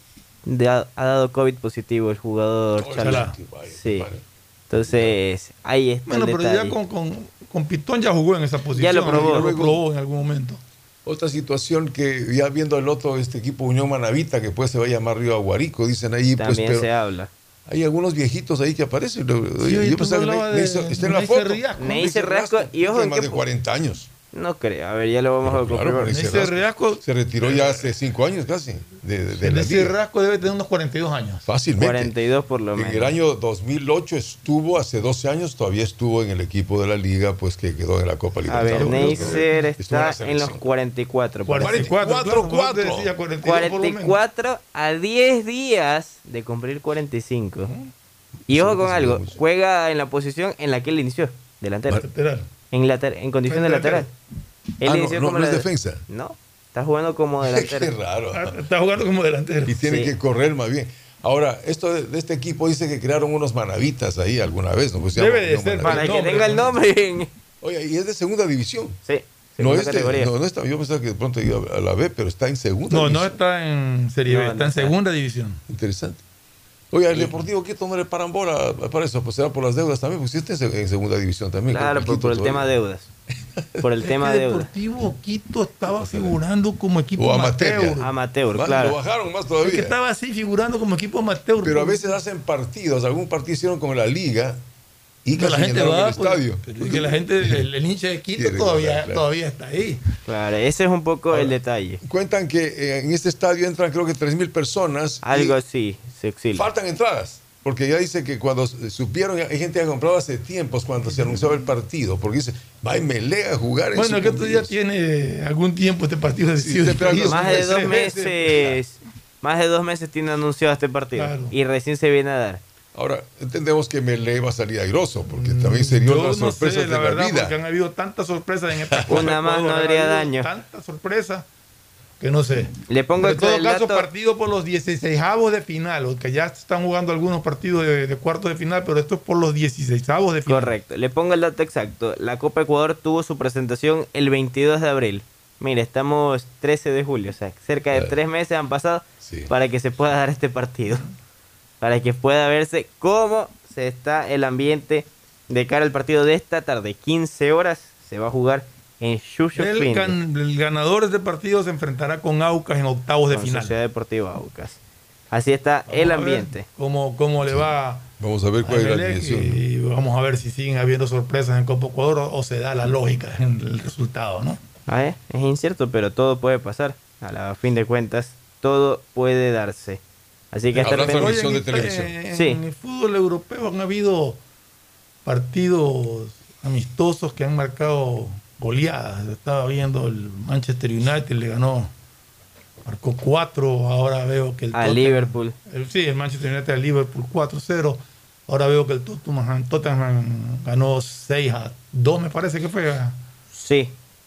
De, ha, ha dado COVID positivo el jugador oh, Chalá. Sí. Vale. Entonces, ahí está bueno, el detalle. Pero ya con, con, con Pitón ya jugó en esa posición. Ya lo probó. Ya lo probó en algún momento. Otra situación que ya viendo el otro, este equipo Unión Manavita, que pues se va a llamar Río Aguarico, dicen ahí. También pues, pero se habla. Hay algunos viejitos ahí que aparecen. Sí, yo pensaba que de, está en la foto. Neisser Riasco y ojo tiene en más qué... de cuarenta años. No creo, a ver, ya lo vamos pero a comprobar. Claro, Neisser Riasco se retiró ya hace cinco años casi. De, de, de Neisser Riasco debe tener unos cuarenta y dos años. Fácilmente. cuarenta y dos por lo menos. En el año dos mil ocho estuvo, hace doce años, todavía estuvo en el equipo de la liga, pues que quedó en la Copa Libertadores. A ver, Neisser está en los cuarenta y cuatro. cuarenta y cuatro, cuatro, decía cuarenta y dos cuarenta y cuatro a diez días de cumplir cuarenta y cinco. Y ojo con algo, juega en la posición en la que él inició, delantero. Lateral. En, later, en condición de lateral. Él ah, inició no, como no, no es defensa. No, está jugando como delantero. Qué raro. Está jugando como delantero. Y tiene sí. que correr más bien. Ahora, esto de, de este equipo dice que crearon unos manavitas ahí alguna vez, ¿no? Pues Debe de ser. Para que tenga el nombre. Oye, y es de segunda división. Sí. No, es de, no, no está, yo pensaba que de pronto iba a la B, pero está en segunda no, división. No, está en Serie B, no, está no en está. segunda división. Interesante. Oye, el Deportivo Quito no le paran bola para eso, pues será por las deudas también, porque usted está en segunda división también. Claro, por, por el tema de deudas. Por el tema de deudas. Deportivo Quito estaba figurando como equipo o amateur. Amateur, amateur más, claro. Lo bajaron más todavía. Es que estaba así figurando como equipo amateur. Pero a veces hacen partidos, algún partido hicieron con la Liga y que la gente va al estadio. Pues, que la gente, el, el hincha de Quito todavía, claro. todavía está ahí. Claro, ese es un poco Ahora, el detalle. Cuentan que eh, en este estadio entran creo que tres mil personas. Algo así, se exilio. Faltan entradas. Porque ya dice que cuando supieron, hay gente que ha comprado hace tiempos cuando se anunciaba el partido, porque dice, va y Melé a jugar. Bueno, en que esto ya tiene algún tiempo este partido. Sí, decidido, este más de dos meses, más de dos meses tiene anunciado este partido. Claro. Y recién se viene a dar. Ahora, entendemos que Melé va a salir airoso, porque también sería Yo una no sorpresa sé, de la la verdad, vida. porque han habido tantas sorpresas en esta Una más no haría daño. Tanta sorpresa que no sé. Le pongo en todo el caso, dato... partido por los dieciseisavos de final, o que ya están jugando algunos partidos de, de cuartos de final, pero esto es por los dieciseisavos de final. Correcto. Le pongo el dato exacto. La Copa Ecuador tuvo su presentación el veintidós de abril. Mire, estamos trece de julio, o sea, cerca de tres meses han pasado sí. para que se pueda dar este partido. Para que pueda verse cómo se está el ambiente de cara al partido de esta tarde. quince horas se va a jugar en Chucho el, gan, el ganador de este partido se enfrentará con Aucas en octavos de con final. Sociedad Deportiva Aucas. Así está vamos el ambiente. Cómo, cómo le sí. va. Vamos a ver cuál es la alineación. Y vamos a ver si siguen habiendo sorpresas en Copa Ecuador o, o se da la lógica en el resultado, ¿no? Ah, ¿eh? Es incierto, pero todo puede pasar. A la fin de cuentas, todo puede darse. Así que hasta la transmisión Oye, de televisión. En, sí. en el fútbol europeo han habido partidos amistosos que han marcado goleadas. Estaba viendo el Manchester United, le ganó, marcó cuatro. Ahora veo que el a Liverpool. El, sí, el Manchester United al Liverpool cuatro cero. Ahora veo que el Tottenham, Tottenham ganó seis a dos, me parece que fue. Sí.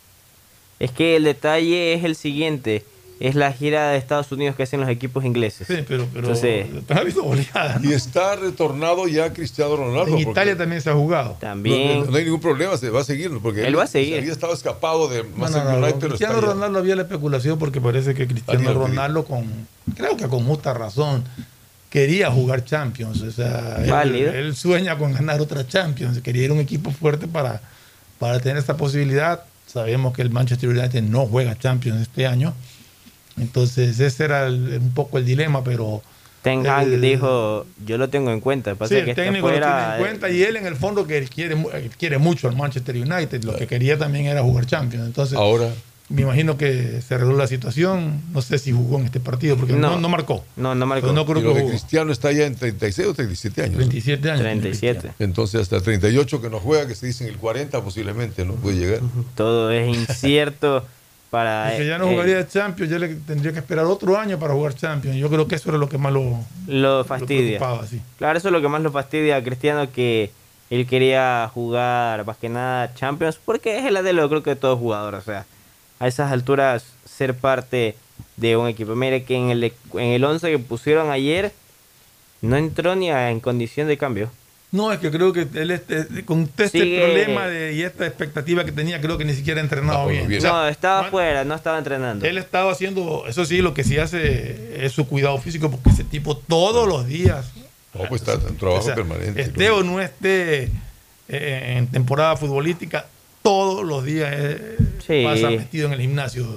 Es que el detalle es el siguiente. Es la gira de Estados Unidos que hacen los equipos ingleses. Sí, pero, pero Entonces, ha habido goleadas, ¿no? Y está retornado ya Cristiano Ronaldo. En Italia también se ha jugado. También. No, no, no hay ningún problema, se va a seguir. Porque él, él va a seguir. había estado escapado de Manchester no, no, no, United. Cristiano Ronaldo había la especulación porque parece que Cristiano Ronaldo, con creo que con justa razón, quería jugar Champions. O sea, él, él sueña con ganar otra Champions. Quería ir a un equipo fuerte para, para tener esta posibilidad. Sabemos que el Manchester United no juega Champions este año. Entonces ese era el, un poco el dilema, pero Ten Hag el, dijo, yo lo tengo en cuenta. Pasa sí, que el técnico fuera, lo tiene en cuenta y él en el fondo que quiere, quiere mucho al Manchester United. Lo que quería también era jugar Champions. Entonces ahora me imagino que se arregló la situación. No sé si jugó en este partido porque no, no, no marcó. No, no marcó. No creo y lo que de Cristiano está ya en treinta y seis o treinta y siete años. treinta y siete años. treinta y siete. Entonces hasta treinta y ocho que no juega, que se dice en el cuarenta posiblemente no puede llegar. Todo es incierto. Para, porque ya no jugaría eh, Champions, ya le tendría que esperar otro año para jugar Champions. Yo creo que eso era lo que más lo, lo fastidia. Lo sí. Claro, eso es lo que más lo fastidia a Cristiano, que él quería jugar más que nada Champions, porque es el anhelo, creo que de todo jugador. O sea, a esas alturas ser parte de un equipo. Mire que en el en el once que pusieron ayer no entró ni a, en condición de cambio. No, es que creo que él este, con este Sigue... problema de, y esta expectativa que tenía, creo que ni siquiera ha entrenado no, bien. bien. O sea, no, estaba no, afuera, no estaba entrenando. Él estaba haciendo, eso sí, lo que sí hace es su cuidado físico, porque ese tipo todos los días... No, pues está en trabajo o sea, permanente. Esté o no esté eh, en temporada futbolística, todos los días eh, sí. pasa metido en el gimnasio.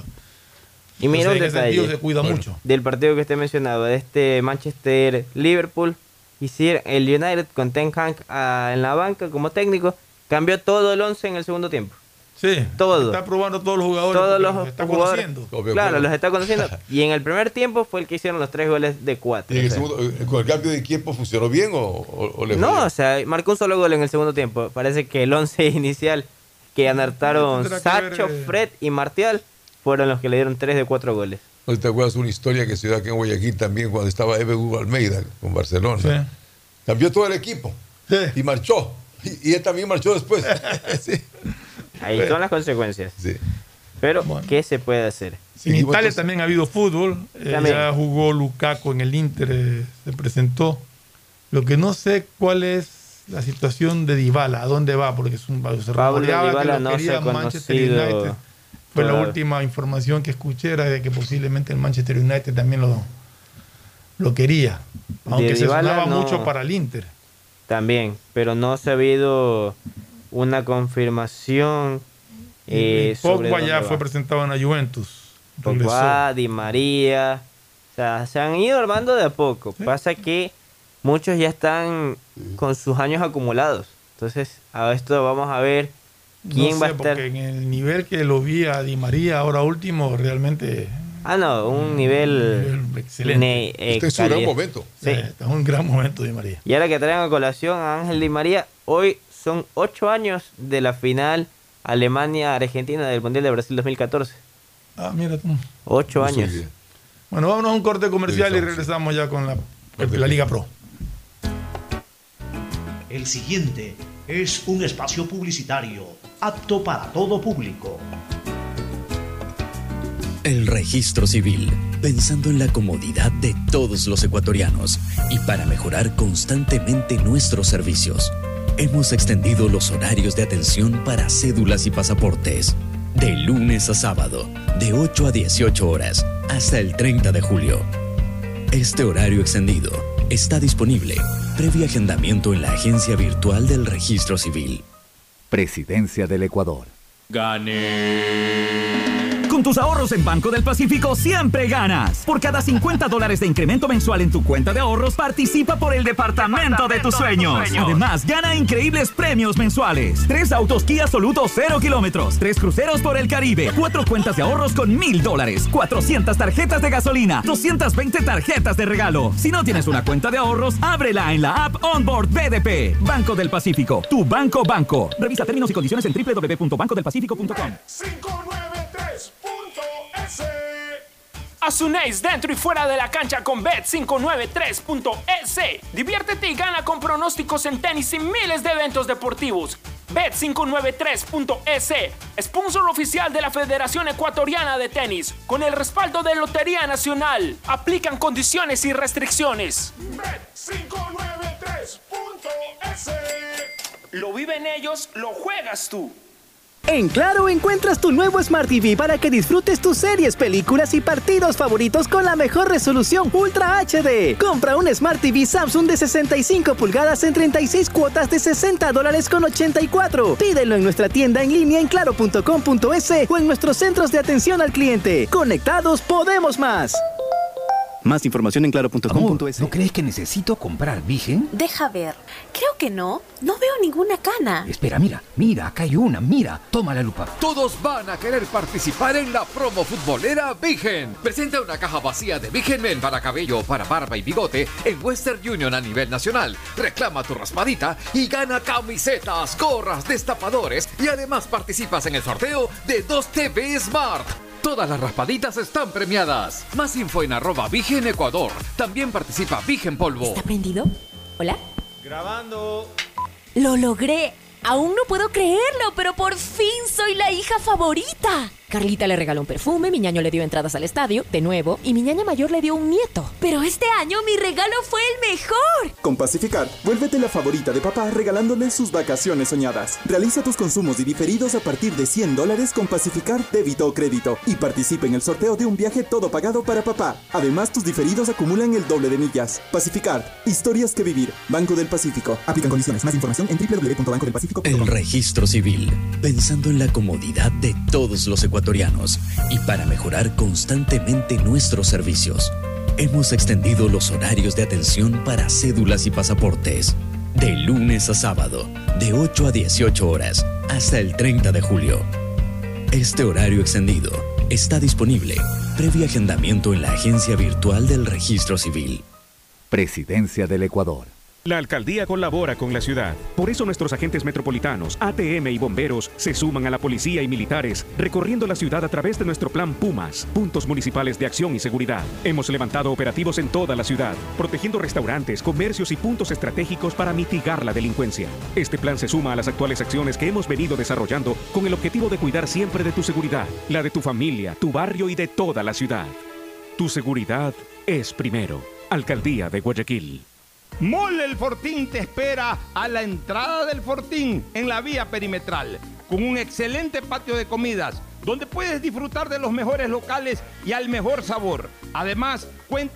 Y mira un detalle se cuida bueno. mucho. Del partido que usted mencionaba, de este Manchester-Liverpool, hicieron el United con Ten Hag uh, en la banca como técnico, cambió todo el once en el segundo tiempo. Sí, todo. Está probando todos los jugadores, todos los, los está jugadores, conociendo. Obvio, claro, obvio. Los está conociendo. Y en el primer tiempo fue el que hicieron los tres goles de cuatro. ¿Y en el segundo, con el cambio de equipo funcionó bien o, o, o le No, fue? o sea, marcó un solo gol en el segundo tiempo. Parece que el once inicial que anotaron Sacho, ver, Fred y Martial fueron los que le dieron tres de cuatro goles. ¿No te acuerdas una historia que se dio aquí en Guayaquil también cuando estaba Ever Hugo Almeida con Barcelona? Sí. Cambió todo el equipo sí. y marchó. Y, y él también marchó después. sí. Ahí son las consecuencias. Sí. Pero, bueno. ¿qué se puede hacer? En Italia entonces, también ha habido fútbol. Eh, ya jugó Lukaku en el Inter, eh, se presentó. Lo que no sé cuál es la situación de Dybala, a dónde va, porque es un se Pablo Dybala que lo no quería se Manchester United. Fue la última información que escuché, era de que posiblemente el Manchester United también lo, lo quería. Aunque se sonaba no, mucho para el Inter. También, pero no se ha habido una confirmación. Eh, Pogba ya fue presentado en la Juventus. Pogba, Di María. O sea, se han ido armando de a poco. ¿Sí? Pasa que muchos ya están con sus años acumulados. Entonces, a esto vamos a ver quién no sé, va a estar. Porque en el nivel que lo vi a Di María ahora último, realmente Ah, no, un nivel excelente. Ne, eh, este es un gran momento. Sí. Eh, es un gran momento Di María. Y ahora que traen a colación a Ángel Di María, hoy son ocho años de la final Alemania-Argentina del Mundial de Brasil dos mil catorce. Ah, mira tú. Ocho años. Bueno, vámonos a un corte comercial y regresamos ya con la, la Liga Pro. El siguiente es un espacio publicitario apto para todo público. El registro civil, pensando en la comodidad de todos los ecuatorianos y para mejorar constantemente nuestros servicios. Hemos extendido los horarios de atención para cédulas y pasaportes. De lunes a sábado, de ocho a dieciocho horas, hasta el treinta de julio. Este horario extendido está disponible previo agendamiento en la agencia virtual del registro civil. Presidencia del Ecuador. Gané. Con tus ahorros en Banco del Pacífico siempre ganas. Por cada cincuenta dólares de incremento mensual en tu cuenta de ahorros, participa por el departamento, departamento de tus sueños. sueños. Además, gana increíbles premios mensuales. Tres autos Kia Soluto cero kilómetros, tres cruceros por el Caribe, cuatro cuentas de ahorros con mil dólares, cuatrocientas tarjetas de gasolina, doscientas veinte tarjetas de regalo. Si no tienes una cuenta de ahorros, ábrela en la app Onboard B D P. Banco del Pacífico, tu banco banco. Revisa términos y condiciones en doble u doble u doble u punto banco del pacífico punto com. Asunéis dentro y fuera de la cancha con Bet cinco nueve tres punto es. Diviértete y gana con pronósticos en tenis y miles de eventos deportivos. Bet cinco nueve tres punto es, sponsor oficial de la Federación Ecuatoriana de Tenis, con el respaldo de Lotería Nacional. Aplican condiciones y restricciones. Bet cinco nueve tres punto es. Lo viven ellos, lo juegas tú. En Claro encuentras tu nuevo Smart T V para que disfrutes tus series, películas y partidos favoritos con la mejor resolución Ultra H D. Compra un Smart T V Samsung de sesenta y cinco pulgadas en treinta y seis cuotas de sesenta dólares con ochenta y cuatro. Pídelo en nuestra tienda en línea en claro punto com punto es o en nuestros centros de atención al cliente. Conectados podemos más. Más información en claro punto com punto es. ¿No crees que necesito comprar Vigen? Deja ver. Creo que no. No veo ninguna cana. Espera, mira. Mira, acá hay una. Mira. Toma la lupa. Todos van a querer participar en la promo futbolera Vigen. Presenta una caja vacía de Vigen Men para cabello, para barba y bigote en Western Union a nivel nacional. Reclama tu raspadita y gana camisetas, gorras, destapadores y además participas en el sorteo de dos T V Smart. Todas las raspaditas están premiadas. Más info en arroba Vigen Ecuador. También participa Vigen Polvo. ¿Está prendido? ¿Hola? Grabando. ¡Lo logré! Aún no puedo creerlo, pero por fin soy la hija favorita. Carlita le regaló un perfume, mi ñaño le dio entradas al estadio, de nuevo, y mi ñaña mayor le dio un nieto. Pero este año mi regalo fue el mejor. Con Pacificar, vuélvete la favorita de papá regalándole sus vacaciones soñadas. Realiza tus consumos y diferidos a partir de cien dólares con Pacificar débito o crédito y participa en el sorteo de un viaje todo pagado para papá. Además, tus diferidos acumulan el doble de millas. Pacificar, historias que vivir. Banco del Pacífico. Aplican condiciones. Más información en doble u doble u doble u punto banco del pacífico punto com. El registro civil, pensando en la comodidad de todos los ecuatorianos y para mejorar constantemente nuestros servicios. Hemos extendido los horarios de atención para cédulas y pasaportes. De lunes a sábado, de ocho a dieciocho horas, hasta el treinta de julio. Este horario extendido está disponible previo agendamiento en la agencia virtual del registro civil. Presidencia del Ecuador. La alcaldía colabora con la ciudad. Por eso nuestros agentes metropolitanos, A T M y bomberos se suman a la policía y militares, recorriendo la ciudad a través de nuestro plan Pumas, puntos municipales de acción y seguridad. Hemos levantado operativos en toda la ciudad, protegiendo restaurantes, comercios y puntos estratégicos para mitigar la delincuencia. Este plan se suma a las actuales acciones que hemos venido desarrollando con el objetivo de cuidar siempre de tu seguridad, la de tu familia, tu barrio y de toda la ciudad. Tu seguridad es primero. Alcaldía de Guayaquil. Mall El Fortín te espera a la entrada del Fortín en la vía perimetral, con un excelente patio de comidas, donde puedes disfrutar de los mejores locales y al mejor sabor. Además, cuentas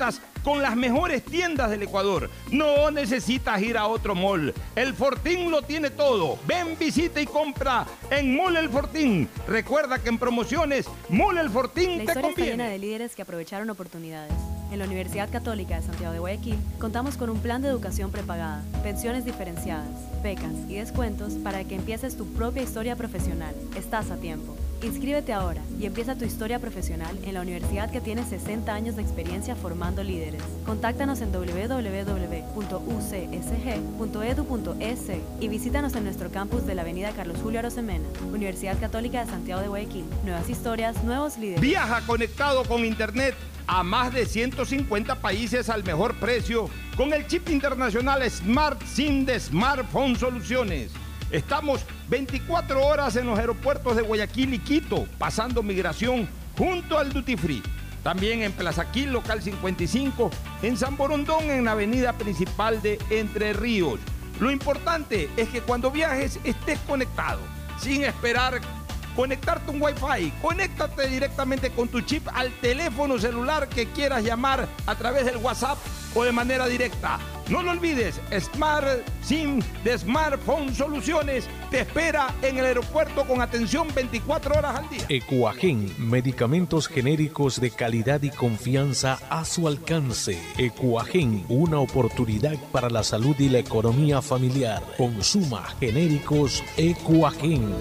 con las mejores tiendas del Ecuador. No necesitas ir a otro mall. El Fortín lo tiene todo. Ven, visita y compra en Mall El Fortín. Recuerda que en promociones, Mall El Fortín La te historia está llena conviene. de líderes que aprovecharon oportunidades. En la Universidad Católica de Santiago de Guayaquil contamos con un plan de educación prepagada, pensiones diferenciadas, becas y descuentos para que empieces tu propia historia profesional. Estás a tiempo. Inscríbete ahora y empieza tu historia profesional en la universidad que tiene sesenta años de experiencia formando líderes. Contáctanos en doble u doble u doble u punto u c s g punto e d u punto e s y visítanos en nuestro campus de la avenida Carlos Julio Arosemena. Universidad Católica de Santiago de Guayaquil. Nuevas historias, nuevos líderes. Viaja conectado con internet a más de ciento cincuenta países al mejor precio con el chip internacional Smart SIM de Smartphone Soluciones. Estamos veinticuatro horas en los aeropuertos de Guayaquil y Quito, pasando migración junto al Duty Free. También en Plaza Quil, local cincuenta y cinco, en San Borondón, en la avenida principal de Entre Ríos. Lo importante es que cuando viajes estés conectado, sin esperar conectarte un Wi-Fi. Conéctate directamente con tu chip al teléfono celular que quieras llamar a través del WhatsApp o de manera directa. No lo olvides, Smart SIM de Smartphone Soluciones te espera en el aeropuerto con atención veinticuatro horas al día. Ecuagen, medicamentos genéricos de calidad y confianza a su alcance. Ecuagen, una oportunidad para la salud y la economía familiar. Consuma genéricos Ecuagen.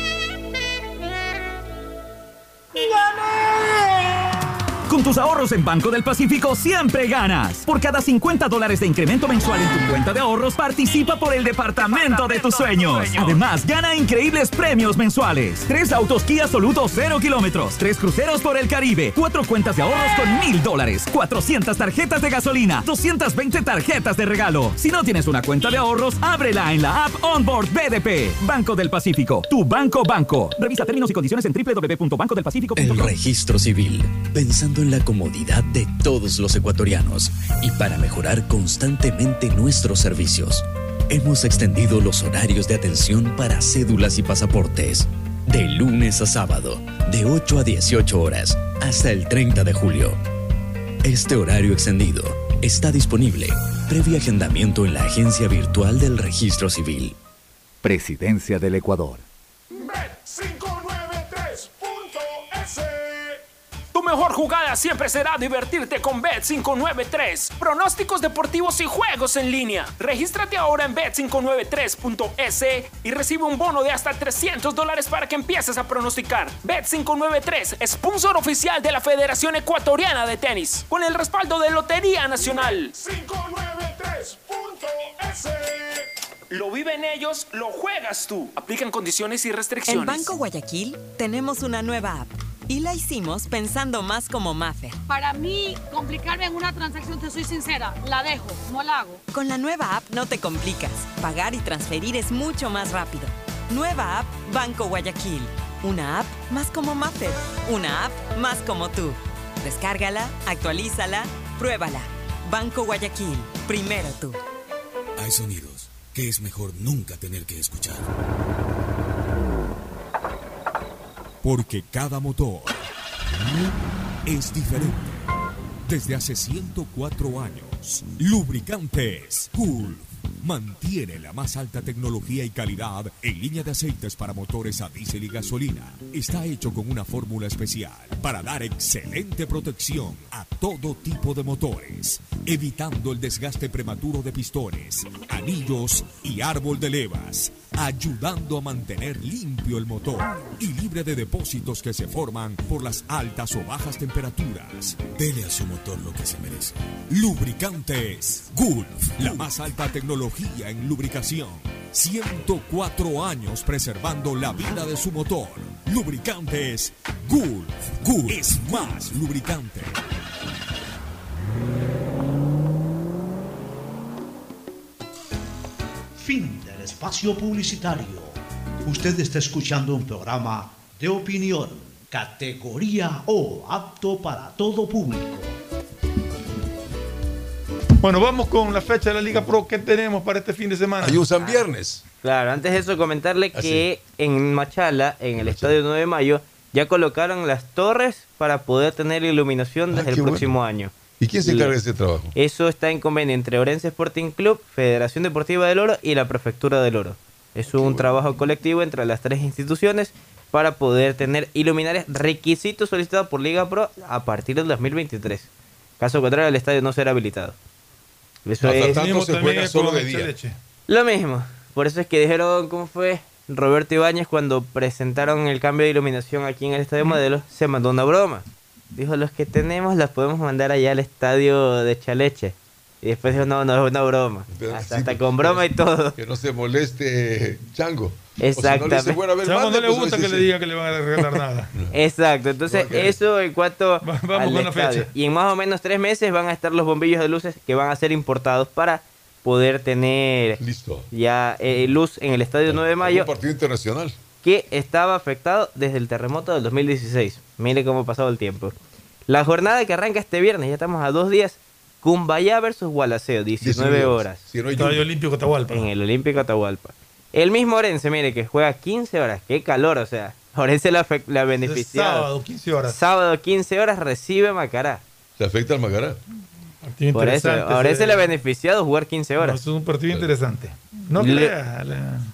Con tus ahorros en Banco del Pacífico siempre ganas. Por cada cincuenta dólares de incremento mensual en tu cuenta de ahorros, participa por el departamento de tus sueños. Además, gana increíbles premios mensuales. Tres autos Kia Soluto cero kilómetros, tres cruceros por el Caribe, cuatro cuentas de ahorros con mil dólares, cuatrocientas tarjetas de gasolina, doscientas veinte tarjetas de regalo. Si no tienes una cuenta de ahorros, ábrela en la app Onboard B D P. Banco del Pacífico, tu banco banco. Revisa términos y condiciones en doble u doble u doble u punto banco del pacífico punto com. El registro civil, pensando en la comodidad de todos los ecuatorianos y para mejorar constantemente nuestros servicios, hemos extendido los horarios de atención para cédulas y pasaportes de lunes a sábado, de ocho a dieciocho horas, hasta el treinta de julio. Este horario extendido está disponible previo agendamiento en la agencia virtual del registro civil. Presidencia del Ecuador. Bet quinientos noventa y tres punto es. Tu mejor jugada siempre será divertirte con Bet quinientos noventa y tres. Pronósticos deportivos y juegos en línea. Regístrate ahora en Bet quinientos noventa y tres punto es y recibe un bono de hasta trescientos dólares para que empieces a pronosticar. Bet quinientos noventa y tres, sponsor oficial de la Federación Ecuatoriana de Tenis, con el respaldo de Lotería Nacional. Bet quinientos noventa y tres punto es. Lo viven ellos, lo juegas tú. Aplican condiciones y restricciones. En Banco Guayaquil tenemos una nueva app y la hicimos pensando más como Maffer. Para mí, complicarme en una transacción, te soy sincera, la dejo, no la hago. Con la nueva app no te complicas. Pagar y transferir es mucho más rápido. Nueva app Banco Guayaquil. Una app más como Maffer. Una app más como tú. Descárgala, actualízala, pruébala. Banco Guayaquil. Primero tú. Hay sonidos que es mejor nunca tener que escuchar. Porque cada motor es diferente. Desde hace ciento cuatro años, Lubricantes Gulf mantiene la más alta tecnología y calidad en línea de aceites para motores a diésel y gasolina. Está hecho con una fórmula especial para dar excelente protección a todo tipo de motores, evitando el desgaste prematuro de pistones, anillos y árbol de levas, ayudando a mantener limpio el motor y libre de depósitos que se forman por las altas o bajas temperaturas. Dele a su motor lo que se merece. Lubricantes Gulf, la más alta tecnología en lubricación. ciento cuatro años preservando la vida de su motor. Lubricantes Gulf. Gulf es más lubricante. Fin del espacio publicitario. Usted está escuchando un programa de opinión, categoría O, apto para todo público. Bueno, vamos con la fecha de la Liga Pro. ¿Qué tenemos para este fin de semana? Ahí usan viernes. Claro, antes de eso comentarle Así. que en Machala, en el estadio nueve de mayo, ya colocaron las torres para poder tener iluminación desde Ah, el qué próximo bueno. año. ¿Y quién se encarga de ese trabajo? Eso está en convenio entre Orense Sporting Club, Federación Deportiva del Oro y la Prefectura del Oro. Es un bueno. trabajo colectivo entre las tres instituciones para poder tener iluminarias, requisitos solicitados por Liga Pro a partir del dos mil veintitrés. Caso contrario, el estadio no será habilitado. Eso Hasta es... tanto se juega solo de día. Leche. Lo mismo. Por eso es que dijeron, ¿cómo fue? Roberto Ibáñez, cuando presentaron el cambio de iluminación aquí en el Estadio Modelos, se mandó una broma. Dijo, los que tenemos las podemos mandar allá al estadio de Chaleche. Y después dijo, no, no es una broma. Pero, hasta, sí, hasta con broma y todo. Que no se moleste Chango. Exactamente. Si no le, bueno, ver, Chango mande, no le pues, gusta que sí. le digan que le van a regalar nada. Exacto. Entonces, okay. eso en cuanto Va, vamos al con la estadio. fecha. Y en más o menos tres meses van a estar los bombillos de luces que van a ser importados para poder tener Listo. ya eh, luz en el Estadio nueve de Mayo. Un partido internacional. Que estaba afectado desde el terremoto del dos mil dieciséis. Mire cómo ha pasado el tiempo. La jornada que arranca este viernes, ya estamos a dos días. Cumbayá versus Gualaceo, diecinueve horas. Si no Estadio Olímpico Atahualpa. En el Olímpico Atahualpa. El mismo Orense, mire, que juega quince horas. Qué calor, o sea. Orense la, la beneficiado. Sábado, quince horas. Sábado, quince horas, recibe Macará. Se afecta al Macará. Por eso, a Orense le ha beneficiado jugar quince horas. No, eso es un partido interesante. No Le... creas.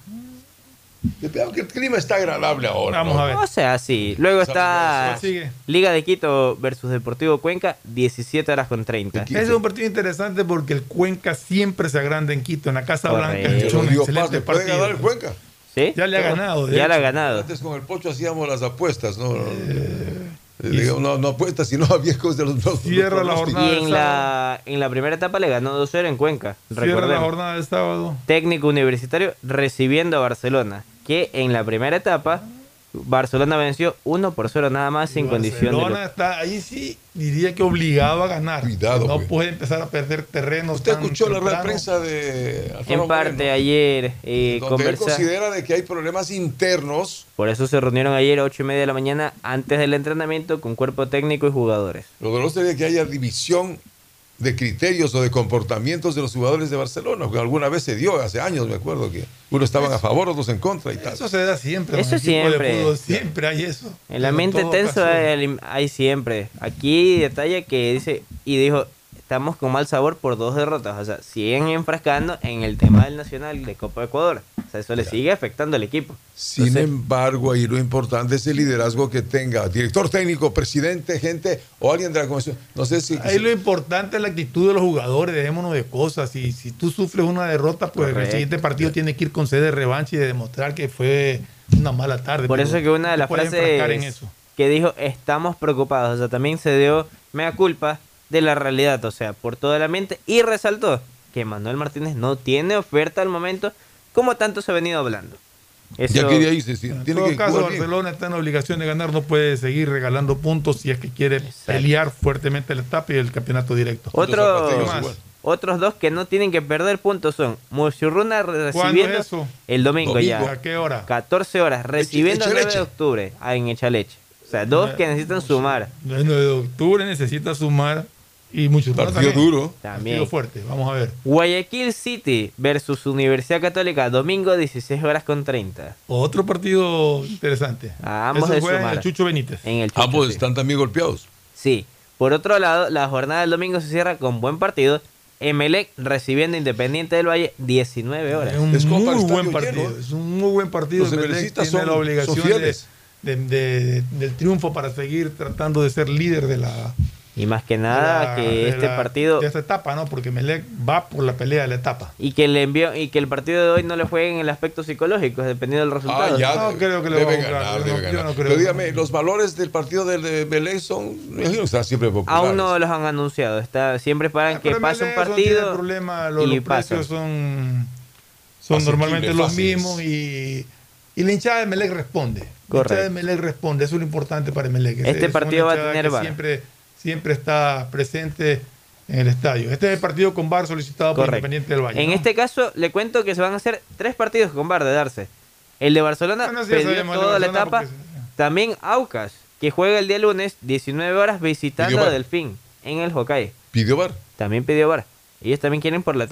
Veo que el clima está agradable ahora. Vamos ¿no? a ver. O sea, sí. Luego está Liga de Quito versus Deportivo Cuenca, diecisiete horas con treinta. Ese es un partido interesante porque el Cuenca siempre se agranda en Quito, en la Casa Correcto. Blanca. Ha hecho un excelente ¿Puede partido. ganar el Cuenca? ¿Sí? Ya le ha ganado. Ya hecho. le ha ganado. Antes con el Pocho hacíamos las apuestas, ¿no? Eh, Digamos, no, no apuestas, sino a viejos de los dos. Cierra la jornada. Y en la, en la primera etapa le ganó dos cero en Cuenca. Cierra recordemos. la jornada del sábado. Técnico Universitario recibiendo a Barcelona, que en la primera etapa Barcelona venció uno por cero nada más sin condición de Barcelona está ahí, sí, diría que obligado a ganar. Cuidado, no pues. puede empezar a perder terreno. ¿Usted escuchó la rueda de prensa de Alfaro En parte Moreno, ayer eh, donde conversa... él considera de que hay problemas internos. Por eso se reunieron ayer a ocho y media de la mañana antes del entrenamiento con cuerpo técnico y jugadores. Lo que no sería que haya división de criterios o de comportamientos de los jugadores de Barcelona, porque alguna vez se dio, hace años me acuerdo que unos estaban a favor, otros en contra y tal. Eso se da siempre. Eso siempre. Fútbol, siempre hay eso. En la mente tenso hay, hay siempre. Aquí detalle que dice, y dijo, estamos con mal sabor por dos derrotas. O sea, siguen enfrascando en el tema del Nacional de Copa de Ecuador. O sea, eso le sigue afectando al equipo. Sin Entonces, embargo, ahí lo importante es el liderazgo que tenga director técnico, presidente, gente o alguien de la comisión. No sé si... Ahí lo importante es la actitud de los jugadores, dejémonos de cosas. Si, si tú sufres una derrota, pues Correcto. el siguiente partido tiene que ir con sede de revancha y de demostrar que fue una mala tarde. Por eso es que una de las frases que dijo, estamos preocupados. O sea, también se dio mea culpa de la realidad, o sea, por todo el ambiente, y resaltó que Manuel Martínez no tiene oferta al momento, como tanto se ha venido hablando. Eso, ya que de ahí se sí, en tiene todo que caso, Barcelona está en la obligación de ganar, no puede seguir regalando puntos si es que quiere Exacto. pelear fuertemente la etapa y el campeonato directo. Otro, otros dos que no tienen que perder puntos son Muchurruna recibiendo eso? el domingo, domingo ya. ¿A qué hora? catorce horas, recibiendo el nueve de octubre en Echaleche. O sea, dos que necesitan sumar. El nueve de octubre necesita sumar. Y muchos partido duro. También. Partido fuerte. Vamos a ver. Guayaquil City versus Universidad Católica, domingo dieciséis horas con treinta. Otro partido interesante. A ambos de sumar. En el Chucho Benítez. En el Chucho, ambos sí. están también golpeados. Sí. Por otro lado, la jornada del domingo se cierra con buen partido. Emelec recibiendo Independiente del Valle, diecinueve horas. Es un es muy buen partido. Lleno. Es un muy buen partido. Los Emelec tiene son, la obligación de, de, de, del triunfo para seguir tratando de ser líder de la... Y más que nada la, que este la, partido... De esta etapa, ¿no? Porque Melec va por la pelea de la etapa. Y que le envió y que el partido de hoy no le juegue en el aspecto psicológico, dependiendo del resultado. Ah, ya, no debe, creo que le debe va a ganar, yo debe no, ganar. Yo no creo. Pero dígame, los valores del partido de Melec son... Están siempre populares. Aún no los han anunciado. Está, siempre esperan ah, que pase un partido problema, los, y los precios son, son normalmente los mismos y, y la hinchada de Melec responde. Correcto. La hinchada de Melec responde. Eso es lo importante para Melec. Este es partido va a tener VAR. Siempre... siempre está presente en el estadio. Este es el partido con V A R solicitado Correcto. por Independiente del Valle. En ¿no? este caso, le cuento que se van a hacer tres partidos con V A R de darse. El de Barcelona bueno, sí, pidió toda la etapa. Porque... También Aucas, que juega el día lunes, diecinueve horas, visitando a Delfín en el Hokkaido. ¿Pidió V A R? También pidió V A R. Ellos también quieren por la etapa.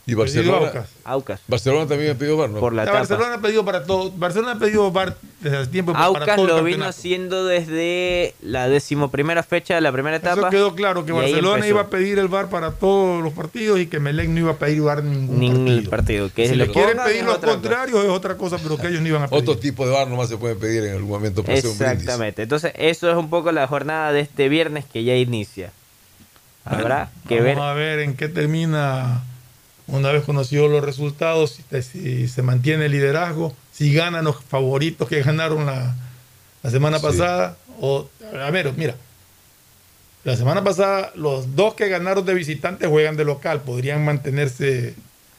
Y Barcelona. Aucas. Aucas. Barcelona también ha pedido V A R, ¿no? Por la Ya, tapa. Barcelona ha pedido para todo. Barcelona ha pedido V A R desde hace tiempo. Aucas para todo el lo vino campeonato. haciendo desde la decimoprimera fecha de la primera etapa. Eso quedó claro, que y ahí Barcelona empezó. iba a pedir el V A R para todos los partidos y que Melec no iba a pedir V A R ningún Ningún partido. partido. Que Si se le le quieren pongan pedir es lo otra contrario es otra cosa, pero que ellos no iban a pedir. Otro tipo de V A R nomás se puede pedir en algún momento para hacer un brindis. Exactamente. Entonces, eso es un poco la jornada de este viernes que ya inicia. Habrá Bueno, que vamos ver. a ver en qué termina una vez conocidos los resultados, si, te- si se mantiene el liderazgo, si ganan los favoritos que ganaron la, la semana Sí. pasada. O, a ver, mira, la semana pasada los dos que ganaron de visitantes juegan de local, podrían mantenerse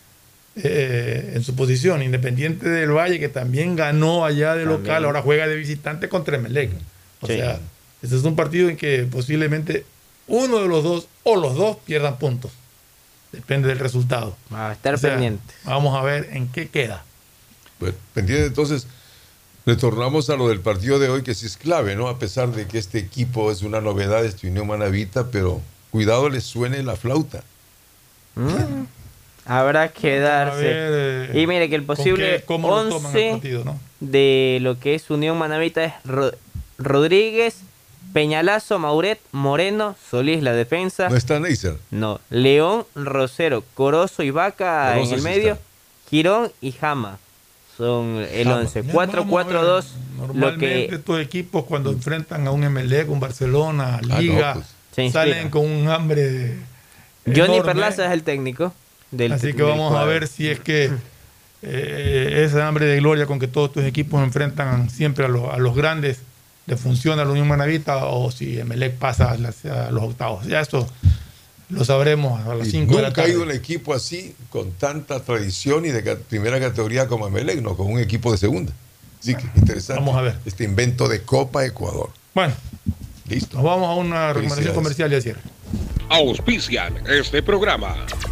eh, en su posición. Independiente del Valle, que también ganó allá de También. local, ahora juega de visitante contra Emelec. O Sí. sea, este es un partido en que posiblemente uno de los dos o los dos pierdan puntos. Depende del resultado. Va a estar O sea, pendiente. Vamos a ver en qué queda. Bueno, pendiente entonces. Retornamos a lo del partido de hoy, que sí es clave, ¿no? A pesar de que este equipo es una novedad, este Unión Manavita, pero cuidado les suene la flauta. Mm. Habrá que A darse. ver, eh, Y mire que el con posible qué- cómo lo toman el once partido, ¿no? de lo que es Unión Manavita es Ro- Rodríguez, Peñalazo, Mauret, Moreno, Solís la defensa. ¿No está Neisser? No, León, Rosero, Corozo y Vaca Corozo en el sí medio, está. Girón y Jama. Son el Jama. once. Ya, cuatro vamos a cuatro ver. dos. Lo Normalmente que estos equipos cuando enfrentan a un Emelec, un Barcelona, no, Liga, pues. Se inspira. salen con un hambre Johnny enorme. Perlaza es el técnico del Así que del vamos a cuadro. ver si es que eh, esa hambre de gloria con que todos estos equipos enfrentan siempre a los, a los grandes le funciona a la Unión Manavita o si Emelec pasa a, las- a los octavos. Ya esto lo sabremos a las Y cinco de la nunca ha tarde. ido un equipo así, con tanta tradición y de ca- primera categoría como Emelec, no, con un equipo de segunda. Así que interesante. Vamos a ver. Este invento de Copa Ecuador. Bueno, Listo. nos vamos a una recomendación Felicidades. comercial y al cierre. Auspician este programa.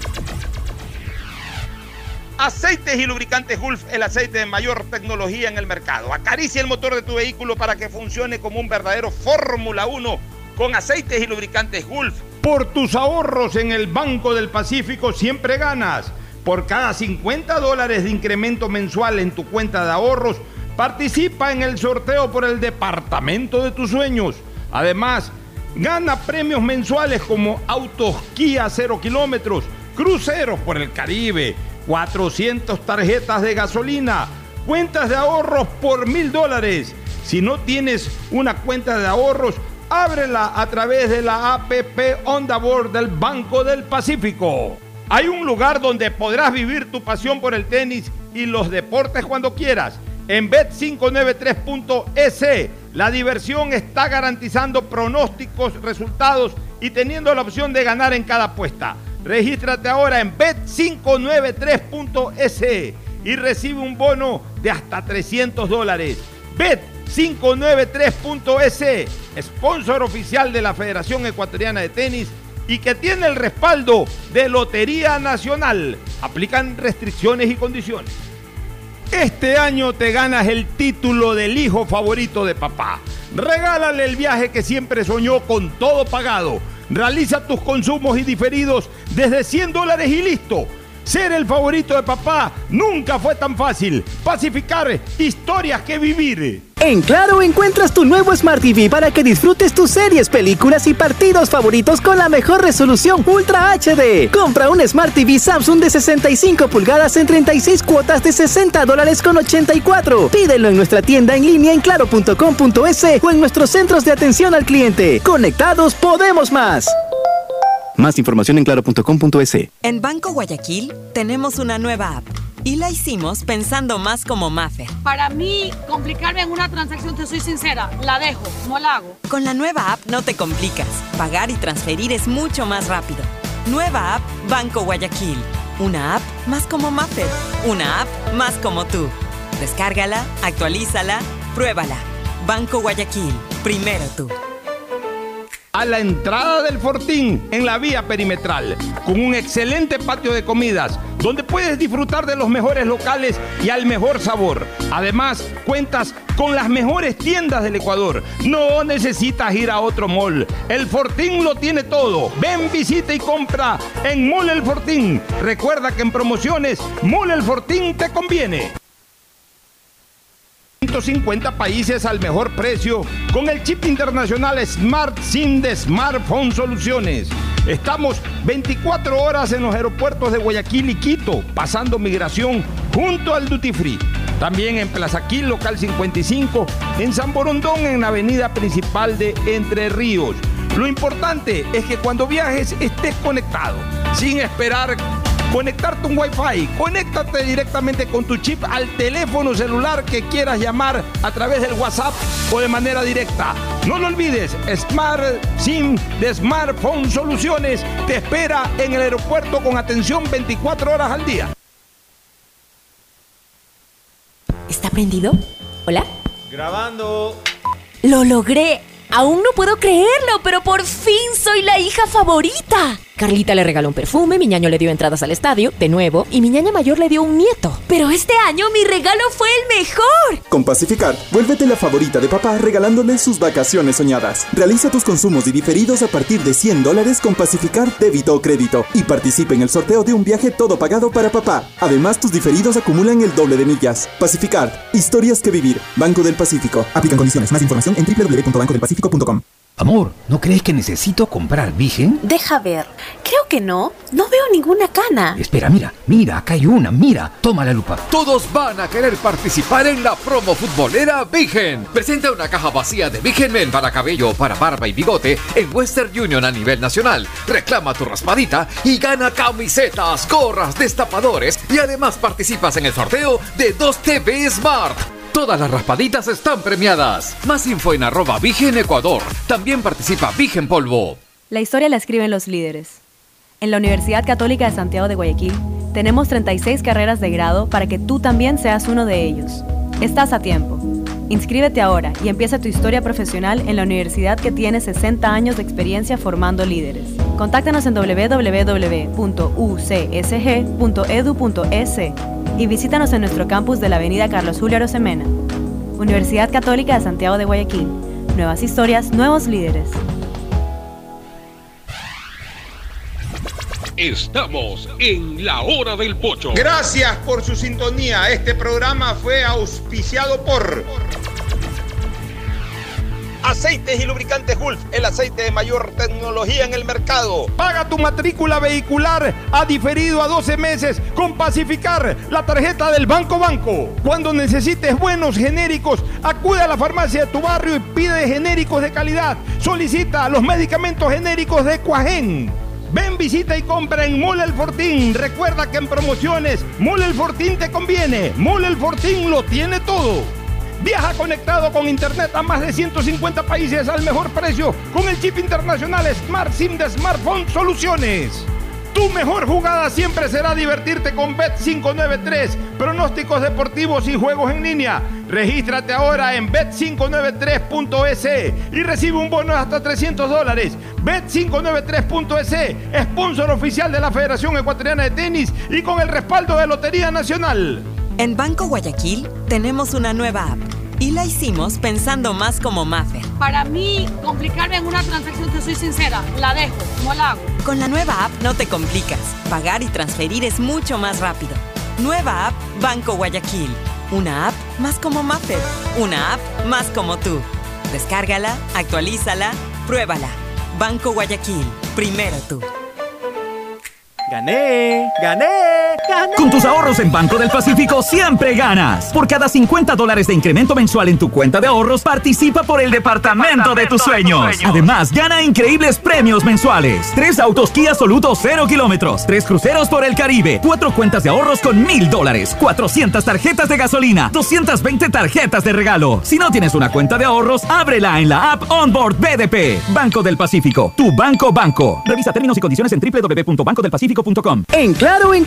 Aceites y lubricantes Gulf, el aceite de mayor tecnología en el mercado. Acaricia el motor de tu vehículo para que funcione como un verdadero Fórmula uno con aceites y lubricantes Gulf. Por tus ahorros en el Banco del Pacífico siempre ganas. Por cada cincuenta dólares de incremento mensual en tu cuenta de ahorros, participa en el sorteo por el departamento de tus sueños. Además, gana premios mensuales como autos Kia cero kilómetros, cruceros por el Caribe, cuatrocientas tarjetas de gasolina, cuentas de ahorros por mil dólares. Si no tienes una cuenta de ahorros, ábrela a través de la app On The Board del Banco del Pacífico. Hay un lugar donde podrás vivir tu pasión por el tenis y los deportes cuando quieras. En bet cinco nueve tres punto es, la diversión está garantizando pronósticos, resultados y teniendo la opción de ganar en cada apuesta. Regístrate ahora en bet cinco nueve tres punto es y recibe un bono de hasta trescientos dólares. bet cinco nueve tres punto es, sponsor oficial de la Federación Ecuatoriana de Tenis y que tiene el respaldo de Lotería Nacional. Aplican restricciones y condiciones. Este año te ganas el título del hijo favorito de papá. Regálale el viaje que siempre soñó con todo pagado. Realiza tus consumos y diferidos desde cien dólares y listo. Ser el favorito de papá nunca fue tan fácil. Pacificar, historias que vivir. En Claro encuentras tu nuevo Smart T V para que disfrutes tus series, películas y partidos favoritos con la mejor resolución Ultra H D. Compra un Smart T V Samsung de sesenta y cinco pulgadas en treinta y seis cuotas de sesenta dólares con ochenta y cuatro. Pídelo en nuestra tienda en línea en claro punto com punto es o en nuestros centros de atención al cliente. Conectados podemos más. Más información en claro punto com punto es. En Banco Guayaquil tenemos una nueva app y la hicimos pensando más como Maffer. Para mí, complicarme en una transacción, te soy sincera, la dejo, no la hago. Con la nueva app no te complicas. Pagar y transferir es mucho más rápido. Nueva app Banco Guayaquil. Una app más como Maffer. Una app más como tú. Descárgala, actualízala, pruébala. Banco Guayaquil. Primero tú. a la entrada del Fortín en la vía perimetral, con un excelente patio de comidas, donde puedes disfrutar de los mejores locales y al mejor sabor. Además, cuentas con las mejores tiendas del Ecuador. No necesitas ir a otro mall. El Fortín lo tiene todo. Ven, visita y compra en Mall El Fortín. Recuerda que en promociones, Mall El Fortín te conviene. ciento cincuenta países al mejor precio con el chip internacional Smart SIM de Smartphone Soluciones. Estamos veinticuatro horas en los aeropuertos de Guayaquil y Quito, pasando migración junto al Duty Free. También en Plaza Quil, local cincuenta y cinco, en San Borondón, en la avenida principal de Entre Ríos. Lo importante es que cuando viajes estés conectado, sin esperar conectarte un Wi-Fi. Conéctate directamente con tu chip al teléfono celular que quieras llamar a través del WhatsApp o de manera directa. No lo olvides, Smart SIM de Smartphone Soluciones te espera en el aeropuerto con atención veinticuatro horas al día. ¿Está prendido? ¿Hola? Grabando. ¡Lo logré! Aún no puedo creerlo, pero por fin soy la hija favorita. Carlita le regaló un perfume, mi ñaño le dio entradas al estadio, de nuevo, y mi ñaña mayor le dio un nieto. Pero este año mi regalo fue el mejor. Con Pacificar, vuélvete la favorita de papá regalándole sus vacaciones soñadas. Realiza tus consumos y diferidos a partir de cien dólares con Pacificar débito o crédito y participe en el sorteo de un viaje todo pagado para papá. Además, tus diferidos acumulan el doble de millas. Pacificar, historias que vivir. Banco del Pacífico. Aplican condiciones. Más información en doble u doble u doble u punto banco del pacífico punto com. Amor, ¿no crees que necesito comprar Vigen? Deja ver. Creo que no. No veo ninguna cana. Espera, mira, mira, acá hay una, mira. Toma la lupa. Todos van a querer participar en la promo futbolera Vigen. Presenta una caja vacía de Vigen Men para cabello, para barba y bigote en Western Union a nivel nacional. Reclama tu raspadita y gana camisetas, gorras, destapadores y además participas en el sorteo de dos T V Smart. Todas las raspaditas están premiadas. Más info en arroba Vigen Ecuador. También participa Vigen Polvo. La historia la escriben los líderes. En la Universidad Católica de Santiago de Guayaquil tenemos treinta y seis carreras de grado para que tú también seas uno de ellos. Estás a tiempo. Inscríbete ahora y empieza tu historia profesional en la universidad que tiene sesenta años de experiencia formando líderes. Contáctanos en doble u doble u doble u punto u c s g punto e d u punto e s y visítanos en nuestro campus de la avenida Carlos Julio Arosemena. Universidad Católica de Santiago de Guayaquil. Nuevas historias, nuevos líderes. Estamos en la hora del pocho. Gracias por su sintonía. Este programa fue auspiciado por Aceites y Lubricantes Gulf, el aceite de mayor tecnología en el mercado. Paga tu matrícula vehicular a diferido a doce meses con Pacificar, la tarjeta del Banco Banco. Cuando necesites buenos genéricos, acude a la farmacia de tu barrio y pide genéricos de calidad. Solicita los medicamentos genéricos de Cuajén. Ven, visita y compra en Mall El Fortín. Recuerda que en promociones, Mall El Fortín te conviene. Mall El Fortín lo tiene todo. Viaja conectado con internet a más de ciento cincuenta países al mejor precio con el chip internacional Smart SIM de Smartphone Soluciones. Tu mejor jugada siempre será divertirte con Bet cinco nueve tres, pronósticos deportivos y juegos en línea. Regístrate ahora en bet cinco nueve tres punto e s y recibe un bono de hasta trescientos dólares. bet cinco nueve tres punto e s, sponsor oficial de la Federación Ecuatoriana de Tenis y con el respaldo de Lotería Nacional. En Banco Guayaquil tenemos una nueva app y la hicimos pensando más como Maffer. Para mí, complicarme en una transacción, te soy sincera, la dejo, no la hago. Con la nueva app no te complicas. Pagar y transferir es mucho más rápido. Nueva app Banco Guayaquil. Una app más como Maffer. Una app más como tú. Descárgala, actualízala, pruébala. Banco Guayaquil. Primero tú. ¡Gané! ¡Gané! ¡Gané! Con tus ahorros en Banco del Pacífico siempre ganas. Por cada cincuenta dólares de incremento mensual en tu cuenta de ahorros, participa por el departamento de tus sueños. Además, gana increíbles premios mensuales. Tres autos Kia Soluto cero kilómetros. Tres cruceros por el Caribe. Cuatro cuentas de ahorros con mil dólares. Cuatrocientas tarjetas de gasolina. Doscientas veinte tarjetas de regalo. Si no tienes una cuenta de ahorros, ábrela en la app Onboard B D P. Banco del Pacífico. Tu banco banco. Revisa términos y condiciones en doble u doble u doble u punto banco del pacífico punto com. En Claro encuentras tu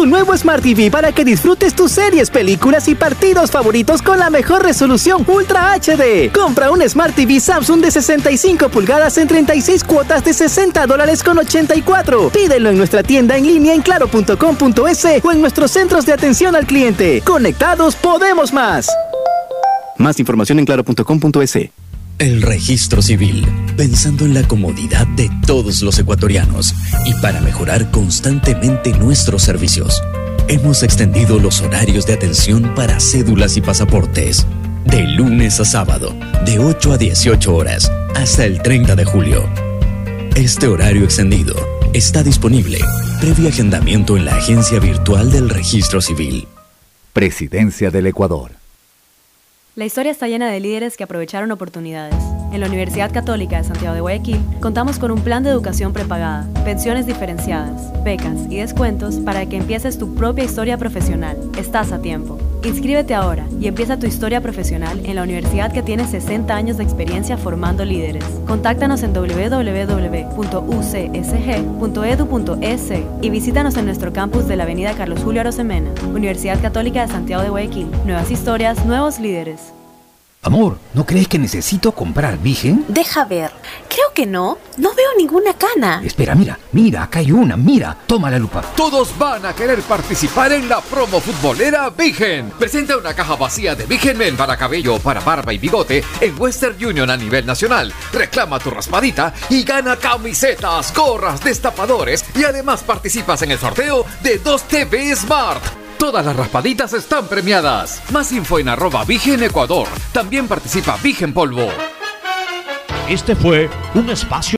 tu nuevo Smart T V para que disfrutes tus series, películas y partidos favoritos con la mejor resolución Ultra H D. Compra un Smart T V Samsung de sesenta y cinco pulgadas en treinta y seis cuotas de sesenta dólares con ochenta y cuatro. Pídelo en nuestra tienda en línea en claro punto com punto es o en nuestros centros de atención al cliente. Conectados podemos más. Más información en claro punto com punto es. El Registro Civil, pensando en la comodidad de todos los ecuatorianos y para mejorar constantemente nuestros servicios. Hemos extendido los horarios de atención para cédulas y pasaportes, de lunes a sábado, de ocho a dieciocho horas, hasta el treinta de julio. Este horario extendido está disponible previo agendamiento en la agencia virtual del Registro Civil. Presidencia del Ecuador. La historia está llena de líderes que aprovecharon oportunidades. En la Universidad Católica de Santiago de Guayaquil contamos con un plan de educación prepagada, pensiones diferenciadas, becas y descuentos para que empieces tu propia historia profesional. Estás a tiempo. Inscríbete ahora y empieza tu historia profesional en la universidad que tiene sesenta años de experiencia formando líderes. Contáctanos en doble u doble u doble u punto u c s g punto e d u punto e s y visítanos en nuestro campus de la avenida Carlos Julio Arosemena. Universidad Católica de Santiago de Guayaquil. Nuevas historias, nuevos líderes. Amor, ¿no crees que necesito comprar Vigen? Deja ver. Creo que no. No veo ninguna cana. Espera, mira, mira, acá hay una, mira. Toma la lupa. Todos van a querer participar en la promo futbolera Vigen. Presenta una caja vacía de Vigen Men para cabello, para barba y bigote en Western Union a nivel nacional. Reclama tu raspadita y gana camisetas, gorras, destapadores y además participas en el sorteo de dos T V Smart. Todas las raspaditas están premiadas. Más info en arroba Vigen Ecuador. También participa Vigen Polvo. Este fue un espacio